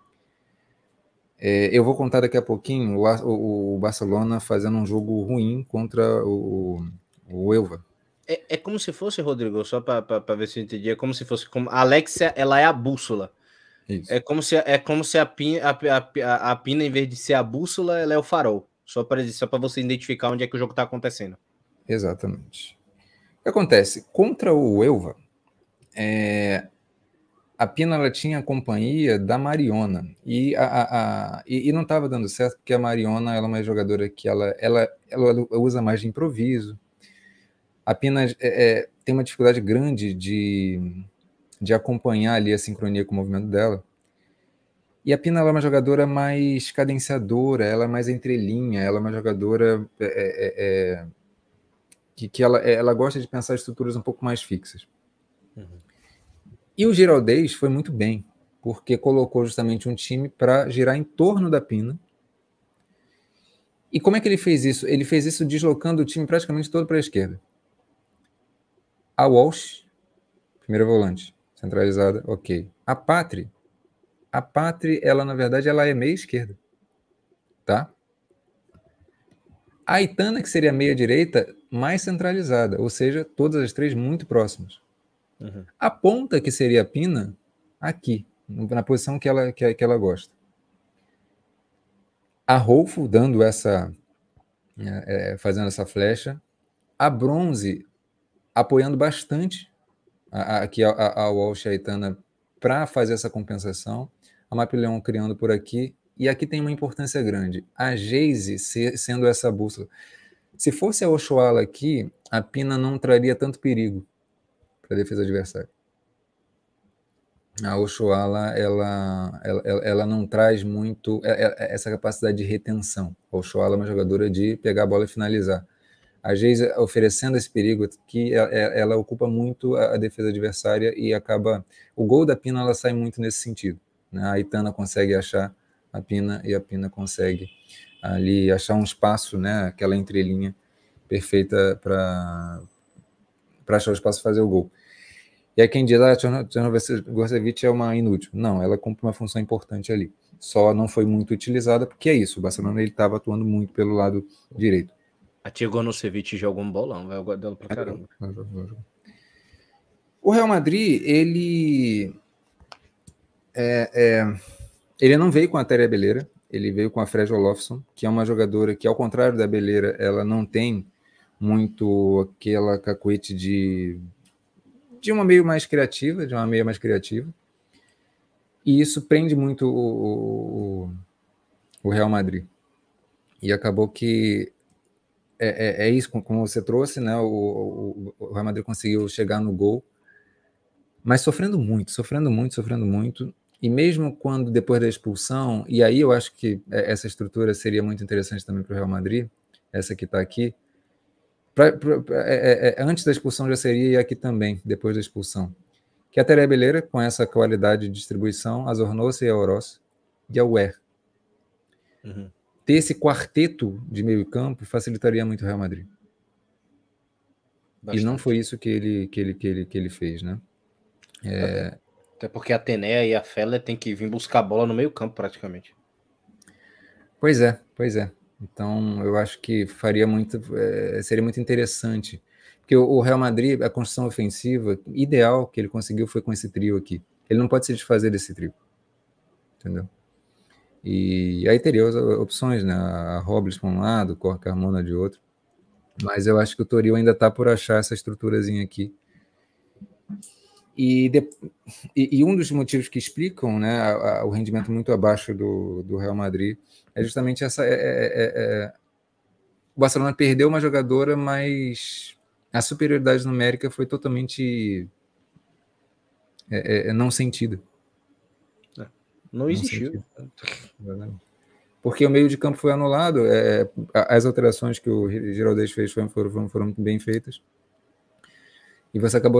Eu vou contar daqui a pouquinho o Barcelona fazendo um jogo ruim contra o Elva. É como se fosse, Rodrigo, só para ver se eu entendi, é como se fosse... A Alexia, ela é a bússola. Isso. É como se a Pina, em vez de ser a bússola, ela é o farol. Só para você identificar onde é que o jogo está acontecendo. Exatamente. O que acontece? Contra o Elva, a Pina ela tinha a companhia da Mariona. E não estava dando certo, porque a Mariona ela é uma jogadora que ela usa mais de improviso. A Pina tem uma dificuldade grande de acompanhar ali a sincronia com o movimento dela. E a Pina ela é uma jogadora mais cadenciadora, ela é mais entrelinha, ela é uma jogadora que ela gosta de pensar estruturas um pouco mais fixas. Uhum. E o Giraldez foi muito bem, porque colocou justamente um time para girar em torno da Pina. E como é que ele fez isso? Ele fez isso deslocando o time praticamente todo para a esquerda. A Walsh, primeira volante, centralizada, ok. A Patri, ela na verdade, ela é meia esquerda, tá? A Aitana, que seria meia direita, mais centralizada, ou seja, todas as três muito próximas. Uhum. A ponta, que seria a Pina, aqui, na posição que ela gosta. A Rolfo dando fazendo essa flecha. A Bronze apoiando bastante aqui a Walsh e a Aitana para fazer essa compensação. A Mapileon criando por aqui. E aqui tem uma importância grande. A Geise sendo essa bússola. Se fosse a Oshoala aqui, a Pina não traria tanto perigo para a defesa adversária. A Oshoala, ela não traz muito essa capacidade de retenção. A Oshoala é uma jogadora de pegar a bola e finalizar. A Geise oferecendo esse perigo que ela ocupa muito a defesa adversária e acaba... O gol da Pina ela sai muito nesse sentido. Né? A Aitana consegue achar a Pina e a Pina consegue ali achar um espaço, né? Aquela entrelinha perfeita para achar o espaço e fazer o gol. E aí quem diz, a Gorcevic é uma inútil. Não, ela cumpre uma função importante ali. Só não foi muito utilizada, porque é isso, o Barcelona estava atuando muito pelo lado direito. A Tia Gorcevic jogou um bolão, eu gosto dela pra caramba. O Real Madrid, ele não veio com a Téria Beleira, ele veio com a Freja Olofsson, que é uma jogadora que, ao contrário da Beleira, ela não tem muito aquela cacuete de uma meio mais criativa, de uma meia mais criativa. E isso prende muito o Real Madrid. E acabou que é isso, como você trouxe, né? O Real Madrid conseguiu chegar no gol, mas sofrendo muito. E mesmo quando depois da expulsão, e aí eu acho que essa estrutura seria muito interessante também para o Real Madrid, essa que está aqui. Antes da expulsão já seria, e aqui também, depois da expulsão. Que a Teré Beleira, com essa qualidade de distribuição, a Zornosa e a Oroz, e a Uer. Uhum. Ter esse quarteto de meio campo facilitaria muito o Real Madrid. Bastante. E não foi isso que ele fez, né? Até porque a Tenea e a Feller tem que vir buscar a bola no meio campo, praticamente. Pois é. Então, eu acho que seria muito interessante. Porque o Real Madrid, a construção ofensiva ideal que ele conseguiu foi com esse trio aqui. Ele não pode se desfazer desse trio. Entendeu? E aí teria as opções, né? A Robles para um lado, o Carmona de outro. Mas eu acho que o Toril ainda está por achar essa estruturazinha aqui. E um dos motivos que explicam, né, o rendimento muito abaixo do Real Madrid é justamente essa. O Barcelona perdeu uma jogadora, mas a superioridade numérica foi totalmente não sentida. Não existiu. Porque o meio de campo foi anulado, as alterações que o Giraldez fez foram muito bem feitas. E você acabou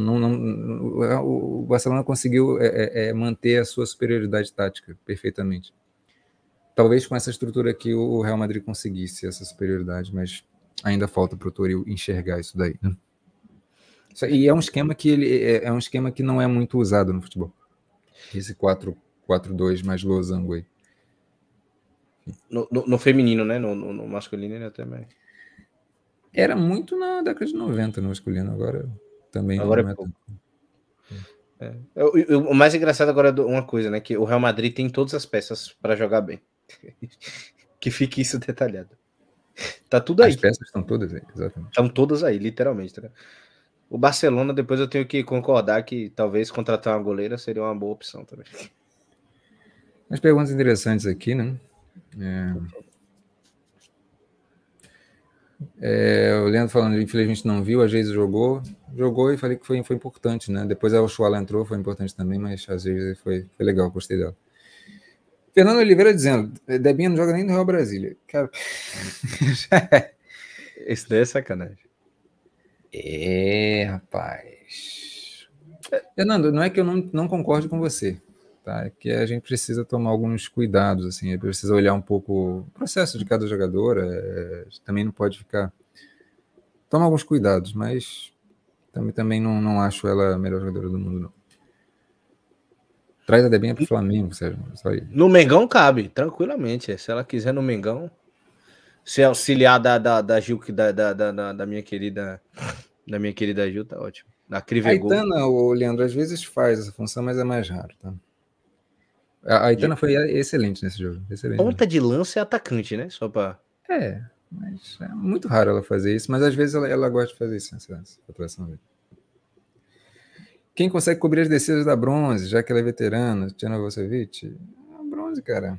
o Barcelona conseguiu manter a sua superioridade tática perfeitamente. Talvez com essa estrutura aqui o Real Madrid conseguisse essa superioridade, mas ainda falta para o Toril enxergar isso daí, né? E é um esquema que não é muito usado no futebol. Esse 4-4-2 mais losango aí. No feminino, né? No masculino ele até mais. Era muito na década de 90 no masculino, agora também agora não é pouco. O mais engraçado agora é uma coisa, né? Que o Real Madrid tem todas as peças para jogar bem. Que fique isso detalhado. Tá tudo aí. As peças estão todas aí, exatamente. Estão todas aí, literalmente. Né? O Barcelona, depois eu tenho que concordar que talvez contratar uma goleira seria uma boa opção também. As perguntas interessantes aqui, né? O Leandro falando, infelizmente não viu, às vezes jogou e falei que foi importante, né? Depois a Ochoala entrou, foi importante também, mas às vezes foi legal, gostei dela. Fernando Oliveira dizendo, Debinha não joga nem no Real Brasília. Cara, esse daí é sacanagem. Rapaz. Fernando, não é que eu não concorde com você, tá? É que a gente precisa tomar alguns cuidados, assim, precisa olhar um pouco o processo de cada jogador, também não pode ficar... Toma alguns cuidados, mas também não acho ela a melhor jogadora do mundo, não. Traz a Debinha pro Flamengo, Sérgio. Só aí. No Mengão cabe, tranquilamente. Se ela quiser no Mengão, se auxiliar da Gil, da minha querida Gil, tá ótimo. Da Crivegol. A Aitana, o Leandro, às vezes faz essa função, mas é mais raro, tá? A Aitana foi excelente nesse jogo. Excelente. Ponta de lança é atacante, né? Só pra... mas é muito raro ela fazer isso, mas às vezes ela gosta de fazer isso, essa atuação dele. Quem consegue cobrir as descidas da Bronze, já que ela é veterana, Tiana Vucevic? A Bronze, cara.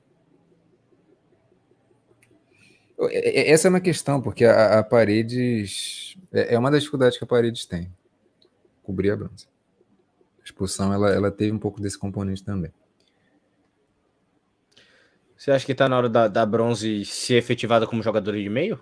Essa é uma questão, porque a Paredes... É uma das dificuldades que a Paredes tem. Cobrir a Bronze. A expulsão, ela teve um pouco desse componente também. Você acha que tá na hora da Bronze ser efetivada como jogadora de meio?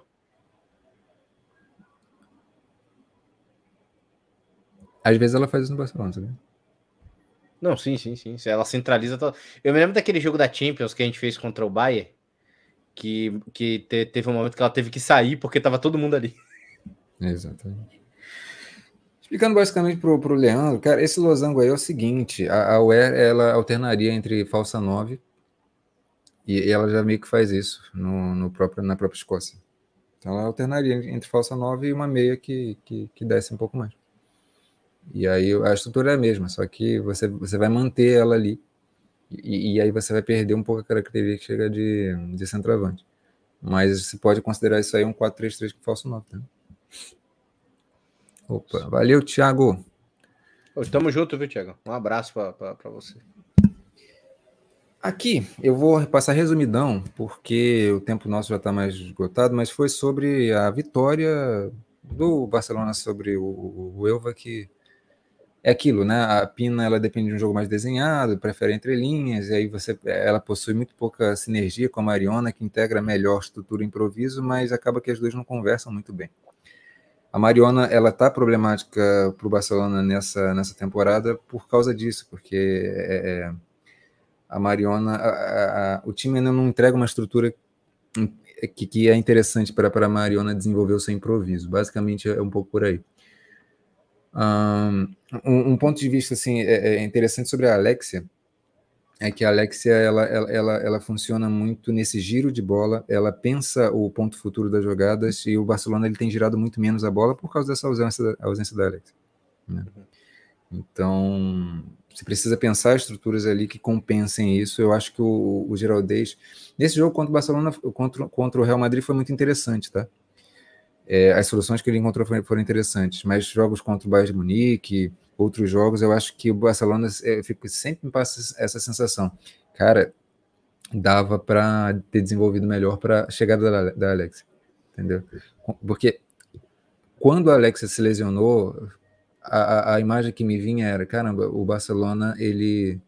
Às vezes ela faz isso no Barcelona, sabe? Não, sim. Ela centraliza todo. Eu me lembro daquele jogo da Champions que a gente fez contra o Bayern, que teve um momento que ela teve que sair porque tava todo mundo ali. Exatamente. Explicando basicamente pro Leandro, cara, esse losango aí é o seguinte, a UER, ela alternaria entre falsa 9 e ela já meio que faz isso na própria Escócia. Então ela alternaria entre falsa 9 e uma meia que desce um pouco mais. E aí a estrutura é a mesma, só que você vai manter ela ali E aí você vai perder um pouco a característica de centroavante. Mas você pode considerar isso aí um 4-3-3 com falso 9, né? Opa, valeu, Thiago. Tamo junto, viu, Thiago? Um abraço para você. Aqui, eu vou passar resumidão, porque o tempo nosso já está mais esgotado, mas foi sobre a vitória do Barcelona sobre o Elva, que é aquilo, né? A Pina, ela depende de um jogo mais desenhado, prefere entrelinhas, e aí ela possui muito pouca sinergia com a Mariona, que integra melhor estrutura e improviso, mas acaba que as duas não conversam muito bem. A Mariona, ela tá problemática para o Barcelona nessa temporada por causa disso, porque a Mariona, o time ainda não entrega uma estrutura que é interessante para a Mariona desenvolver o seu improviso. Basicamente é um pouco por aí. Um ponto de vista assim, interessante sobre a Alexia é que a Alexia ela funciona muito nesse giro de bola, ela pensa o ponto futuro das jogadas, e o Barcelona ele tem girado muito menos a bola por causa dessa ausência da Alexia, né? Então, você precisa pensar estruturas ali que compensem isso. Eu acho que o Giraldez, nesse jogo contra o Barcelona, contra o Real Madrid, foi muito interessante, tá? As soluções que ele encontrou foram interessantes, mas jogos contra o Bayern de Munique, outros jogos, eu acho que o Barcelona sempre me passa essa sensação. Cara, dava para ter desenvolvido melhor para a chegada da Alexia, entendeu? Porque quando a Alexia se lesionou, a imagem que me vinha era, caramba, o Barcelona, ele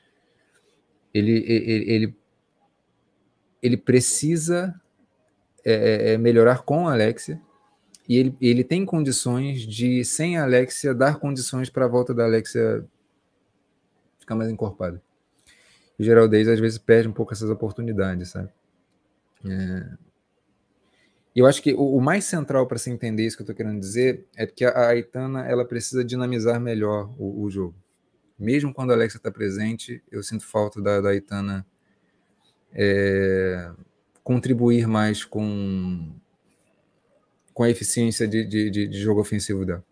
precisa melhorar com a Alexia, e ele tem condições de, sem a Alexia, dar condições para a volta da Alexia ficar mais encorpada. O Giraldez, às vezes, perde um pouco essas oportunidades, sabe? Eu acho que o mais central para se entender isso que eu estou querendo dizer é que a Aitana, ela precisa dinamizar melhor o jogo. Mesmo quando a Alexia está presente, eu sinto falta da Aitana contribuir mais com a eficiência de jogo ofensivo dela.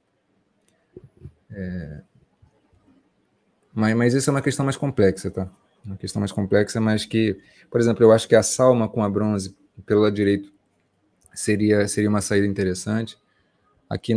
Mas isso é uma questão mais complexa, tá? Uma questão mais complexa, mas que, por exemplo, eu acho que a Salma com a Bronze pelo lado direito seria uma saída interessante. Aqui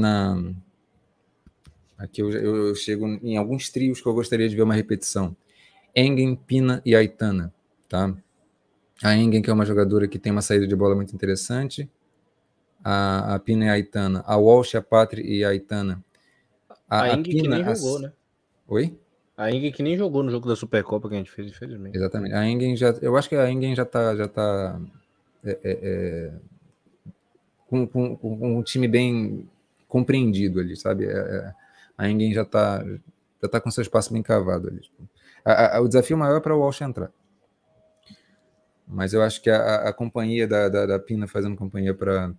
eu chego em alguns trios que eu gostaria de ver uma repetição. Engen, Pina e Aitana, tá? A Engen, que é uma jogadora que tem uma saída de bola muito interessante. A Pina e a Aitana. A Walsh, a Patri e a Aitana. A Engen que nem jogou, né? Oi? A Engen que nem jogou no jogo da Supercopa que a gente fez, infelizmente. Exatamente. A Engen eu acho que a Engen já tá com um time bem compreendido ali, sabe? A Engen já tá com seu espaço bem cavado ali. O desafio maior é para o Walsh entrar. Mas eu acho que a companhia da Pina fazendo companhia para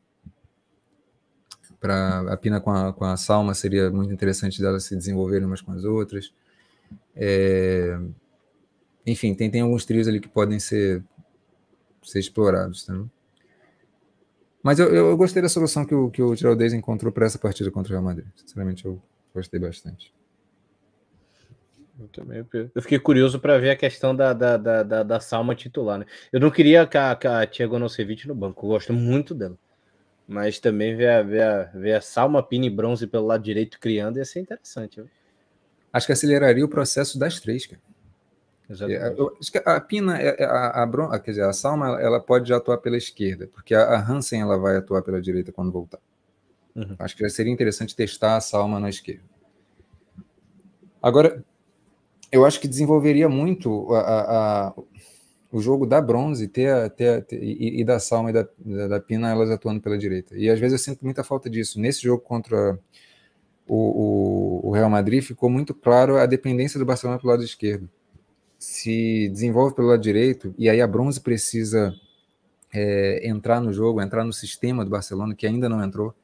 a Pina com a Salma seria muito interessante delas se desenvolverem umas com as outras. Enfim, tem alguns trios ali que podem ser explorados, tá? Mas eu gostei da solução que o Giraldez encontrou para essa partida contra o Real Madrid. Sinceramente, eu gostei bastante. Eu também. Eu fiquei curioso para ver a questão da Salma titular, né? Eu não queria a Thiago Nosevich no banco, eu gosto muito dela. Mas também ver a Salma, Pina e Bronze pelo lado direito criando ia ser interessante. Viu? Acho que aceleraria o processo das três, cara. Exatamente. Eu acho que a Pina, quer dizer, a Salma, ela pode já atuar pela esquerda, porque a Hansen ela vai atuar pela direita quando voltar. Uhum. Acho que seria interessante testar a Salma na esquerda. Agora, eu acho que desenvolveria muito o jogo da Bronze e da Salma e da Pina, elas atuando pela direita. E às vezes eu sinto muita falta disso. Nesse jogo contra o Real Madrid, ficou muito claro a dependência do Barcelona pelo lado esquerdo. Se desenvolve pelo lado direito, e aí a Bronze precisa entrar no jogo, entrar no sistema do Barcelona, que ainda não entrou.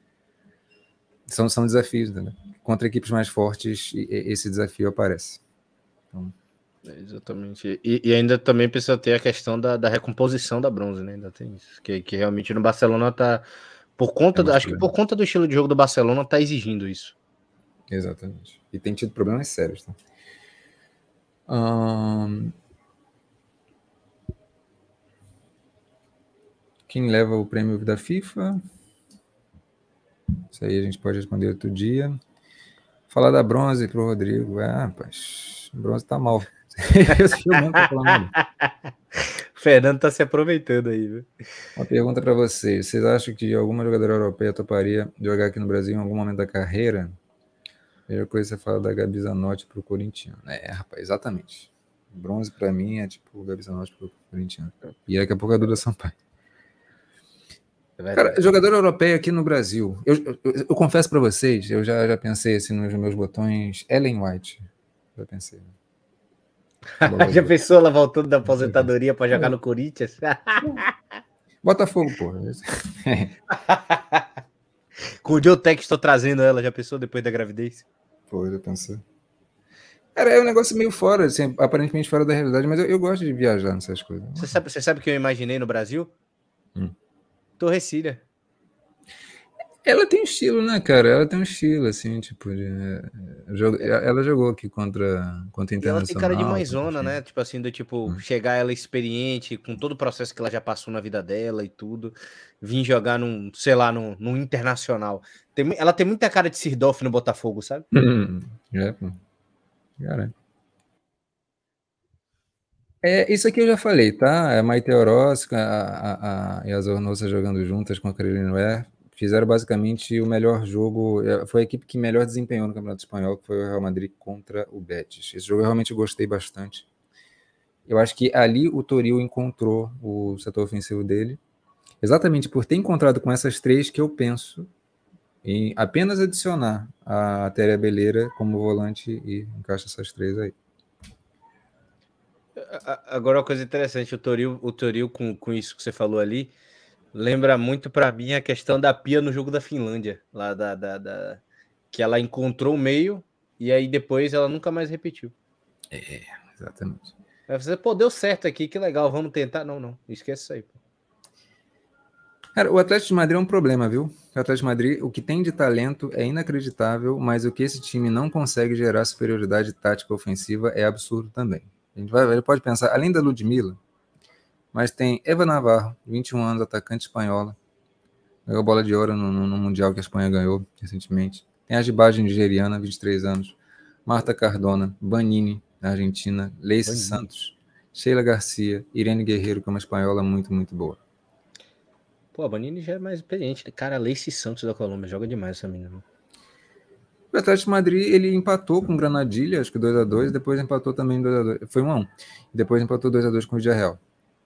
São desafios, né? Contra equipes mais fortes, esse desafio aparece. Então... Exatamente. E ainda também precisa ter a questão da recomposição da Bronze, né? Ainda tem isso. Que realmente no Barcelona tá. Acho que por conta do estilo de jogo do Barcelona tá exigindo isso. Exatamente. E tem tido problemas sérios, tá? Quem leva o prêmio da FIFA? Isso aí a gente pode responder outro dia. Falar da bronze pro Rodrigo. Rapaz, o bronze tá mal. Eu mesmo tô falando. O Fernando tá se aproveitando aí, viu? Uma pergunta para vocês. Vocês acham que alguma jogadora europeia toparia jogar aqui no Brasil em algum momento da carreira? Primeira coisa que você fala da Gabi Zanotti pro corintiano. Rapaz, exatamente. Bronze para mim é tipo Gabi Zanotti pro corintiano. E daqui a pouco a Duda Sampaio. Cara, jogadora europeia aqui no Brasil. Eu confesso para vocês, eu já pensei assim nos meus botões. Ellen White. Já pensei. Já pensou ela voltando da aposentadoria para jogar no Corinthians? Botafogo, porra. Com o Joe Tex estou trazendo ela, já pensou depois da gravidez? Pô, já pensou. Cara, é um negócio meio fora, assim, aparentemente fora da realidade, mas eu gosto de viajar nessas coisas. Você sabe o que eu imaginei no Brasil? Torrecilha. Ela tem um estilo, né, cara? Ela tem um estilo, assim, tipo, ela jogou aqui contra o Internacional. E ela tem cara de mãezona, né? Tipo assim, do tipo, chegar ela experiente, com todo o processo que ela já passou na vida dela e tudo, vir jogar num, sei lá, num Internacional. Ela tem muita cara de Sirdorf no Botafogo, sabe? Pô. Cara. Isso aqui eu já falei, tá? A Maite Orozca e as Ornossas jogando juntas com a Caroline Ware fizeram basicamente o melhor jogo. Foi a equipe que melhor desempenhou no Campeonato Espanhol, que foi o Real Madrid contra o Betis. Esse jogo eu realmente gostei bastante. Eu acho que ali o Toril encontrou o setor ofensivo dele, exatamente por ter encontrado com essas três que eu penso em apenas adicionar a Téria Beleira como volante e encaixa essas três aí. Agora uma coisa interessante, o Toril com isso que você falou ali, lembra muito para mim a questão da Pia no jogo da Finlândia, lá que ela encontrou o meio e aí depois ela nunca mais repetiu. Exatamente. Aí você, deu certo aqui, que legal, vamos tentar. Não, esquece isso aí. Pô. Cara, o Atlético de Madrid é um problema, viu? O Atlético de Madrid, o que tem de talento é inacreditável, mas o que esse time não consegue gerar superioridade tática ofensiva é absurdo também. Ele pode pensar, além da Ludmilla, mas tem Eva Navarro, 21 anos, atacante espanhola, ganhou bola de ouro no Mundial que a Espanha ganhou recentemente. Tem a Gibagem nigeriana, 23 anos, Marta Cardona, Banini, da Argentina, Leice Santos, Sheila Garcia, Irene Guerreiro, que é uma espanhola muito, muito boa. Pô, a Banini já é mais experiente. Cara, Leice Santos da Colômbia, joga demais essa menina. O Atlético de Madrid, ele empatou com o Granadilha, acho que 2-2, depois empatou também 2-2, foi 1-1, depois empatou 2-2 com o Villarreal.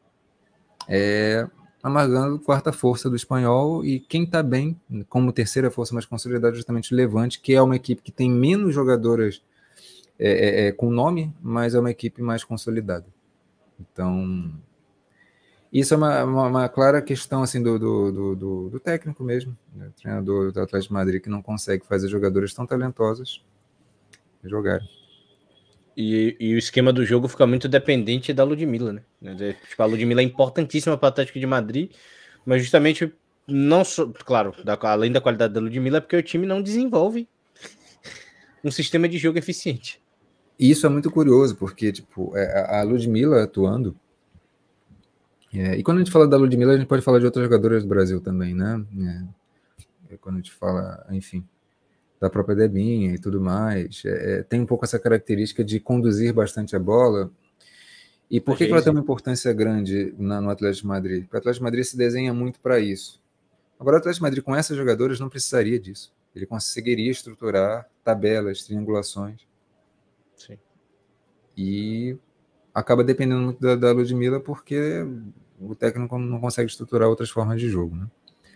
Amargando quarta força do espanhol, e quem está bem, como terceira força mais consolidada, justamente o Levante, que é uma equipe que tem menos jogadoras com nome, mas é uma equipe mais consolidada. Então, isso é uma clara questão assim, do técnico mesmo, né? O treinador do Atlético de Madrid, que não consegue fazer jogadores tão talentosos jogarem. E o esquema do jogo fica muito dependente da Ludmilla, né? Tipo, a Ludmilla é importantíssima para o Atlético de Madrid, mas justamente, não só, claro, além da qualidade da Ludmilla, é porque o time não desenvolve um sistema de jogo eficiente. E isso é muito curioso, porque tipo, a Ludmilla atuando, e quando a gente fala da Ludmilla, a gente pode falar de outras jogadoras do Brasil também, né? Quando a gente fala, enfim, da própria Debinha e tudo mais, tem um pouco essa característica de conduzir bastante a bola. E por que ela tem uma importância grande no Atlético de Madrid? Porque o Atlético de Madrid se desenha muito para isso. Agora, o Atlético de Madrid, com essas jogadoras, não precisaria disso. Ele conseguiria estruturar tabelas, triangulações. Sim. E acaba dependendo muito da Ludmilla, porque o técnico não consegue estruturar outras formas de jogo, né?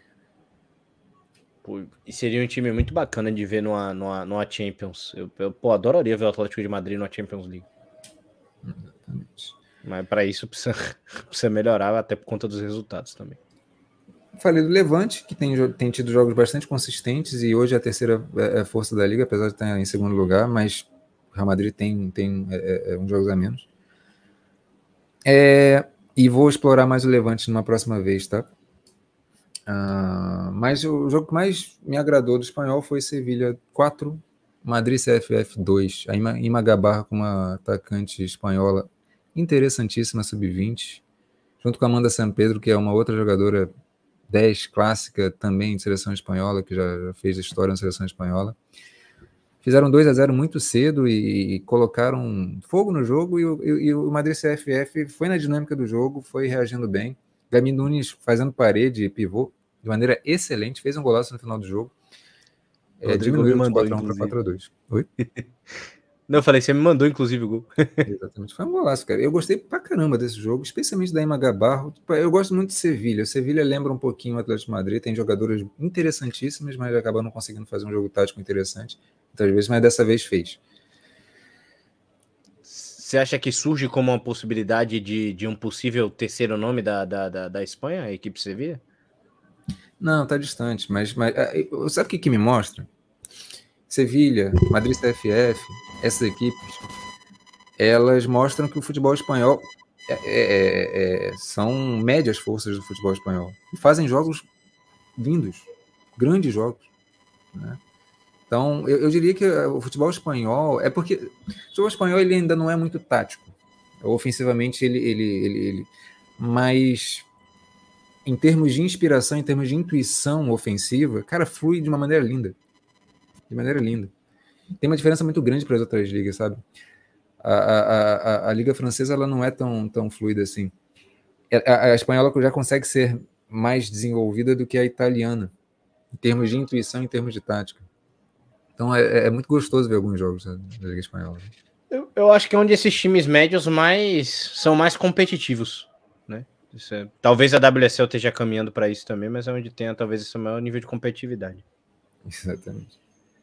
E seria um time muito bacana de ver numa Champions. Eu adoraria ver o Atlético de Madrid numa Champions League. Exatamente. Mas para isso precisa melhorar, até por conta dos resultados também. Falei do Levante, que tem tido jogos bastante consistentes, e hoje é a terceira força da Liga, apesar de estar em segundo lugar, mas o Real Madrid tem uns jogos a menos. E vou explorar mais o Levante numa próxima vez, tá? Mas o jogo que mais me agradou do espanhol foi Sevilha 4, Madrid CFF 2, a Ima Gabarra com uma atacante espanhola interessantíssima, sub-20, junto com a Amanda Sampedro, que é uma outra jogadora 10 clássica, também de seleção espanhola, que já fez história na seleção espanhola. Fizeram 2-0 muito cedo e colocaram fogo no jogo, e o Madrid CFF foi na dinâmica do jogo, foi reagindo bem. Gabi Nunes fazendo parede, pivô, de maneira excelente, fez um golaço no final do jogo. Diminuiu de 4-1 para 4-2. Oi? Não, eu falei, você me mandou, inclusive, o gol. Exatamente, foi um golaço, cara. Eu gostei pra caramba desse jogo, especialmente da Ima Gabarro. Eu gosto muito de Sevilha. O Sevilha lembra um pouquinho o Atlético de Madrid, tem jogadoras interessantíssimas, mas acabam não conseguindo fazer um jogo tático interessante, muitas vezes, mas dessa vez fez. Você acha que surge como uma possibilidade de um possível terceiro nome da Espanha, a equipe Sevilha? Não, tá distante, mas sabe o que me mostra? Sevilha, Madrid CFF, essas equipes, elas mostram que o futebol espanhol são médias forças do futebol espanhol. E fazem jogos lindos, grandes jogos, né? Então, eu diria que o futebol espanhol... É porque o futebol espanhol ele ainda não é muito tático. Ofensivamente, mas em termos de inspiração, em termos de intuição ofensiva, cara, flui de uma maneira linda. De maneira linda. Tem uma diferença muito grande para as outras ligas, sabe? A Liga Francesa ela não é tão fluida assim. A espanhola já consegue ser mais desenvolvida do que a italiana, em termos de intuição, em termos de tática. Então é muito gostoso ver alguns jogos da Liga Espanhola. Eu acho que é onde esses times médios são mais competitivos, né? Talvez a WSL esteja caminhando para isso também, mas é onde tem talvez esse maior nível de competitividade. Exatamente.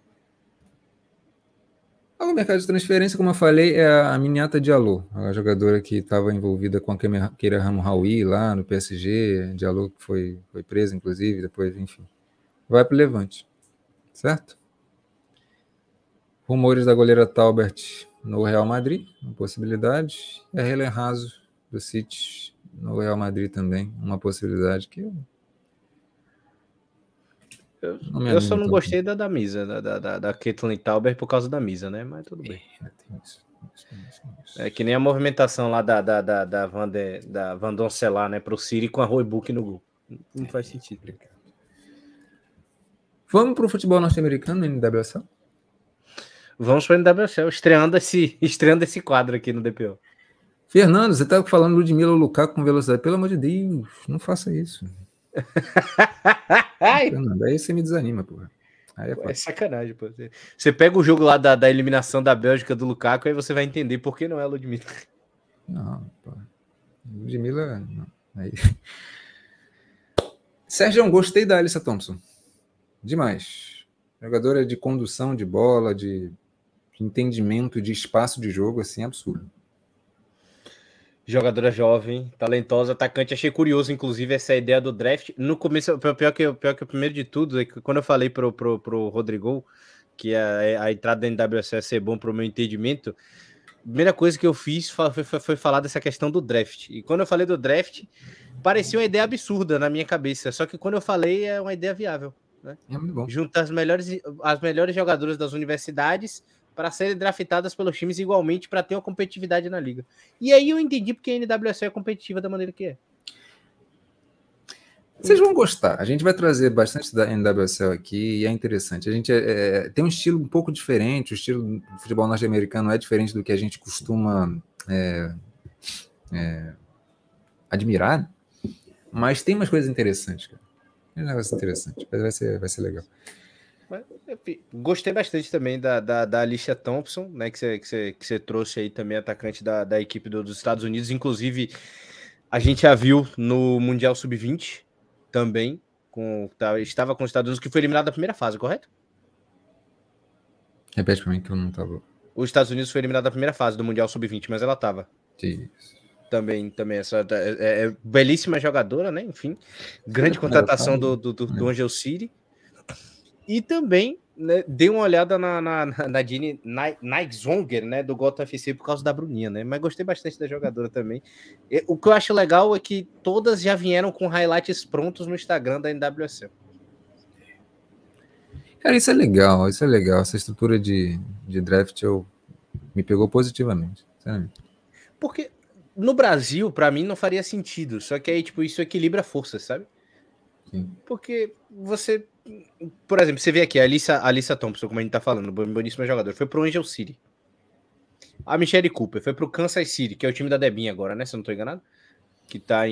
O mercado de transferência, como eu falei, é a Miniata Diallo, a jogadora que estava envolvida com a Keira Hamraoui lá no PSG, Diallo que foi presa, inclusive, depois, enfim. Vai para o Levante, certo? Rumores da goleira Taubert no Real Madrid, uma possibilidade. E a Helen Raso, do City, no Real Madrid também, uma possibilidade que eu só não gostei da misa, da Caitlin Taubert por causa da misa, né? Mas tudo bem. Tem isso. É que nem a movimentação lá da Van Doncelar, né? Pro City com a Roebuck no gol. Não faz sentido. Vamos pro futebol norte-americano, no NWSL? Vamos para o NWSL, estreando esse quadro aqui no DPO. Fernando, você tá falando Ludmila Lukaku com velocidade. Pelo amor de Deus, não faça isso. Fernando, aí você me desanima, porra. Aí é sacanagem, pô. Você pega o jogo lá da eliminação da Bélgica do Lukaku, aí você vai entender por que não é a Ludmila. Não, pô. Ludmila, não. Aí. Sérgio, gostei da Alyssa Thompson. Demais. Jogadora de condução de bola, de entendimento de espaço de jogo, assim, absurdo. Jogadora jovem, talentosa, atacante. Achei curioso, inclusive, essa ideia do draft. No começo, pior que o primeiro de tudo, é que quando eu falei pro Rodrigo que a entrada da NWSL ia ser bom pro meu entendimento, a primeira coisa que eu fiz foi falar dessa questão do draft. E quando eu falei do draft, parecia uma ideia absurda na minha cabeça. Só que quando eu falei, é uma ideia viável, né? É muito bom. Juntar as melhores jogadoras das universidades para serem draftadas pelos times igualmente para ter uma competitividade na liga. E aí eu entendi porque a NWSL é competitiva da maneira que é. Vocês vão gostar. A gente vai trazer bastante da NWSL aqui e é interessante. A gente tem um estilo um pouco diferente, o estilo do futebol norte-americano é diferente do que a gente costuma admirar, mas tem umas coisas interessantes, cara. É um negócio interessante, vai ser legal. Gostei bastante também da Alyssa Thompson, né, que você trouxe aí também, atacante da equipe dos Estados Unidos. Inclusive, a gente já viu no Mundial Sub-20 também, estava com os Estados Unidos, que foi eliminado da primeira fase, correto? Repete para mim que eu não estava. Os Estados Unidos foi eliminado da primeira fase do Mundial Sub-20, mas ela estava. Isso. Também essa belíssima jogadora, né? Enfim, grande contratação do Angel City. E também, né, dei uma olhada na Jeannie Nijsvonger, né, do Gotham FC por causa da Bruninha, né? Mas gostei bastante da jogadora também. O que eu acho legal é que todas já vieram com highlights prontos no Instagram da NWSL. Cara, isso é legal, isso é legal. Essa estrutura de draft me pegou positivamente. Sinceramente. Porque no Brasil, pra mim, não faria sentido. Só que aí, tipo, isso equilibra forças, sabe? Sim. Porque você... Por exemplo, você vê aqui a Alyssa Thompson, como a gente tá falando, boníssima jogadora, foi pro Angel City. A Michelle Cooper foi pro Kansas City, que é o time da Debinha agora, né? Se eu não tô enganado. Que tá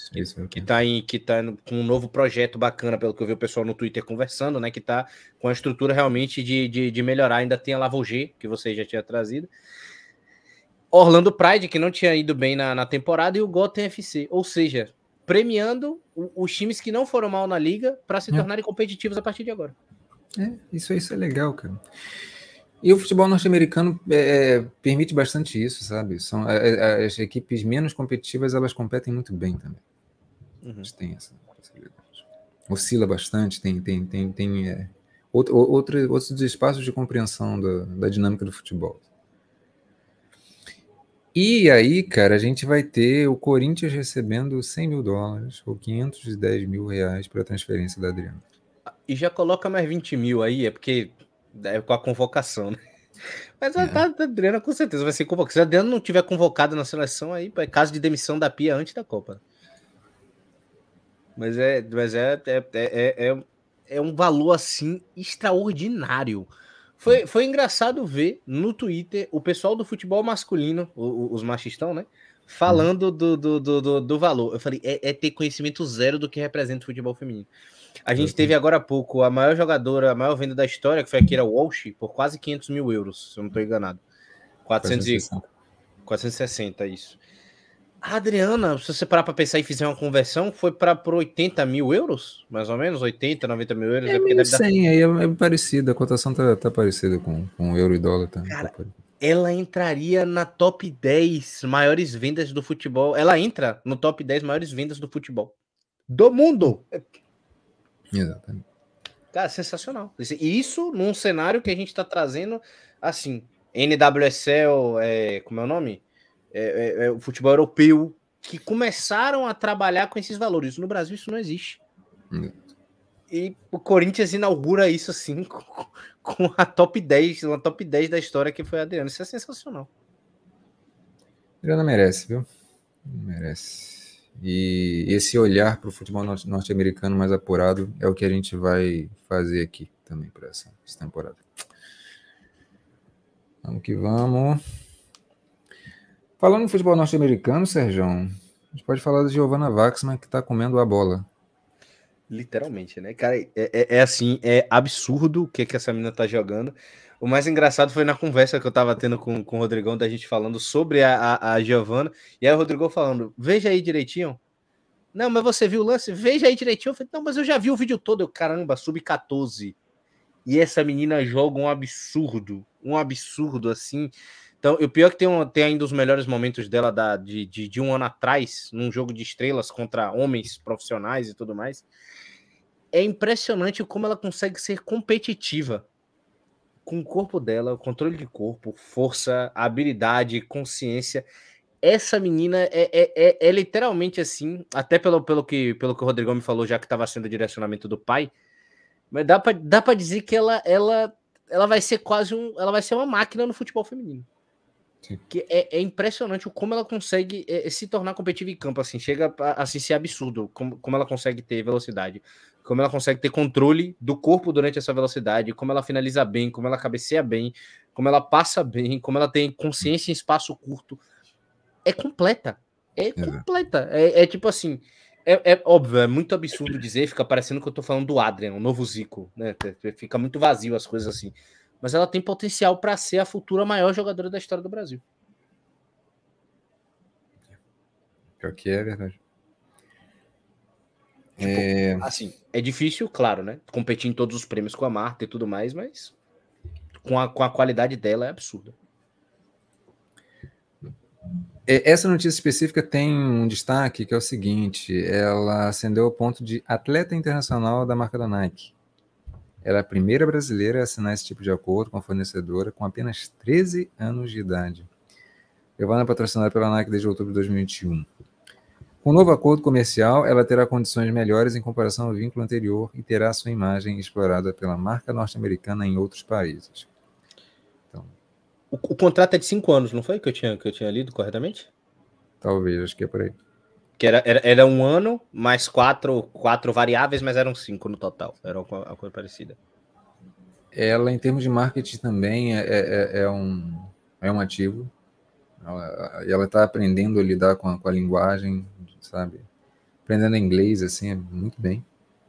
com um novo projeto bacana, pelo que eu vi o pessoal no Twitter conversando, né? Que tá com a estrutura realmente de melhorar. Ainda tem a Lavogê, que você já tinha trazido. Orlando Pride, que não tinha ido bem na temporada, e o Gotham FC. Ou seja, premiando os times que não foram mal na liga para se tornarem competitivos a partir de agora. Isso é legal, cara. E o futebol norte-americano permite bastante isso, sabe? São as equipes menos competitivas, elas competem muito bem também. Eles têm essa possibilidade. Oscila bastante, tem outros espaços de compreensão da dinâmica do futebol. E aí, cara, a gente vai ter o Corinthians recebendo $100 mil ou R$510 mil para a transferência da Adriana. E já coloca mais 20 mil aí, é porque é com a convocação, né? Mas a Adriana com certeza vai ser convocada. Se a Adriana não tiver convocada na seleção, aí é caso de demissão da Pia antes da Copa. Mas é um valor assim extraordinário. Foi engraçado ver no Twitter o pessoal do futebol masculino, os machistão, né? Falando do valor. Eu falei, é ter conhecimento zero do que representa o futebol feminino. A gente teve agora há pouco a maior jogadora, a maior venda da história, que foi a Kira Walsh, por quase 500 mil euros, se eu não estou enganado. 460, isso. A Adriana, se você parar para pensar e fizer uma conversão, foi para 80 mil euros, mais ou menos, 80, 90 mil euros. Porque deve 100, aí é parecida, a cotação tá parecida com o euro e dólar. Cara, ela entraria na top 10 maiores vendas do futebol. Ela entra no top 10 maiores vendas do futebol do mundo. Exatamente. Cara, sensacional. Isso num cenário que a gente tá trazendo, assim, NWSL, como é o nome? O futebol europeu, que começaram a trabalhar com esses valores. No Brasil isso não existe. E o Corinthians inaugura isso assim, com a top 10, uma top 10 da história que foi a Adriana. Isso é sensacional. Adriana merece, viu? Merece. E esse olhar para o futebol norte-americano mais apurado é o que a gente vai fazer aqui também para essa temporada. Vamos que vamos. Falando em futebol norte-americano, Sérgio, a gente pode falar da Giovanna Waxman, que está comendo a bola. Literalmente, né? Cara, assim, é absurdo o que essa menina tá jogando. O mais engraçado foi na conversa que eu tava tendo com o Rodrigão, da gente falando sobre a Giovanna, e aí o Rodrigão falando, veja aí direitinho. Não, mas você viu o lance? Veja aí direitinho. Eu falei, não, mas eu já vi o vídeo todo. Eu, caramba, sub-14. E essa menina joga um absurdo, assim. Então, o pior é que tem ainda os melhores momentos dela de um ano atrás, num jogo de estrelas contra homens profissionais e tudo mais. É impressionante como ela consegue ser competitiva com o corpo dela, o controle de corpo, força, habilidade, consciência. Essa menina é literalmente assim, até pelo que o Rodrigão me falou, já que estava sendo o direcionamento do pai, mas dá pra dizer que ela vai ser ela vai ser uma máquina no futebol feminino. Sim. Que é impressionante como ela consegue se tornar competitiva em campo, assim, chega a assim, ser absurdo, como ela consegue ter velocidade, como ela consegue ter controle do corpo durante essa velocidade, como ela finaliza bem, como ela cabeceia bem, como ela passa bem, como ela tem consciência em espaço curto. É completa. É tipo assim, é óbvio, é muito absurdo dizer, fica parecendo que eu tô falando do Adrian, o novo Zico, né? Fica muito vazio as coisas assim. Mas ela tem potencial para ser a futura maior jogadora da história do Brasil. Pior que é verdade. Tipo, assim, é difícil, claro, né? Competir em todos os prêmios com a Marta e tudo mais, mas com a qualidade dela é absurda. Essa notícia específica tem um destaque que é o seguinte: ela ascendeu ao ponto de atleta internacional da marca da Nike. Ela é a primeira brasileira a assinar esse tipo de acordo com a fornecedora com apenas 13 anos de idade. Giovanna é patrocinada pela Nike desde outubro de 2021. Com o novo acordo comercial, ela terá condições melhores em comparação ao vínculo anterior e terá sua imagem explorada pela marca norte-americana em outros países. Então, o contrato é de 5 anos, não foi que eu tinha lido corretamente? Talvez, acho que é por aí. Que era 1 ano, mais 4 variáveis, mas eram 5 no total. Era uma coisa parecida. Ela, em termos de marketing, também é um ativo. Ela está aprendendo a lidar com a linguagem, sabe? Aprendendo inglês, assim, muito bem.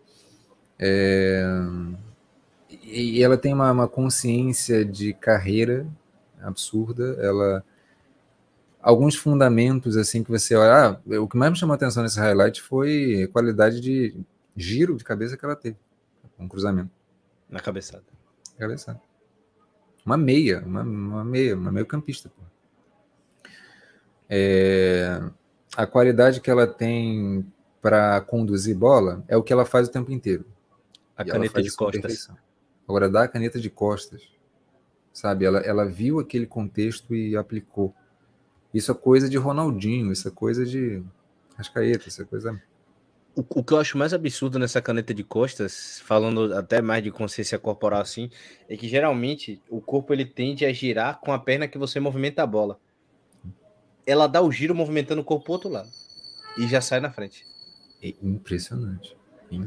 E ela tem uma consciência de carreira absurda. Alguns fundamentos, assim, que você olha... o que mais me chamou a atenção nesse highlight foi a qualidade de giro de cabeça que ela teve. Um cruzamento. Na cabeçada. Uma meio campista. Pô. A qualidade que ela tem para conduzir bola é o que ela faz o tempo inteiro. A caneta de costas. Agora, dá a caneta de costas, sabe? Ela viu aquele contexto e aplicou. Isso é coisa de Ronaldinho, isso é coisa de Arrascaeta, isso é coisa... O que eu acho mais absurdo nessa caneta de costas, falando até mais de consciência corporal assim, é que geralmente o corpo ele tende a girar com a perna que você movimenta a bola. Ela dá o giro movimentando o corpo pro outro lado. E já sai na frente. É impressionante.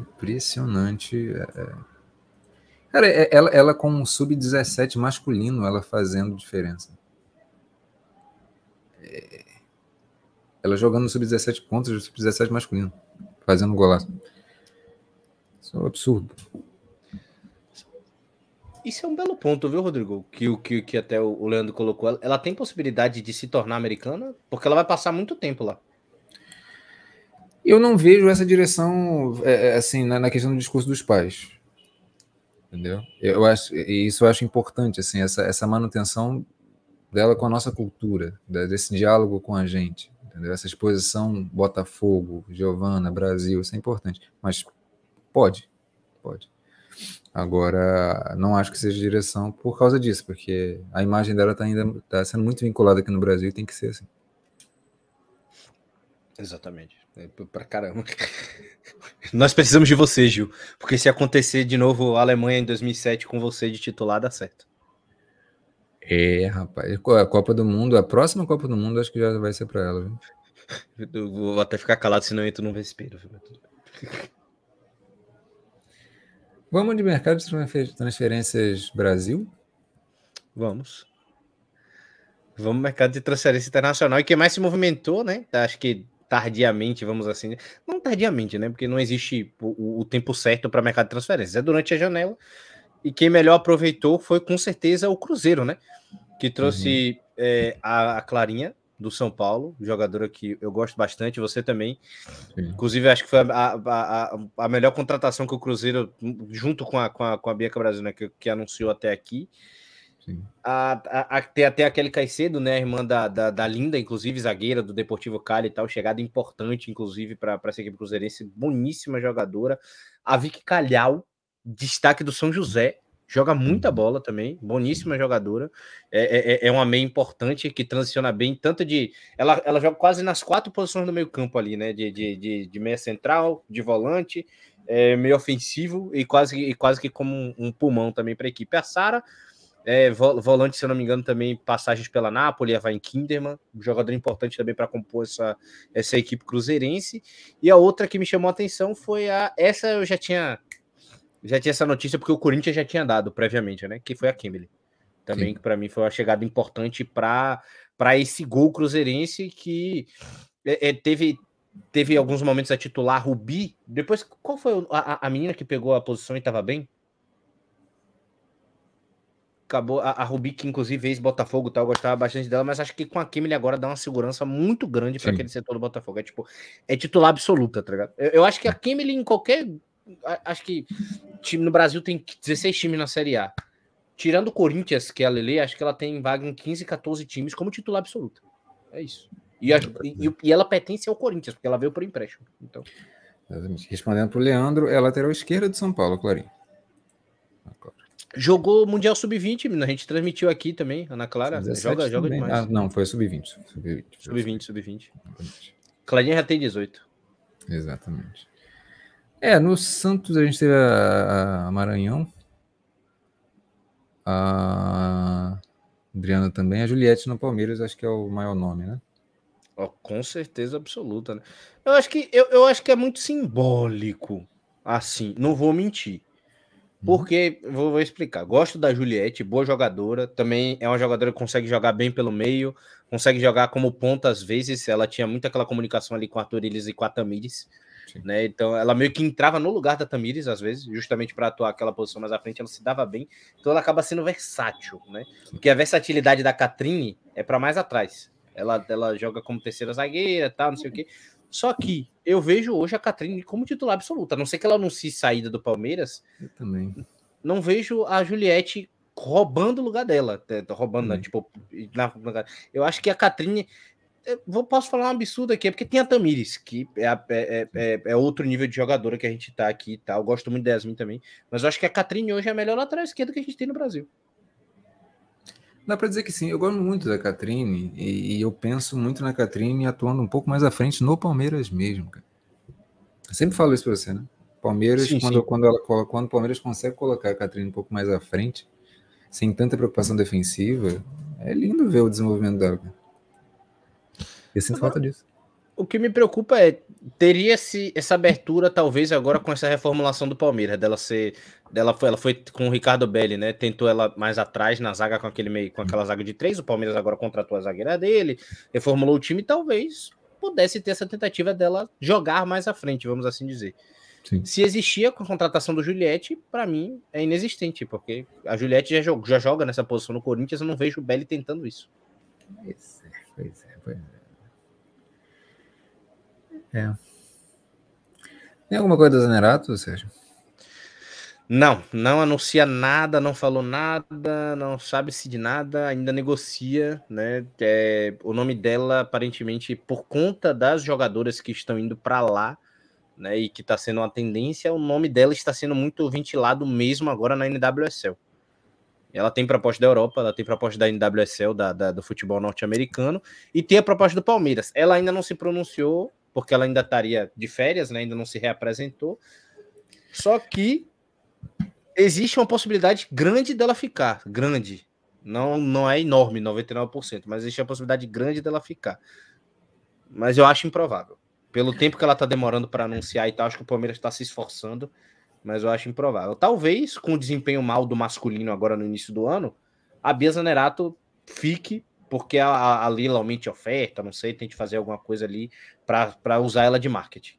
Cara, ela com um sub-17 masculino, ela fazendo diferença. Ela jogando no sub-17 contra o sub-17 masculino, fazendo golaço. Isso é um absurdo. Isso é um belo ponto, viu, Rodrigo? Que até o Leandro colocou. Ela tem possibilidade de se tornar americana? Porque ela vai passar muito tempo lá. Eu não vejo essa direção assim na questão do discurso dos pais. Entendeu? Isso eu acho importante, assim, essa manutenção dela com a nossa cultura, desse diálogo com a gente, entendeu? Essa exposição Botafogo, Giovana, Brasil, isso é importante. Mas pode. Agora, não acho que seja direção por causa disso, porque a imagem dela está sendo muito vinculada aqui no Brasil e tem que ser assim. Exatamente. Pra caramba. Nós precisamos de você, Gil. Porque se acontecer de novo a Alemanha em 2007 com você de titular, dá certo. Rapaz. A Copa do Mundo, a próxima Copa do Mundo, acho que já vai ser para ela, viu? Eu vou até ficar calado, senão eu entro no vespeiro. Vamos de mercado de transferências Brasil? Vamos mercado de transferência internacional. E quem mais se movimentou, né? Acho que tardiamente, vamos assim. Não tardiamente, né? Porque não existe o tempo certo para mercado de transferências. É durante a janela. E quem melhor aproveitou foi, com certeza, o Cruzeiro, né? Que trouxe a Clarinha, do São Paulo, jogadora que eu gosto bastante, você também. Sim. Inclusive, acho que foi a melhor contratação que o Cruzeiro, junto com a Bianca Brasil, né? Que anunciou até aqui. Tem até a Kelly Caicedo, né, irmã da Linda, inclusive zagueira do Deportivo Cali e tal, chegada importante, inclusive, para essa equipe cruzeirense, boníssima jogadora. A Vicky Calhau, destaque do São José, joga muita bola também, boníssima jogadora. É uma meia importante que transiciona bem, tanto de... Ela joga quase nas 4 posições do meio campo ali, né, de meia central, de volante, meio ofensivo e quase que como um pulmão também para a equipe. A Sara, volante, se eu não me engano, também passagens pela Napoli, a Vain Kinderman, um jogador importante também para compor essa equipe cruzeirense. E a outra que me chamou a atenção foi essa eu já tinha essa notícia porque o Corinthians já tinha dado previamente, né? Que foi a Kimberly. Também, que para mim foi uma chegada importante para esse gol cruzeirense que teve alguns momentos a titular Rubi. Depois, qual foi a menina que pegou a posição e estava bem? Acabou a Rubi, que inclusive ex-Botafogo, tal, eu gostava bastante dela, mas acho que com a Kimberly agora dá uma segurança muito grande para aquele setor do Botafogo. É titular absoluta, tá ligado? Eu acho que a Kimberly em qualquer... Acho que time no Brasil tem 16 times na Série A. Tirando o Corinthians, que é a Lele, acho que ela tem vaga em 15, 14 times como titular absoluta. É isso. E ela pertence ao Corinthians, porque ela veio por empréstimo. Então... Respondendo para o Leandro, é lateral esquerda de São Paulo, Clarinho. Jogou Mundial Sub-20, a gente transmitiu aqui também, Ana Clara. Joga demais. Não, foi Sub-20. Sub-20. Claudinha já tem 18. Exatamente. No Santos a gente teve a Maranhão, a Adriana também, a Juliette no Palmeiras, acho que é o maior nome, né? Com certeza absoluta, né? Eu acho que é muito simbólico, assim, não vou mentir. Porque, vou explicar, gosto da Juliette, boa jogadora, também é uma jogadora que consegue jogar bem pelo meio, consegue jogar como ponta às vezes, ela tinha muito aquela comunicação ali com a Torilis e com a Tamires, né? Então ela meio que entrava no lugar da Tamires às vezes, justamente para atuar aquela posição mais à frente, ela se dava bem, então ela acaba sendo versátil, né? Porque a versatilidade da Catrine é para mais atrás. Ela joga como terceira zagueira, tal, não sei o quê. Só que eu vejo hoje a Catrine como titular absoluta. A não ser que ela anuncie saída do Palmeiras. Eu também. Não vejo a Juliette roubando o lugar dela. Roubando, né? Tipo, eu acho que a Catrine. Posso falar um absurdo aqui, é porque tem a Tamires, que é outro nível de jogadora que a gente tá aqui e tal. Eu gosto muito da Yasmin também. Mas eu acho que a Catrine hoje é a melhor lateral esquerda que a gente tem no Brasil. Dá para dizer que sim, eu gosto muito da Catrine e eu penso muito na Catrine atuando um pouco mais à frente no Palmeiras mesmo, cara. Eu sempre falo isso para você, né? Palmeiras, Sim, quando sim. o Palmeiras consegue colocar a Catrine um pouco mais à frente, sem tanta preocupação defensiva, é lindo ver o desenvolvimento dela, cara. Eu sinto falta disso. O que me preocupa é, teria essa abertura, talvez, agora com essa reformulação do Palmeiras, ela foi com o Ricardo Belli, né? Tentou ela mais atrás na zaga com aquela zaga de 3. O Palmeiras agora contratou a zagueira dele, reformulou o time, talvez pudesse ter essa tentativa dela jogar mais à frente, vamos assim dizer. Sim. Se existia com a contratação do Juliette, para mim é inexistente, porque a Juliette já joga nessa posição no Corinthians, eu não vejo o Belli tentando isso. Pois é. Tem alguma coisa do Zanerato, Sérgio? Não anuncia nada, não falou nada, não sabe-se de nada, ainda negocia, né? O nome dela, aparentemente, por conta das jogadoras que estão indo para lá, né? E que está sendo uma tendência, o nome dela está sendo muito ventilado mesmo agora na NWSL. Ela tem proposta da Europa, ela tem proposta da NWSL, do futebol norte-americano, e tem a proposta do Palmeiras. Ela ainda não se pronunciou, porque ela ainda estaria de férias, né? Ainda não se reapresentou. Só que existe uma possibilidade grande dela ficar. Grande. Não é enorme, 99%, mas existe uma possibilidade grande dela ficar. Mas eu acho improvável. Pelo tempo que ela tá demorando para anunciar e tal, acho que o Palmeiras está se esforçando, mas eu acho improvável. Talvez, com o desempenho mal do masculino agora no início do ano, a Bia Zanerato fique, porque a Lila aumente a oferta, não sei, tente fazer alguma coisa ali para usar ela de marketing.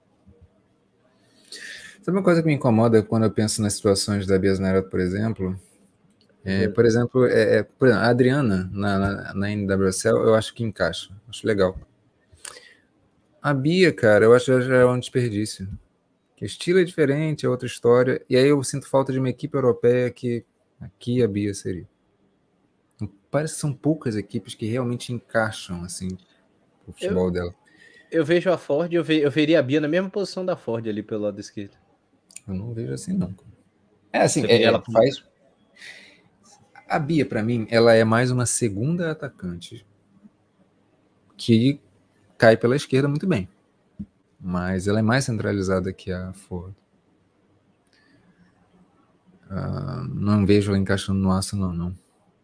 Sabe uma coisa que me incomoda quando eu penso nas situações da Bia Zanerato, por exemplo? Por exemplo, a Adriana na NWSL, eu acho que encaixa, acho legal. A Bia, cara, eu acho que já é um desperdício. Que o estilo é diferente, é outra história, e aí eu sinto falta de uma equipe europeia que aqui a Bia seria. Então, parece que são poucas equipes que realmente encaixam, assim, o futebol dela. Eu vejo a Ford, eu veria a Bia na mesma posição da Ford ali pelo lado esquerdo. Eu não vejo assim, não. Assim, faz... A Bia, para mim, ela é mais uma segunda atacante que cai pela esquerda muito bem. Mas ela é mais centralizada que a Ford. Não vejo ela encaixando no Arsenal, não.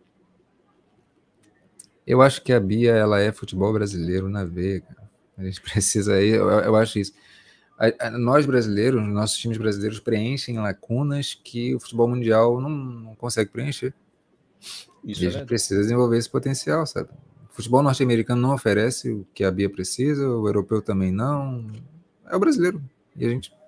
Eu acho que a Bia, ela é futebol brasileiro na veia, cara. A gente precisa, eu acho isso. Nós brasileiros, nossos times brasileiros preenchem lacunas que o futebol mundial não consegue preencher. Isso e a gente precisa desenvolver esse potencial, sabe? O futebol norte-americano não oferece o que a Bia precisa, o europeu também não. É o brasileiro. E a gente...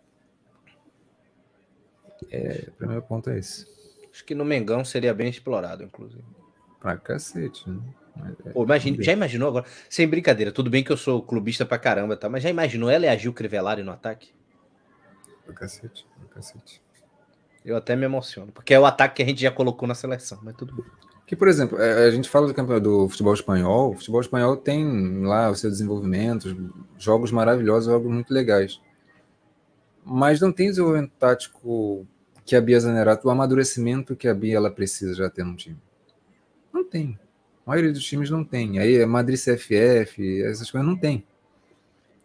o primeiro ponto é esse. Acho que no Mengão seria bem explorado, inclusive. Pra cacete, né? Pô, já imaginou agora? Sem brincadeira, tudo bem que eu sou clubista pra caramba, tá? Mas já imaginou ela e a Gil Crivellari no ataque? Pra cacete. Eu até me emociono, porque é o ataque que a gente já colocou na seleção, mas tudo bem. Que, por exemplo, a gente fala do futebol espanhol. O futebol espanhol tem lá o seu desenvolvimento, jogos maravilhosos, jogos muito legais. Mas não tem desenvolvimento tático que a Bia Zanerato, o amadurecimento que a Bia ela precisa já ter no time. Não tem. A maioria dos times não tem. Aí Madrid CFF, essas coisas não tem.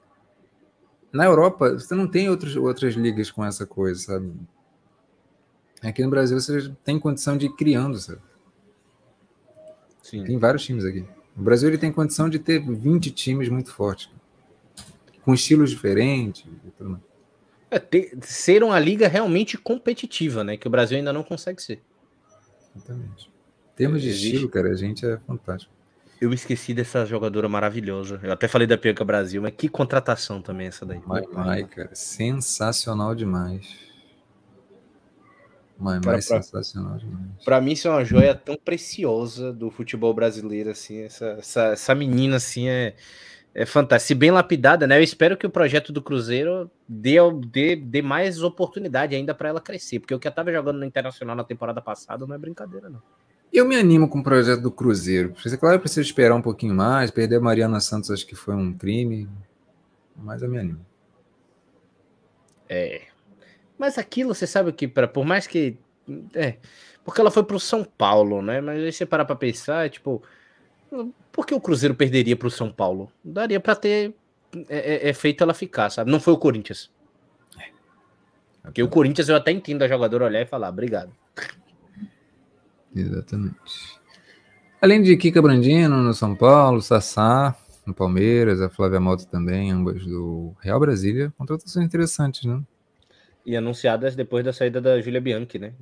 Na Europa, você não tem outras ligas com essa coisa, sabe? Aqui no Brasil, você tem condição de ir criando, sabe? Sim. Tem vários times aqui. O Brasil ele tem condição de ter 20 times muito fortes, com estilos diferentes e tudo mais. Ser uma liga realmente competitiva, né? Que o Brasil ainda não consegue ser. Exatamente. Em termos de estilo, cara, a gente é fantástico. Eu esqueci dessa jogadora maravilhosa. Eu até falei da Bianca Brasil, mas que contratação também essa daí. Mai, cara, sensacional demais. Mai, sensacional demais. Pra mim, isso é uma joia tão preciosa do futebol brasileiro, assim. Essa menina, assim, é fantástica. Se bem lapidada, né? Eu espero que o projeto do Cruzeiro dê mais oportunidade ainda para ela crescer, porque o que ela tava jogando no Internacional na temporada passada não é brincadeira, não. Eu me animo com o projeto do Cruzeiro. Claro, eu preciso esperar um pouquinho mais. Perder a Mariana Santos acho que foi um crime, mas eu me animo. Mas aquilo, você sabe que, por mais que... porque ela foi pro São Paulo, né? Mas aí você parar pra pensar, tipo... Por que o Cruzeiro perderia pro São Paulo? Daria pra ter feito ela ficar, sabe? Não foi o Corinthians. Porque o Corinthians eu até entendo a jogadora olhar e falar, obrigado. Exatamente. Além de Kika Brandino no São Paulo, Sassá no Palmeiras, a Flávia Mota também, ambas do Real Brasília. Contratações interessantes, né? E anunciadas depois da saída da Júlia Bianchi, né?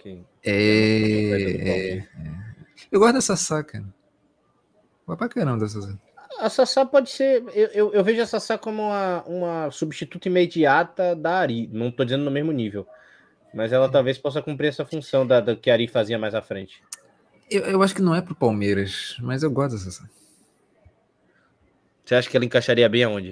Eu gosto da Sassá, cara. Vai pra caramba da Sassá. A Sassá pode ser... Eu vejo a Sassá como uma substituta imediata da Ari. Não tô dizendo no mesmo nível. Mas ela talvez possa cumprir essa função da que a Ari fazia mais à frente. Eu acho que não é pro Palmeiras, mas eu gosto da Sassá. Você acha que ela encaixaria bem aonde?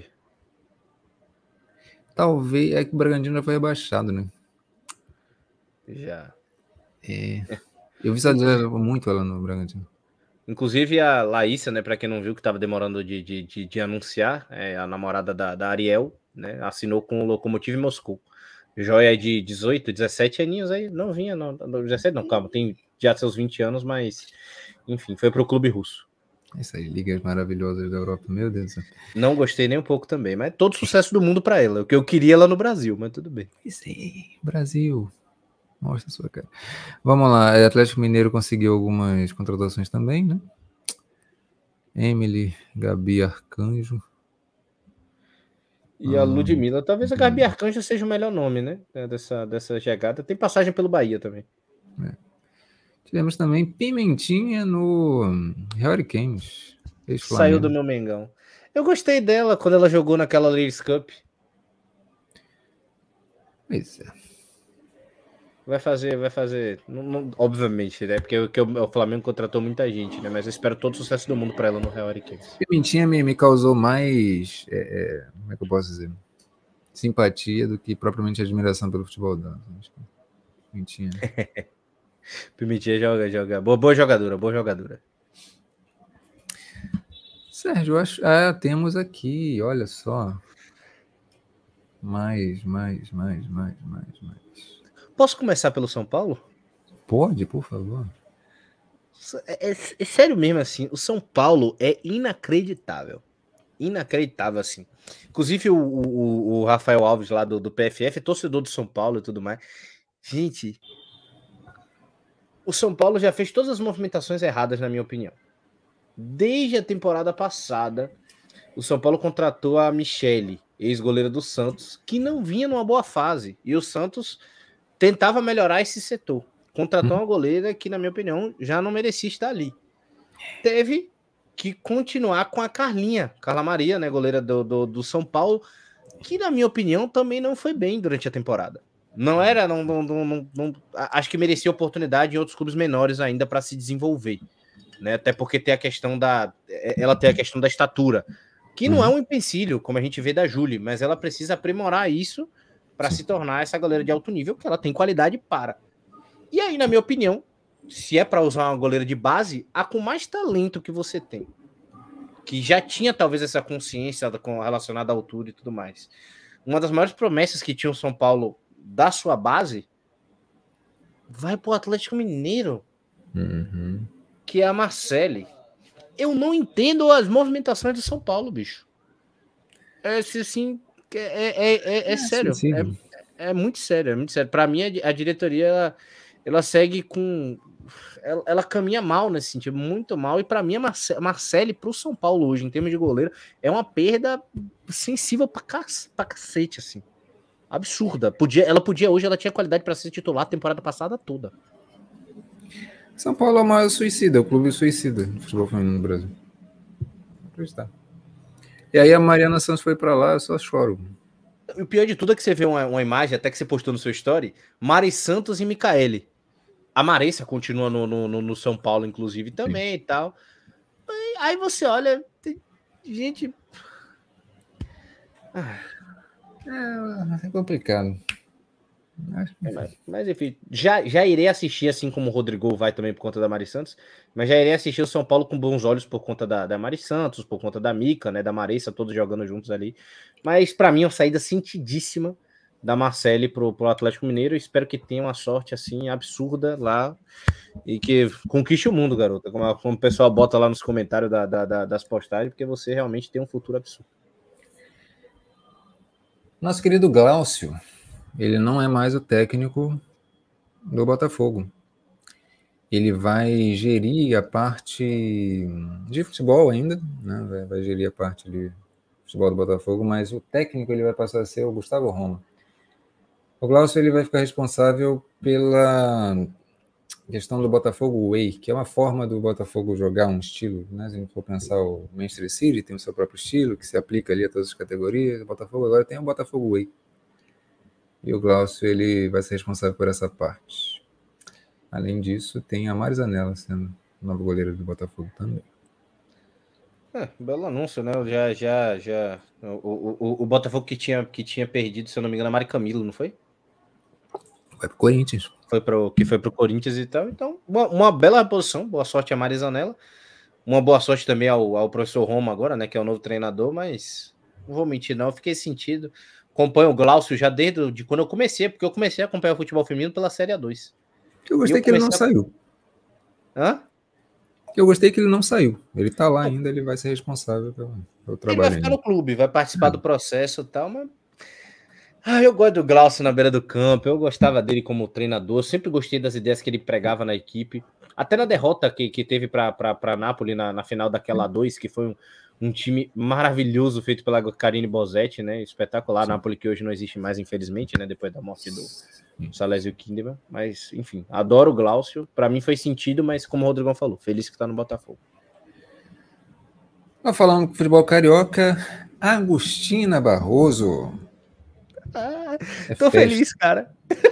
Talvez. É que o Bragantino já foi rebaixado, né? Já. Eu vi muito ela no Bragantino. Inclusive a Laísa, né? Pra quem não viu, que tava demorando de anunciar, a namorada da Ariel, né? Assinou com o Lokomotiv Moscou. Joia de 18, 17 aninhos aí. Não vinha, não. 17 não, calma. Tem já seus 20 anos, mas... Enfim, foi pro clube russo. Isso aí, ligas maravilhosas da Europa, meu Deus do céu. Não gostei nem um pouco também, mas todo sucesso do mundo pra ela. O que eu queria ela no Brasil, mas tudo bem. Isso aí, Brasil. Mostra a sua cara. Vamos lá, o Atlético Mineiro conseguiu algumas contratações também, né? Emily, Gabi Arcanjo. E a Ludmilla, talvez a Gabi Arcanjo seja o melhor nome, né? Dessa chegada. Tem passagem pelo Bahia também. Tivemos também Pimentinha no Hurricanes. Saiu do meu Mengão. Eu gostei dela quando ela jogou naquela Ladies Cup. Pois é. Vai fazer. Não, obviamente, né? Porque o Flamengo contratou muita gente, né? Mas eu espero todo o sucesso do mundo pra ela no Hurricanes. Pimentinha me causou mais. Como é que eu posso dizer? Simpatia do que propriamente admiração pelo futebol dela. Pimentinha. Pimentinha joga. Boa jogadora. Sérgio, acho. Temos aqui, olha só. Mais. Posso começar pelo São Paulo? Pode, por favor. É sério mesmo, assim. O São Paulo é inacreditável. Inacreditável, assim. Inclusive, o Rafael Alves lá do PFF é torcedor do São Paulo e tudo mais. Gente, o São Paulo já fez todas as movimentações erradas, na minha opinião. Desde a temporada passada, o São Paulo contratou a Michele, ex-goleira do Santos, que não vinha numa boa fase. E o Santos tentava melhorar esse setor. Contratou uma goleira que, na minha opinião, já não merecia estar ali. Teve que continuar com a Carla Maria, né, goleira do São Paulo, que, na minha opinião, também não foi bem durante a temporada. Não era... acho que merecia oportunidade em outros clubes menores ainda para se desenvolver. Né? Até porque tem a questão ela tem a questão da estatura, que não é um empecilho, como a gente vê da Júlia, mas ela precisa aprimorar isso para se tornar essa goleira de alto nível, que ela tem qualidade para. E aí, na minha opinião, se é para usar uma goleira de base, a com mais talento que você tem, que já tinha talvez essa consciência relacionada à altura e tudo mais. Uma das maiores promessas que tinha o São Paulo da sua base vai pro Atlético Mineiro, que é a Marcele. Eu não entendo as movimentações do São Paulo, bicho. Assim, É sério. sensível. É muito sério, é muito sério. Para mim, a diretoria ela segue com. Ela caminha mal nesse sentido, muito mal. E para mim, a Marcele pro São Paulo hoje, em termos de goleiro, é uma perda sensível pra cacete, assim. Absurda. Hoje, ela tinha qualidade para ser titular a temporada passada toda. São Paulo é o maior suicida, é o clube suicida do futebol feminino no Brasil. Acreditar. E aí a Mariana Santos foi para lá, eu só choro. O pior de tudo é que você vê uma imagem, até que você postou no seu story, Mari Santos e Micaele. A Maressa continua no São Paulo, inclusive, também. Sim. E tal. Aí você olha, gente... É complicado. Mas enfim, já irei assistir, assim como o Rodrigo vai também por conta da Mari Santos, mas já irei assistir o São Paulo com bons olhos por conta da Mari Santos, por conta da Mica, né, da Maressa, todos jogando juntos ali. Mas para mim é uma saída sentidíssima da Marcele pro Atlético Mineiro. Eu espero que tenha uma sorte assim absurda lá e que conquiste o mundo, garota, como o pessoal bota lá nos comentários das postagens, porque você realmente tem um futuro absurdo. Nosso querido Glaucio, ele não é mais o técnico do Botafogo. Ele vai gerir a parte de futebol ainda, né? Vai gerir a parte de futebol do Botafogo, mas o técnico ele vai passar a ser o Gustavo Roma. O Glaucio ele vai ficar responsável pela questão do Botafogo Way, que é uma forma do Botafogo jogar um estilo, né? Se a gente for pensar, o Manchester City tem o seu próprio estilo, que se aplica ali a todas as categorias. O Botafogo agora tem o Botafogo Way. E o Glaucio ele vai ser responsável por essa parte. Além disso, tem a Marizanella sendo nova goleira do Botafogo também. Belo anúncio, né? Já. O Botafogo que tinha perdido, se eu não me engano, a Mari Camilo, não foi? Vai pro Corinthians. Foi pro Corinthians e tal. Então, uma bela reposição. Boa sorte a Marizanella. Uma boa sorte também ao professor Roma agora, né? Que é o novo treinador, mas não vou mentir, não. Eu fiquei sentido. Acompanho o Glaucio já desde quando eu comecei, porque eu comecei a acompanhar o futebol feminino pela Série A2. Eu gostei que ele não saiu. Hã? Eu gostei que ele não saiu. Ele tá lá ainda, ele vai ser responsável pelo trabalho. Ele vai ficar no clube, vai participar do processo e tal, mas... eu gosto do Glaucio na beira do campo, eu gostava dele como treinador, sempre gostei das ideias que ele pregava na equipe. Até na derrota que teve para Napoli na final daquela 2, que foi um time maravilhoso feito pela Karine Bosetti, né? Espetacular. Sim. Napoli que hoje não existe mais, infelizmente, né? Depois da morte do Salésio Kinderman. Mas, enfim, adoro o Glaucio. Para mim fez sentido, mas como o Rodrigão falou, feliz que tá no Botafogo. Falando com futebol carioca, Agostina Barroso. Tô feliz, cara.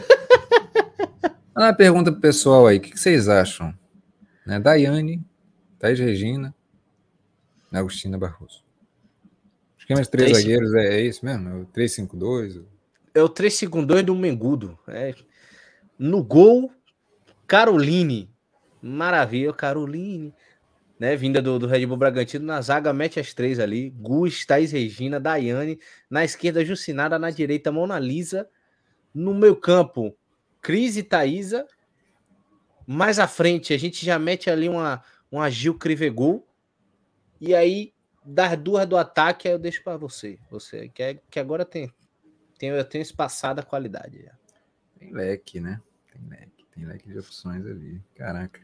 Uma pergunta pro pessoal aí, o que vocês acham? Né? Daiane, Thaís Regina, Agostina Barroso. Esquema de 3 zagueiros é isso mesmo? É o 3-5-2? É o 3-5-2 do Mengudo. No gol, Caroline. Maravilha, Caroline. Né, vinda do Red Bull Bragantino. Na zaga, mete as 3 ali. Gus, Thaís Regina, Daiane. Na esquerda, Jucinara. Na direita, Mona Lisa. No meio campo, Cris e Thaísa. Mais à frente, a gente já mete ali uma Gil Crivegol. E aí, das duas do ataque, eu deixo para você. Você que agora eu tenho espaçado a qualidade. Já. Tem leque, né? Tem leque de opções ali. Caraca,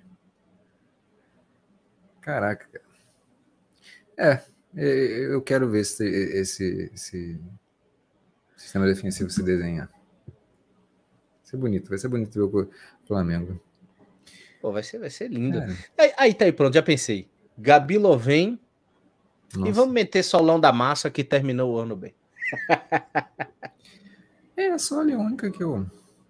cara. Eu quero ver se esse sistema defensivo se desenhar. Vai ser bonito ver o Flamengo. Pô, vai ser lindo. Aí tá aí, pronto, já pensei. Gabi Loven e vamos meter Solão da Massa que terminou o ano bem. Só a única que eu...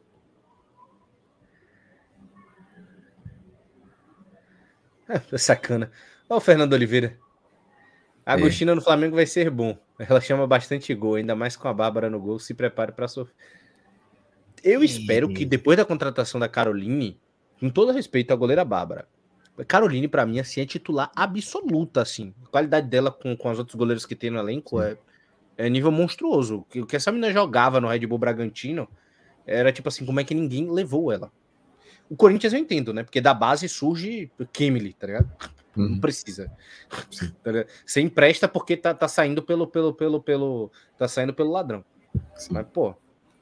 Sacana. Olha o Fernando Oliveira. A Agostina no Flamengo vai ser bom. Ela chama bastante gol, ainda mais com a Bárbara no gol. Se prepare para sofrer. Eu espero que depois da contratação da Caroline, com todo respeito à goleira Bárbara, Caroline, para mim, assim, é titular absoluta, assim. A qualidade dela com os outros goleiros que tem no elenco é nível monstruoso. O que essa menina jogava no Red Bull Bragantino era tipo assim, como é que ninguém levou ela? O Corinthians eu entendo, né? Porque da base surge Kemily, tá ligado? Não precisa. Você empresta porque tá saindo tá saindo pelo ladrão. Sim. Mas, pô.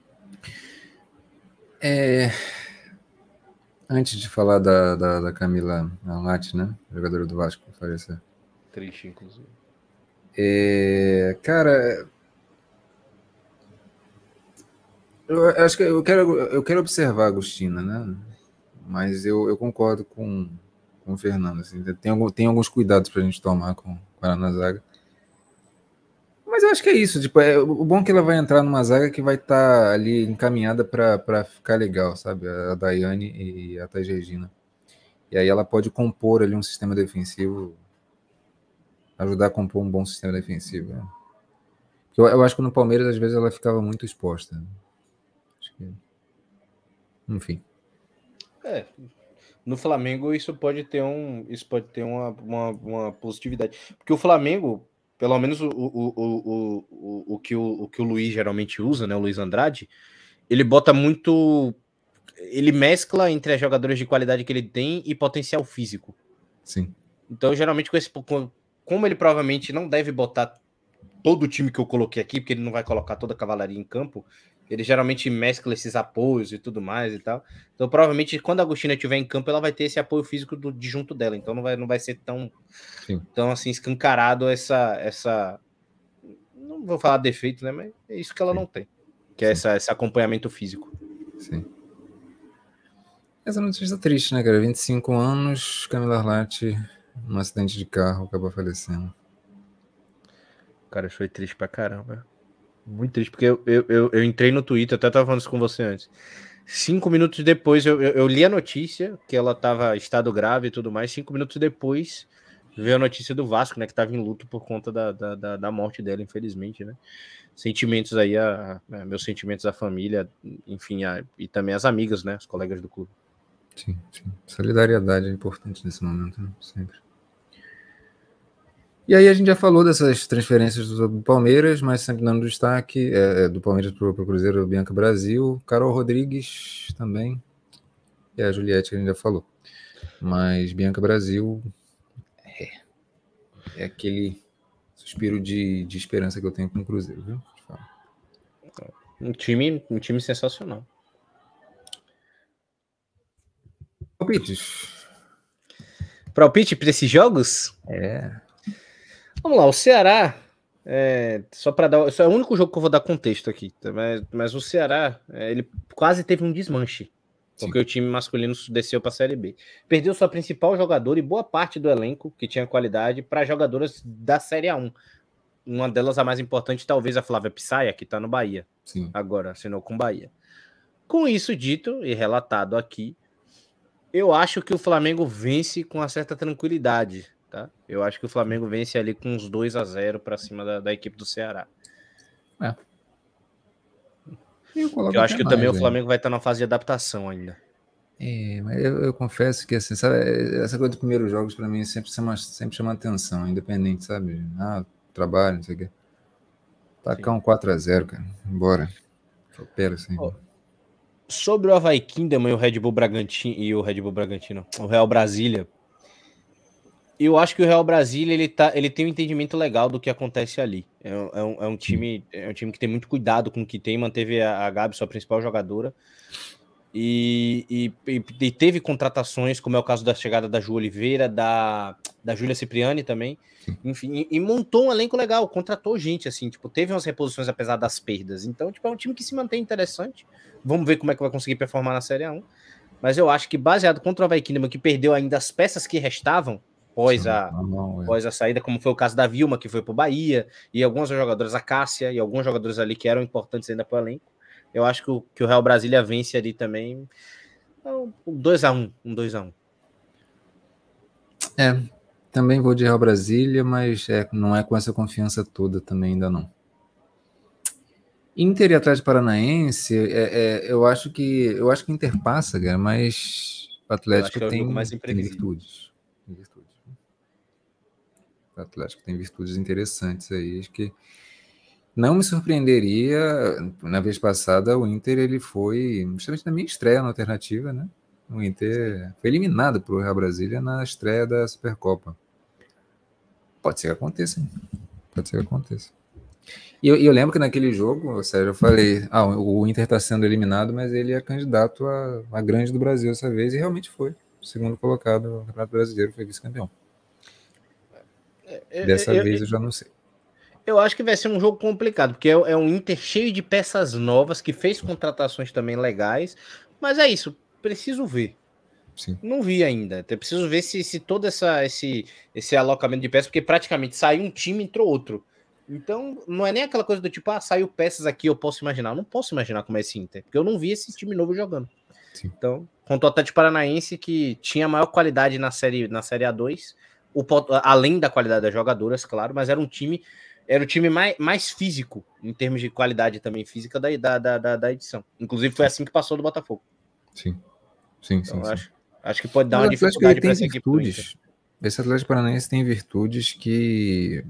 Antes de falar da Camila Alatti, né? Jogadora do Vasco, faleceu. Triste, inclusive. Cara, eu acho que eu quero observar a Agostina, né? Mas eu concordo com o Fernando. Assim, tem alguns cuidados pra gente tomar com ela na zaga. Mas eu acho que é isso. Tipo, o bom é que ela vai entrar numa zaga que vai estar ali encaminhada para ficar legal, sabe? A Daiane e a Thais Regina. E aí ela pode compor ali um sistema defensivo, ajudar a compor um bom sistema defensivo. Né? Eu acho que no Palmeiras, às vezes, ela ficava muito exposta. Né? Acho que... Enfim. No Flamengo isso pode ter uma positividade. Porque o Flamengo, pelo menos o que o Luiz geralmente usa, né? O Luiz Andrade, ele bota muito... Ele mescla entre as jogadores de qualidade que ele tem e potencial físico. Sim. Então, geralmente, como ele provavelmente não deve botar todo o time que eu coloquei aqui, porque ele não vai colocar toda a cavalaria em campo, ele geralmente mescla esses apoios e tudo mais e tal. Então, provavelmente, quando a Agostina estiver em campo, ela vai ter esse apoio físico de junto dela. Então, não vai ser tão assim, escancarado essa... Não vou falar defeito, né? Mas é isso que ela não tem. Que é esse acompanhamento físico. Sim. Essa notícia triste, né, cara? 25 anos, Camila Arlatti, num acidente de carro, acabou falecendo. Cara, foi triste pra caramba. Muito triste, porque eu entrei no Twitter, até tava falando isso com você antes. 5 minutos depois, eu li a notícia, que ela tava em estado grave e tudo mais. 5 minutos depois, veio a notícia do Vasco, né, que tava em luto por conta da morte dela, infelizmente, né. Sentimentos aí, meus sentimentos à família, enfim, e também às amigas, né, os colegas do clube. Sim. Solidariedade é importante nesse momento, né? Sempre. E aí a gente já falou dessas transferências do Palmeiras, mas sempre dando destaque, do Palmeiras para o Cruzeiro, Bianca Brasil, Carol Rodrigues também, e a Juliette que a gente já falou. Mas Bianca Brasil é aquele suspiro de esperança que eu tenho com o Cruzeiro, viu? Um time sensacional. Palpite para esses jogos? Vamos lá, o Ceará, só é o único jogo que eu vou dar contexto aqui, mas o Ceará, ele quase teve um desmanche, porque o time masculino desceu para a Série B. Perdeu sua principal jogadora e boa parte do elenco, que tinha qualidade, para jogadoras da Série A1. Uma delas, a mais importante, talvez a Flávia Pissarra, que está no Bahia. Sim. Agora assinou com o Bahia. Com isso dito e relatado aqui, eu acho que o Flamengo vence com uma certa tranquilidade. Tá? Eu acho que o Flamengo vence ali com uns 2-0 para cima da equipe do Ceará. Eu acho que também o Flamengo vai estar na fase de adaptação ainda. Mas eu confesso que assim, sabe, essa coisa dos primeiros jogos para mim sempre chama atenção, independente, sabe? Trabalho, não sei o quê. Tacar um 4-0, cara. Bora. Opera assim. Sobre o Avaí Kinderman e o Red Bull Bragantino o Real Brasília, eu acho que o Real Brasília ele tem um entendimento legal do que acontece ali. É um time que tem muito cuidado com o que tem, manteve a Gabi, sua principal jogadora, e teve contratações, como é o caso da chegada da Ju Oliveira, da Júlia Cipriani também, enfim, e montou um elenco legal, contratou gente, assim, tipo, teve umas reposições apesar das perdas. Então, tipo, é um time que se mantém interessante. Vamos ver como é que vai conseguir performar na Série A1. Mas eu acho que, baseado contra o Avaí Kinderman, que perdeu ainda as peças que restavam, após a saída, como foi o caso da Vilma, que foi pro Bahia, e algumas jogadoras, a Cássia, e alguns jogadores ali que eram importantes ainda pro elenco, eu acho que o Real Brasília vence ali também. Um 2-1. Também vou de Real Brasília, mas não é com essa confiança toda também, ainda não. Inter e Atlético Paranaense, eu acho que Inter passa, cara, mas o Atlético tem virtudes. O Atlético tem virtudes interessantes aí, acho que não me surpreenderia. Na vez passada, o Inter ele foi justamente na minha estreia na alternativa, né? O Inter foi eliminado pelo Real Brasília na estreia da Supercopa. Pode ser que aconteça, hein? Pode ser que aconteça. E eu lembro que naquele jogo, ou seja, eu falei, o Inter está sendo eliminado, mas ele é candidato a grande do Brasil dessa vez, e realmente foi. O segundo colocado no Campeonato Brasileiro, foi vice-campeão. Dessa vez eu já não sei. Eu acho que vai ser um jogo complicado, porque é um Inter cheio de peças novas, que fez contratações também legais, mas é isso, preciso ver. Sim. Não vi ainda, eu preciso ver se todo esse alocamento de peças, porque praticamente saiu um time e entrou outro. Então, não é nem aquela coisa do tipo, saiu peças aqui, eu posso imaginar. Eu não posso imaginar como é esse Inter, porque eu não vi esse time novo jogando. Sim. Então, contra o Atlético Paranaense, que tinha maior qualidade na série A2, além da qualidade das jogadoras, claro, mas era o time mais físico, em termos de qualidade também física da edição. Inclusive, foi assim que passou do Botafogo. Sim. Então, acho que pode dar uma dificuldade para essa equipe. Esse Atlético Paranaense tem virtudes que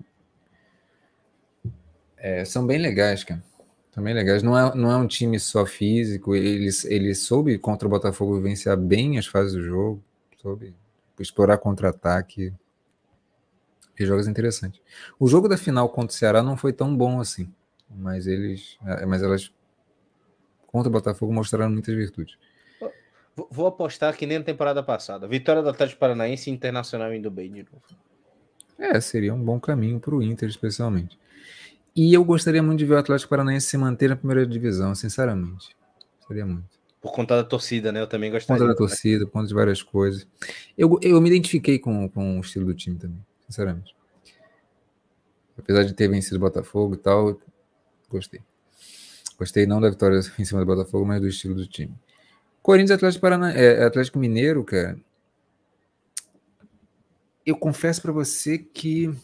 são bem legais, cara. São bem legais. Não é um time só físico. Ele soube contra o Botafogo vivenciar bem as fases do jogo, soube explorar contra-ataque. E jogos interessantes. O jogo da final contra o Ceará não foi tão bom assim, mas elas contra o Botafogo mostraram muitas virtudes. Vou apostar que nem na temporada passada. Vitória do Atlético Paranaense e Internacional indo bem de novo. Seria um bom caminho para o Inter, especialmente. E eu gostaria muito de ver o Atlético Paranaense se manter na primeira divisão, sinceramente. Seria muito. Por conta da torcida, né? Eu também gostaria. Por conta da torcida, por conta de várias coisas. Eu me identifiquei com o estilo do time também, sinceramente. Apesar de ter vencido o Botafogo e tal, gostei. Gostei não da vitória em cima do Botafogo, mas do estilo do time. Corinthians Atlético Mineiro, cara. Eu confesso para você que o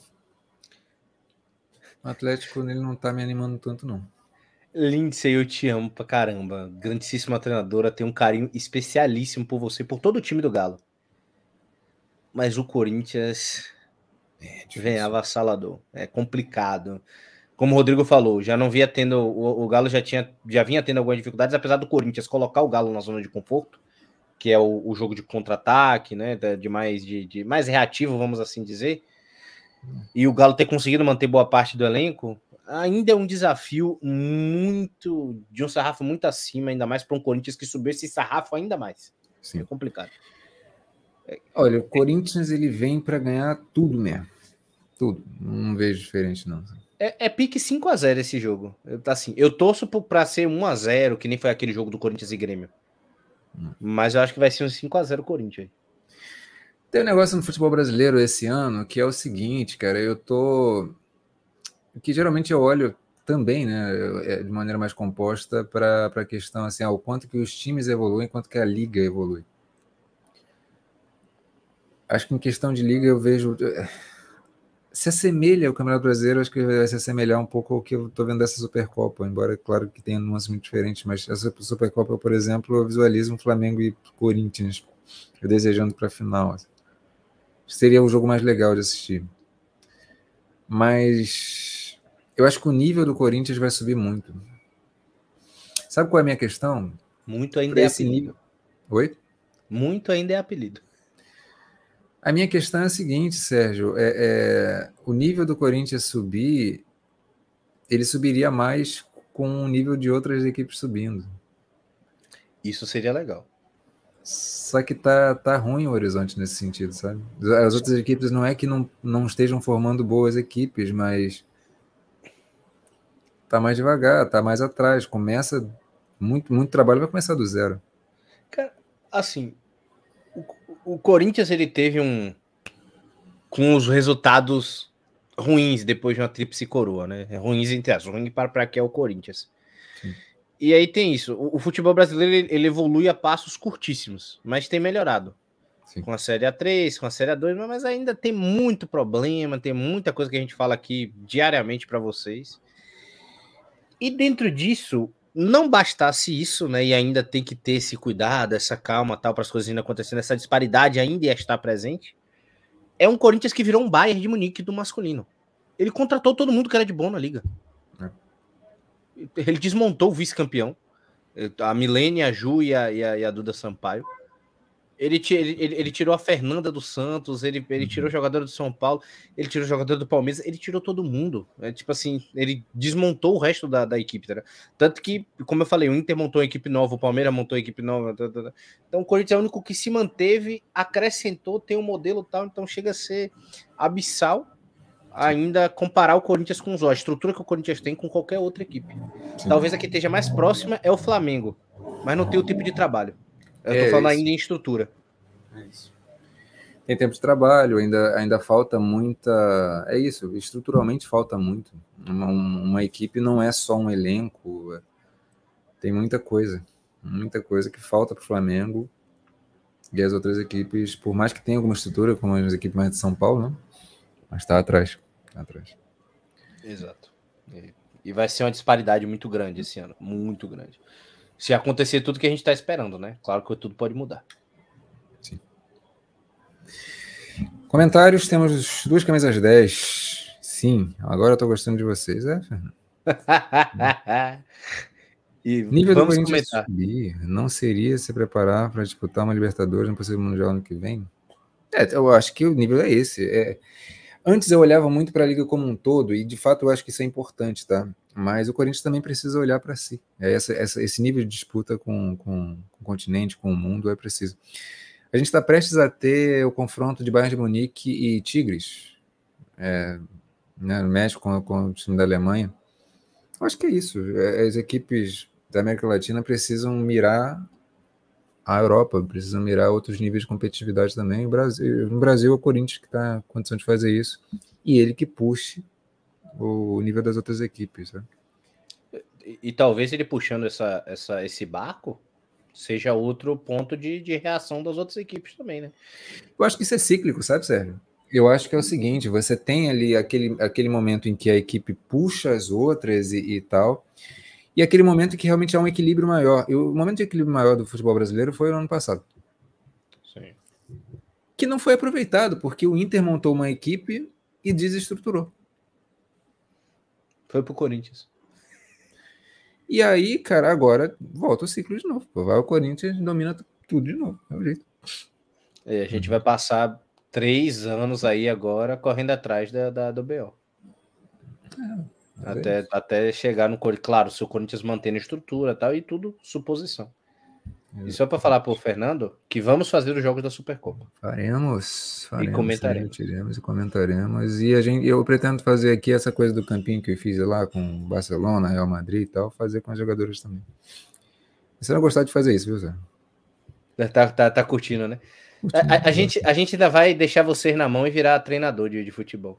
Atlético nele não tá me animando tanto, não. Lindsay, eu te amo pra caramba. Grandíssima treinadora, tem um carinho especialíssimo por você, por todo o time do Galo. Mas o Corinthians vem avassalador. É complicado. Como o Rodrigo falou, já não via tendo. O Galo já vinha tendo algumas dificuldades, apesar do Corinthians colocar o Galo na zona de conforto, que é o jogo de contra-ataque, né? De mais reativo, vamos assim dizer. E o Galo ter conseguido manter boa parte do elenco, ainda é um desafio de um sarrafo muito acima, ainda mais para um Corinthians que subiu esse sarrafo ainda mais. Sim. É complicado. Olha, o Corinthians ele vem para ganhar tudo mesmo. Tudo. Não vejo diferente, não. É pique 5-0 esse jogo. Eu torço para ser 1-0, que nem foi aquele jogo do Corinthians e Grêmio. Mas eu acho que vai ser um 5-0 Corinthians. Tem um negócio no futebol brasileiro esse ano que é o seguinte, cara, que geralmente eu olho também, né, de maneira mais composta para a questão assim, o quanto que os times evoluem, quanto que a liga evolui. Acho que em questão de liga eu vejo se assemelha ao Campeonato Brasileiro, acho que vai se assemelhar um pouco ao que eu estou vendo dessa Supercopa, embora, claro, que tenha nuances muito diferentes, mas essa Supercopa, por exemplo, eu visualizo um Flamengo e Corinthians desejando para a final. Assim. Seria o jogo mais legal de assistir. Mas eu acho que o nível do Corinthians vai subir muito. Sabe qual é a minha questão? Muito ainda é apelido. Nível... Oi? Muito ainda é apelido. A minha questão é a seguinte, Sérgio, o nível do Corinthians subir, ele subiria mais com o nível de outras equipes subindo. Isso seria legal. Só que tá ruim o horizonte nesse sentido, sabe? As outras equipes não é que não estejam formando boas equipes, mas tá mais devagar, tá mais atrás, começa muito trabalho, vai começar do zero. Cara, assim, o Corinthians ele teve com os resultados ruins depois de uma tríplice coroa, né? Ruins entre as ruins para que é o Corinthians. Sim. E aí tem isso. O futebol brasileiro ele evolui a passos curtíssimos, mas tem melhorado. Sim. Com a Série A3, com a Série A2, mas ainda tem muito problema, tem muita coisa que a gente fala aqui diariamente para vocês. E dentro disso, não bastasse isso, né? E ainda tem que ter esse cuidado, essa calma, tal, para as coisas ainda acontecendo, essa disparidade ainda está presente. É um Corinthians que virou um Bayern de Munique do masculino. Ele contratou todo mundo que era de bom na liga. Ele desmontou o vice-campeão. A Milene, a Ju e a Duda Sampaio. Ele tirou a Fernanda do Santos, ele tirou o jogador do São Paulo, ele tirou o jogador do Palmeiras, ele tirou todo mundo. Tipo assim, ele desmontou o resto da equipe. Tá? Tanto que, como eu falei, o Inter montou uma equipe nova, o Palmeiras montou uma equipe nova. Então o Corinthians é o único que se manteve, acrescentou, tem um modelo tal, então chega a ser abissal ainda comparar o Corinthians com a estrutura que o Corinthians tem com qualquer outra equipe. Sim. Talvez a que esteja mais próxima é o Flamengo, mas não tem o tipo de trabalho. Eu tô falando ainda em estrutura. É isso. Tem tempo de trabalho, ainda falta muita... É isso, estruturalmente falta muito. Uma equipe não é só um elenco, tem muita coisa que falta para o Flamengo e as outras equipes, por mais que tenha alguma estrutura, como as equipes mais de São Paulo, né? Mas está atrás. Exato. E vai ser uma disparidade muito grande esse ano, muito grande. Se acontecer tudo que a gente está esperando, né? Claro que tudo pode mudar. Sim. Comentários, temos 2 camisas 10. Sim, agora eu tô gostando de vocês, Fernando? E nível do Corinthians subir, não seria se preparar para disputar uma Libertadores no possível Mundial ano que vem? Eu acho que o nível é esse. Antes eu olhava muito para a Liga como um todo, e de fato eu acho que isso é importante, tá? Mas o Corinthians também precisa olhar para si. Esse nível de disputa com o continente, com o mundo, é preciso. A gente está prestes a ter o confronto de Bayern de Munique e Tigres, né, no México com o time da Alemanha. Eu acho que é isso. As equipes da América Latina precisam mirar a Europa, precisam mirar outros níveis de competitividade também. No Brasil, é o Corinthians que está em condição de fazer isso, e ele que puxe o nível das outras equipes. Né? E talvez ele puxando esse barco seja outro ponto de reação das outras equipes também, né? Eu acho que isso é cíclico, sabe, Sérgio? Eu acho que é o seguinte, você tem ali aquele momento em que a equipe puxa as outras e tal, e aquele momento que realmente há um equilíbrio maior. E o momento de equilíbrio maior do futebol brasileiro foi no ano passado. Sim. Que não foi aproveitado, porque o Inter montou uma equipe e desestruturou. Foi pro Corinthians. E aí, cara, agora volta o ciclo de novo. Vai o Corinthians, domina tudo de novo. É o jeito. A gente vai passar 3 anos aí agora correndo atrás do BO. Até chegar no Corinthians. Claro, se o Corinthians mantendo a estrutura e tal, e tudo suposição. E só para falar pro Fernando que vamos fazer os jogos da Supercopa. Faremos e comentaremos. E comentaremos. E eu pretendo fazer aqui essa coisa do campinho que eu fiz lá com Barcelona, Real Madrid e tal, fazer com os jogadores também. Você não gostar de fazer isso, viu, Zé? Tá curtindo, né? A gente ainda vai deixar vocês na mão e virar treinador de futebol.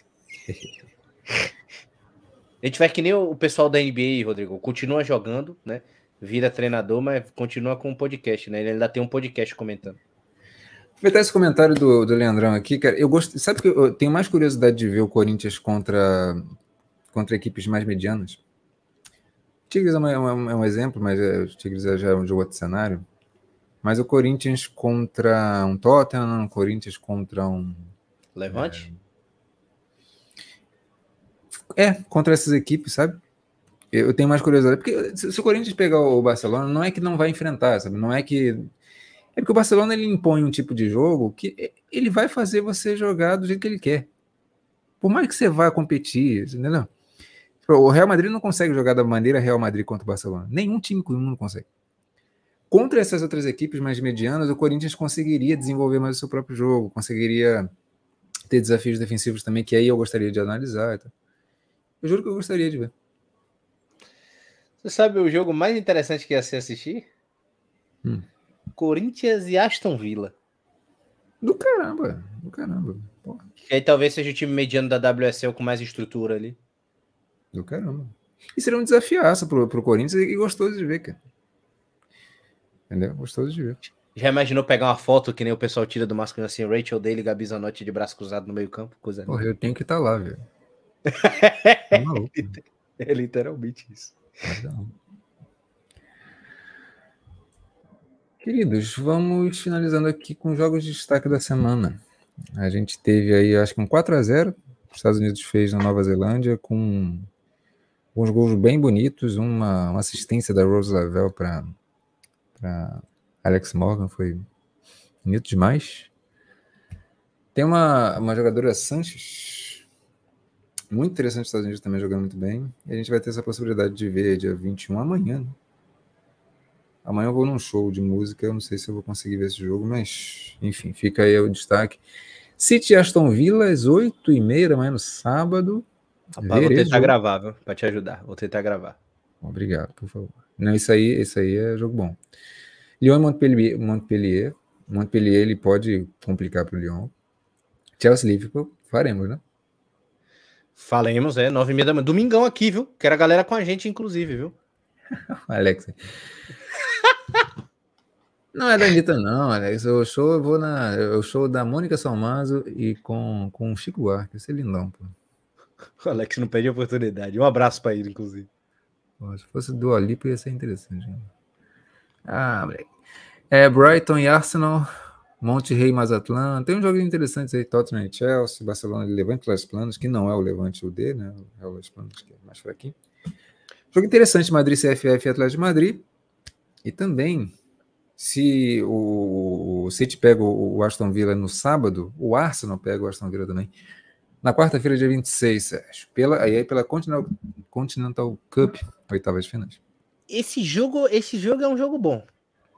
A gente vai que nem o pessoal da NBA, Rodrigo. Continua jogando, né? Vira treinador, mas continua com um podcast, né? Ele ainda tem um podcast comentando. Aproveitar esse comentário do Leandrão aqui, cara. Eu gosto. Sabe que eu tenho mais curiosidade de ver o Corinthians contra equipes mais medianas? O Tigres é um exemplo, mas o Tigres já é um outro cenário. Mas o Corinthians contra um Tottenham, o Corinthians contra um Levante? Contra essas equipes, sabe? Eu tenho mais curiosidade, porque se o Corinthians pegar o Barcelona, não é que não vai enfrentar, sabe? Não é que... É porque o Barcelona, ele impõe um tipo de jogo que ele vai fazer você jogar do jeito que ele quer. Por mais que você vá competir, entendeu? O Real Madrid não consegue jogar da maneira Real Madrid contra o Barcelona. Nenhum time com não consegue. Contra essas outras equipes mais medianas, o Corinthians conseguiria desenvolver mais o seu próprio jogo, conseguiria ter desafios defensivos também, que aí eu gostaria de analisar. Então. Eu juro que eu gostaria de ver. Você sabe o jogo mais interessante que ia ser assistir? Corinthians e Aston Villa. Do caramba. Porra. Que aí talvez seja o time mediano da WSL com mais estrutura ali. Do caramba. E seria um desafiaço pro Corinthians e gostoso de ver, cara. Entendeu? Gostoso de ver. Já imaginou pegar uma foto que nem o pessoal tira do masculino assim, Rachel Daly e Gabi Zanotti de braço cruzado no meio campo? Coisa Porra, eu tenho que estar lá, velho. Tá maluco, é literalmente isso. Queridos, vamos finalizando aqui com os jogos de destaque da semana. A gente teve aí, acho que um 4-0. Os Estados Unidos fez na Nova Zelândia com uns gols bem bonitos, uma assistência da Rose Lavelle para Alex Morgan, foi bonito demais. Tem uma jogadora Sanches, muito interessante nos Estados Unidos também, jogando muito bem. E a gente vai ter essa possibilidade de ver dia 21 amanhã, né? Amanhã eu vou num show de música, eu não sei se eu vou conseguir ver esse jogo, mas, enfim, fica aí o destaque. City Aston Villa, às 8h30 da manhã no sábado. Rapaz, vou tentar gravar, viu? Pra te ajudar. Vou tentar gravar. Obrigado, por favor. Não, isso aí é jogo bom. Lyon e Montpellier. Montpellier, ele pode complicar para o Lyon. Chelsea Liverpool, faremos, né? Falemos, 9h30 da manhã. Domingão aqui, viu? Quero a galera com a gente, inclusive, viu? Alex. Não é da Anitta, não, Alex. O show, eu vou o show da Mônica Salmazo e com o Chico Buarque. Vai ser lindão, pô. O Alex não perde a oportunidade. Um abraço para ele, inclusive. Pô, se fosse do Olipo, ia ser interessante. Né? Moleque. Brighton e Arsenal, Monterrey e Mazatlan. Tem um jogo interessante aí, Tottenham e Chelsea, Barcelona e Levante Las Planas, que não é o Levante o D, né? É o Las Planas, que é mais fraquinho. Jogo interessante, Madrid CFF e Atlético de Madrid. E também, se o City pega o Aston Villa no sábado, o Arsenal pega o Aston Villa também. Na quarta-feira, dia 26, Sérgio. Pela Continental Cup, oitavas de finais. Esse jogo é um jogo bom.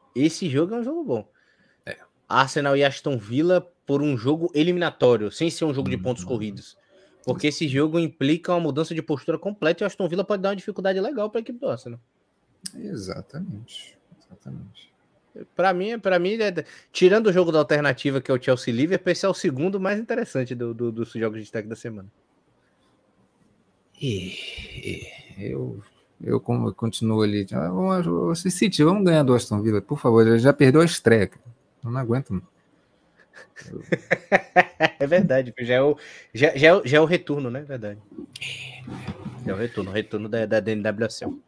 Arsenal e Aston Villa por um jogo eliminatório, sem ser um jogo de pontos corridos. Porque esse jogo implica uma mudança de postura completa e o Aston Villa pode dar uma dificuldade legal para a equipe do Arsenal. Exatamente. Para mim, tirando o jogo da alternativa, que é o Chelsea Liverpool, esse é o segundo mais interessante dos jogos de destaque da semana. Eu continuo ali. City, vamos ganhar do Aston Villa, por favor. Já perdeu a estreia. Eu não aguento, não. É verdade, já é o retorno, né? Verdade. É o retorno da NWSL.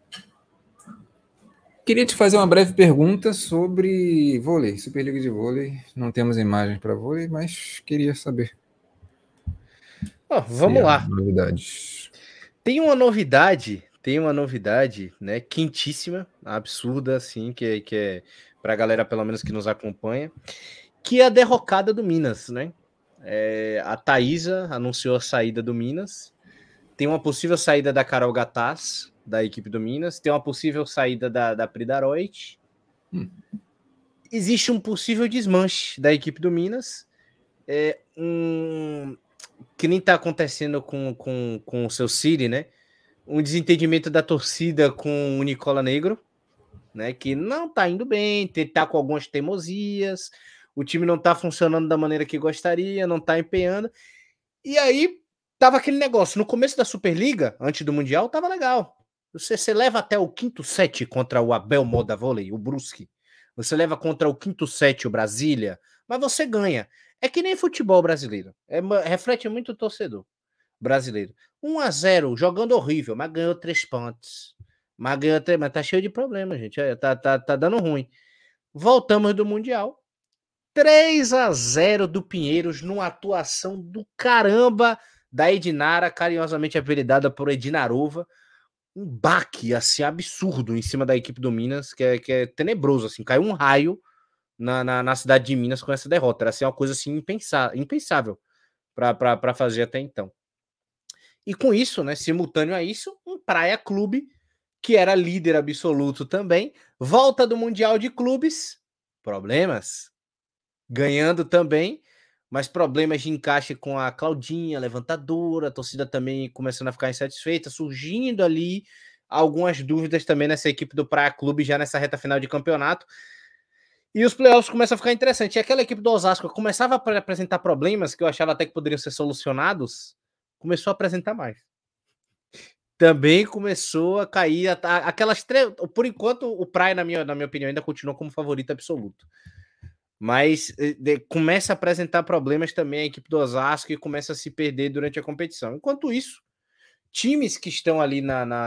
Queria te fazer uma breve pergunta sobre vôlei, Superliga de vôlei. Não temos imagens para vôlei, mas queria saber. Vamos lá. Novidades. Tem uma novidade, né? Quentíssima, absurda, assim, que é para a galera, pelo menos, que nos acompanha, que é a derrocada do Minas, né? A Thaísa anunciou a saída do Minas. Tem uma possível saída da Carol Gataz, da equipe do Minas. Tem uma possível saída da Pridaroit. Existe um possível desmanche da equipe do Minas. Que nem tá acontecendo com o seu City, né? Um desentendimento da torcida com o Nicola Negro, né? Que não tá indo bem, tá com algumas teimosias, o time não tá funcionando da maneira que gostaria, não tá empenhando. E aí, tava aquele negócio, no começo da Superliga, antes do Mundial, tava legal. Você leva até o quinto set contra o Abel Moda Vôlei, o Brusque. Você leva contra o quinto set o Brasília, mas você ganha. É que nem futebol brasileiro. Reflete muito o torcedor brasileiro. 1-0, jogando horrível, mas ganhou 3 pontos. Mas tá cheio de problemas, gente. Tá dando ruim. Voltamos do Mundial. 3-0 do Pinheiros, numa atuação do caramba da Edinara, carinhosamente apelidada por Edinarova. Um baque, assim, absurdo em cima da equipe do Minas, que é tenebroso, assim. Caiu um raio na cidade de Minas com essa derrota. Era assim, uma coisa assim, impensável para fazer até então. E com isso, né, simultâneo a isso, um Praia Clube, que era líder absoluto também, volta do Mundial de Clubes, problemas, ganhando também, mas problemas de encaixe com a Claudinha, levantadora, a torcida também começando a ficar insatisfeita, surgindo ali algumas dúvidas também nessa equipe do Praia Clube, já nessa reta final de campeonato. E os playoffs começam a ficar interessantes. E aquela equipe do Osasco começava a apresentar problemas que eu achava até que poderiam ser solucionados, começou a apresentar mais. Também começou a cair aquelas três. Por enquanto, o Praia, na minha opinião, ainda continua como favorito absoluto. Mas começa a apresentar problemas também a equipe do Osasco e começa a se perder durante a competição. Enquanto isso, times que estão ali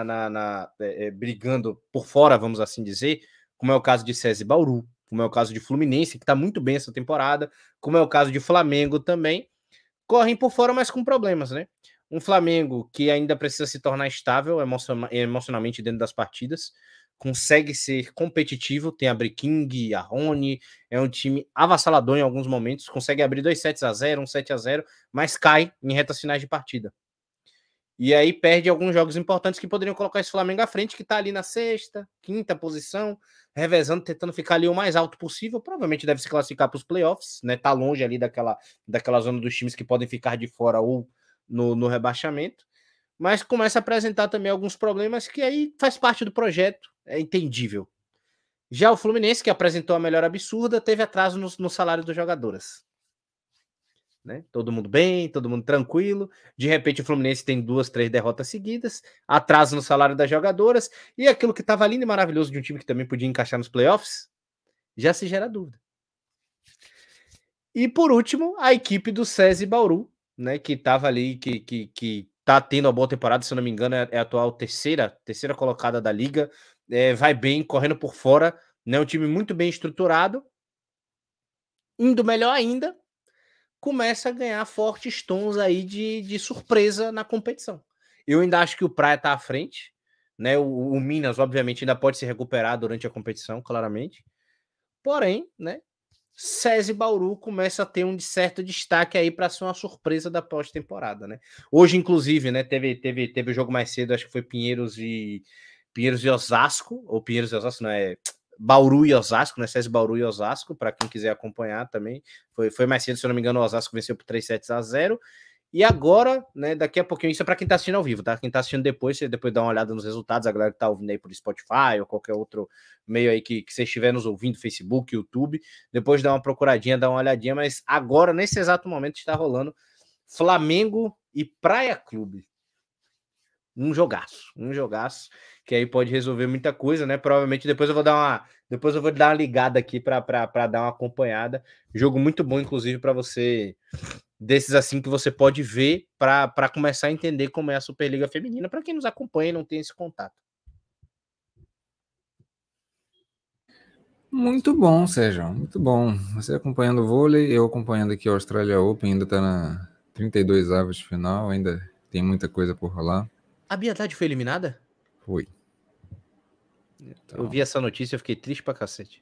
brigando por fora, vamos assim dizer, como é o caso de SESI Bauru, como é o caso de Fluminense, que está muito bem essa temporada, como é o caso de Flamengo também, correm por fora, mas com problemas, né? Um Flamengo que ainda precisa se tornar estável emocionalmente dentro das partidas, consegue ser competitivo, tem a Briking, a Rony, é um time avassalador em alguns momentos, consegue abrir 2-0, 1-0, mas cai em retas finais de partida. E aí perde alguns jogos importantes que poderiam colocar esse Flamengo à frente, que tá ali na sexta, quinta posição, revezando, tentando ficar ali o mais alto possível. Provavelmente deve se classificar para os playoffs, né? Tá longe ali daquela zona dos times que podem ficar de fora ou no rebaixamento. Mas começa a apresentar também alguns problemas que aí faz parte do projeto, é entendível. Já o Fluminense, que apresentou a melhora absurda, teve atraso no salário dos jogadoras. Né? Todo mundo bem, todo mundo tranquilo. De repente, o Fluminense tem 2, 3 derrotas seguidas, atraso no salário das jogadoras, e aquilo que estava lindo e maravilhoso de um time que também podia encaixar nos playoffs, já se gera dúvida. E por último, a equipe do SESI Bauru, né, que estava ali, que tá tendo uma boa temporada, se eu não me engano, é a atual terceira colocada da liga, vai bem, correndo por fora, né, um time muito bem estruturado, indo melhor ainda, começa a ganhar fortes tons aí de surpresa na competição. Eu ainda acho que o Praia tá à frente, né? O Minas, obviamente, ainda pode se recuperar durante a competição, claramente. Porém, né? SESI Bauru começa a ter um certo destaque aí para ser uma surpresa da pós-temporada, né? Hoje, inclusive, né? Teve o jogo mais cedo, acho que foi Pinheiros e Osasco, ou Pinheiros e Osasco, não é? Bauru e Osasco, né? SESI Bauru e Osasco, para quem quiser acompanhar também. Foi mais cedo, se eu não me engano, o Osasco venceu por 3-0. E agora, né, daqui a pouquinho, isso é para quem tá assistindo ao vivo, tá? Quem tá assistindo depois, você depois dá uma olhada nos resultados, a galera que tá ouvindo aí por Spotify ou qualquer outro meio aí que você estiver nos ouvindo, Facebook, YouTube, depois dá uma procuradinha, dá uma olhadinha, mas agora, nesse exato momento, está rolando Flamengo e Praia Clube. Um jogaço, que aí pode resolver muita coisa, né? Provavelmente depois eu vou dar uma ligada aqui para dar uma acompanhada. Jogo muito bom, inclusive, para você, desses assim que você pode ver para começar a entender como é a Superliga Feminina, para quem nos acompanha e não tem esse contato. Muito bom, Sérgio, muito bom. Você acompanhando o vôlei, eu acompanhando aqui o Australia Open, ainda tá na 32 avos de final, ainda tem muita coisa por rolar. A Biandade foi eliminada? Foi. Então, eu vi essa notícia, eu fiquei triste pra cacete.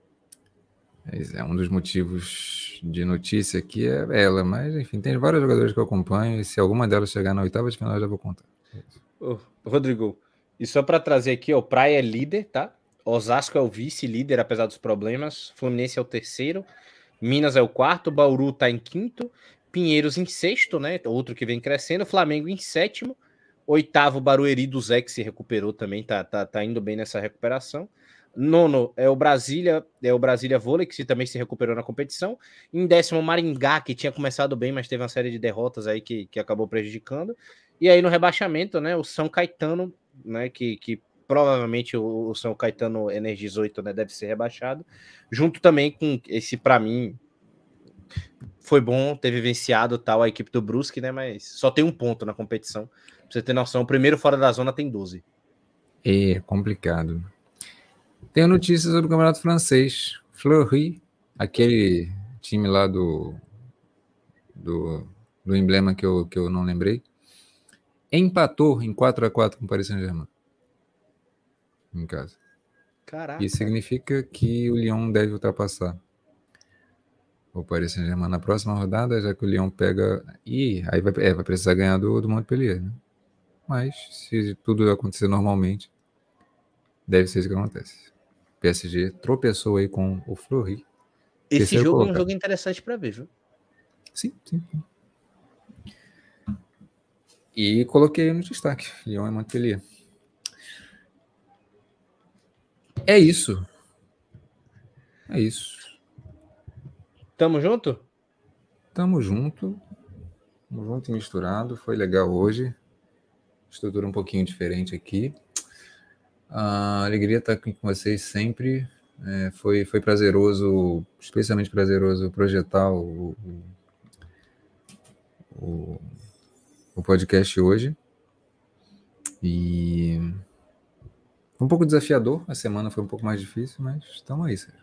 Um dos motivos de notícia aqui é ela, mas enfim, tem vários jogadores que eu acompanho e se alguma delas chegar na oitava de final eu já vou contar. Rodrigo, e só para trazer aqui, o Praia é líder, tá? Osasco é o vice-líder, apesar dos problemas. Fluminense é o terceiro. Minas é o quarto. Bauru tá em quinto. Pinheiros em sexto, né? Outro que vem crescendo. Flamengo em sétimo. Oitavo, Barueri do Zé, que se recuperou também. Tá indo bem nessa recuperação. Nono é o Brasília Vôlei, que também se recuperou na competição. Em décimo, Maringá, que tinha começado bem, mas teve uma série de derrotas aí que acabou prejudicando. E aí no rebaixamento, né? O São Caetano, né? Que provavelmente o São Caetano Energies 8, né, deve ser rebaixado, junto também com esse, para mim, foi bom, ter vivenciado tal a equipe do Brusque, né, mas só tem um ponto na competição, pra você ter noção, o primeiro fora da zona tem 12. É complicado. Tenho notícias sobre o campeonato francês, Fleury, aquele time lá do emblema que eu não lembrei, empatou em 4-4 com o Paris Saint-Germain. Em casa. Caraca. Isso significa que o Lyon deve ultrapassar o Paris Saint-Germain na próxima rodada, já que o Lyon pega e aí vai precisar ganhar do Montpellier, né? Mas se tudo acontecer normalmente, deve ser isso que acontece. O PSG tropeçou aí com o Fleury. Esse jogo é um jogo interessante para ver, viu? Sim. E coloquei no destaque, Lyon e Montpellier. É isso. Tamo junto? Tamo junto e misturado. Foi legal hoje. Estrutura um pouquinho diferente aqui. A alegria estar aqui com vocês sempre. Foi prazeroso, especialmente prazeroso projetar o podcast hoje. E um pouco desafiador, a semana foi um pouco mais difícil, mas estamos aí, Sérgio.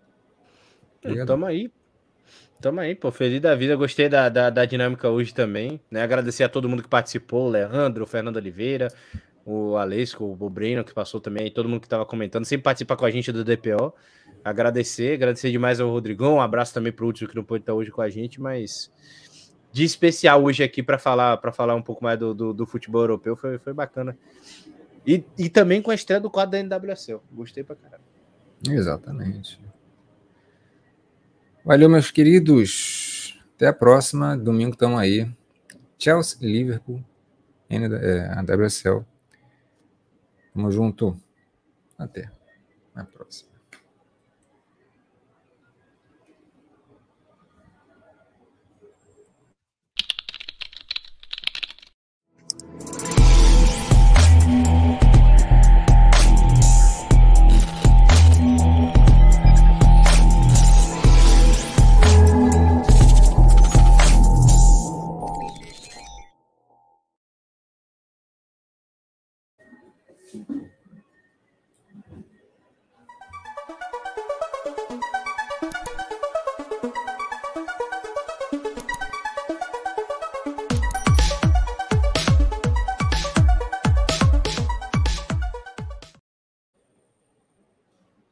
Tamo aí, pô, feliz da vida, gostei da dinâmica hoje também, né, agradecer a todo mundo que participou, Leandro, Fernando Oliveira, o Alesco, o Breno, que passou também, todo mundo que estava comentando, sempre participa com a gente do DPO. Agradecer demais ao Rodrigão, um abraço também para o Hudson, que não pôde estar hoje com a gente, mas de especial hoje aqui para falar um pouco mais do futebol europeu, foi bacana. E também com a estreia do quadro da NWSL. Gostei pra caralho. Exatamente. Valeu, meus queridos. Até a próxima. Domingo estamos aí. Chelsea, Liverpool, a WSL. Tamo junto. Até a próxima.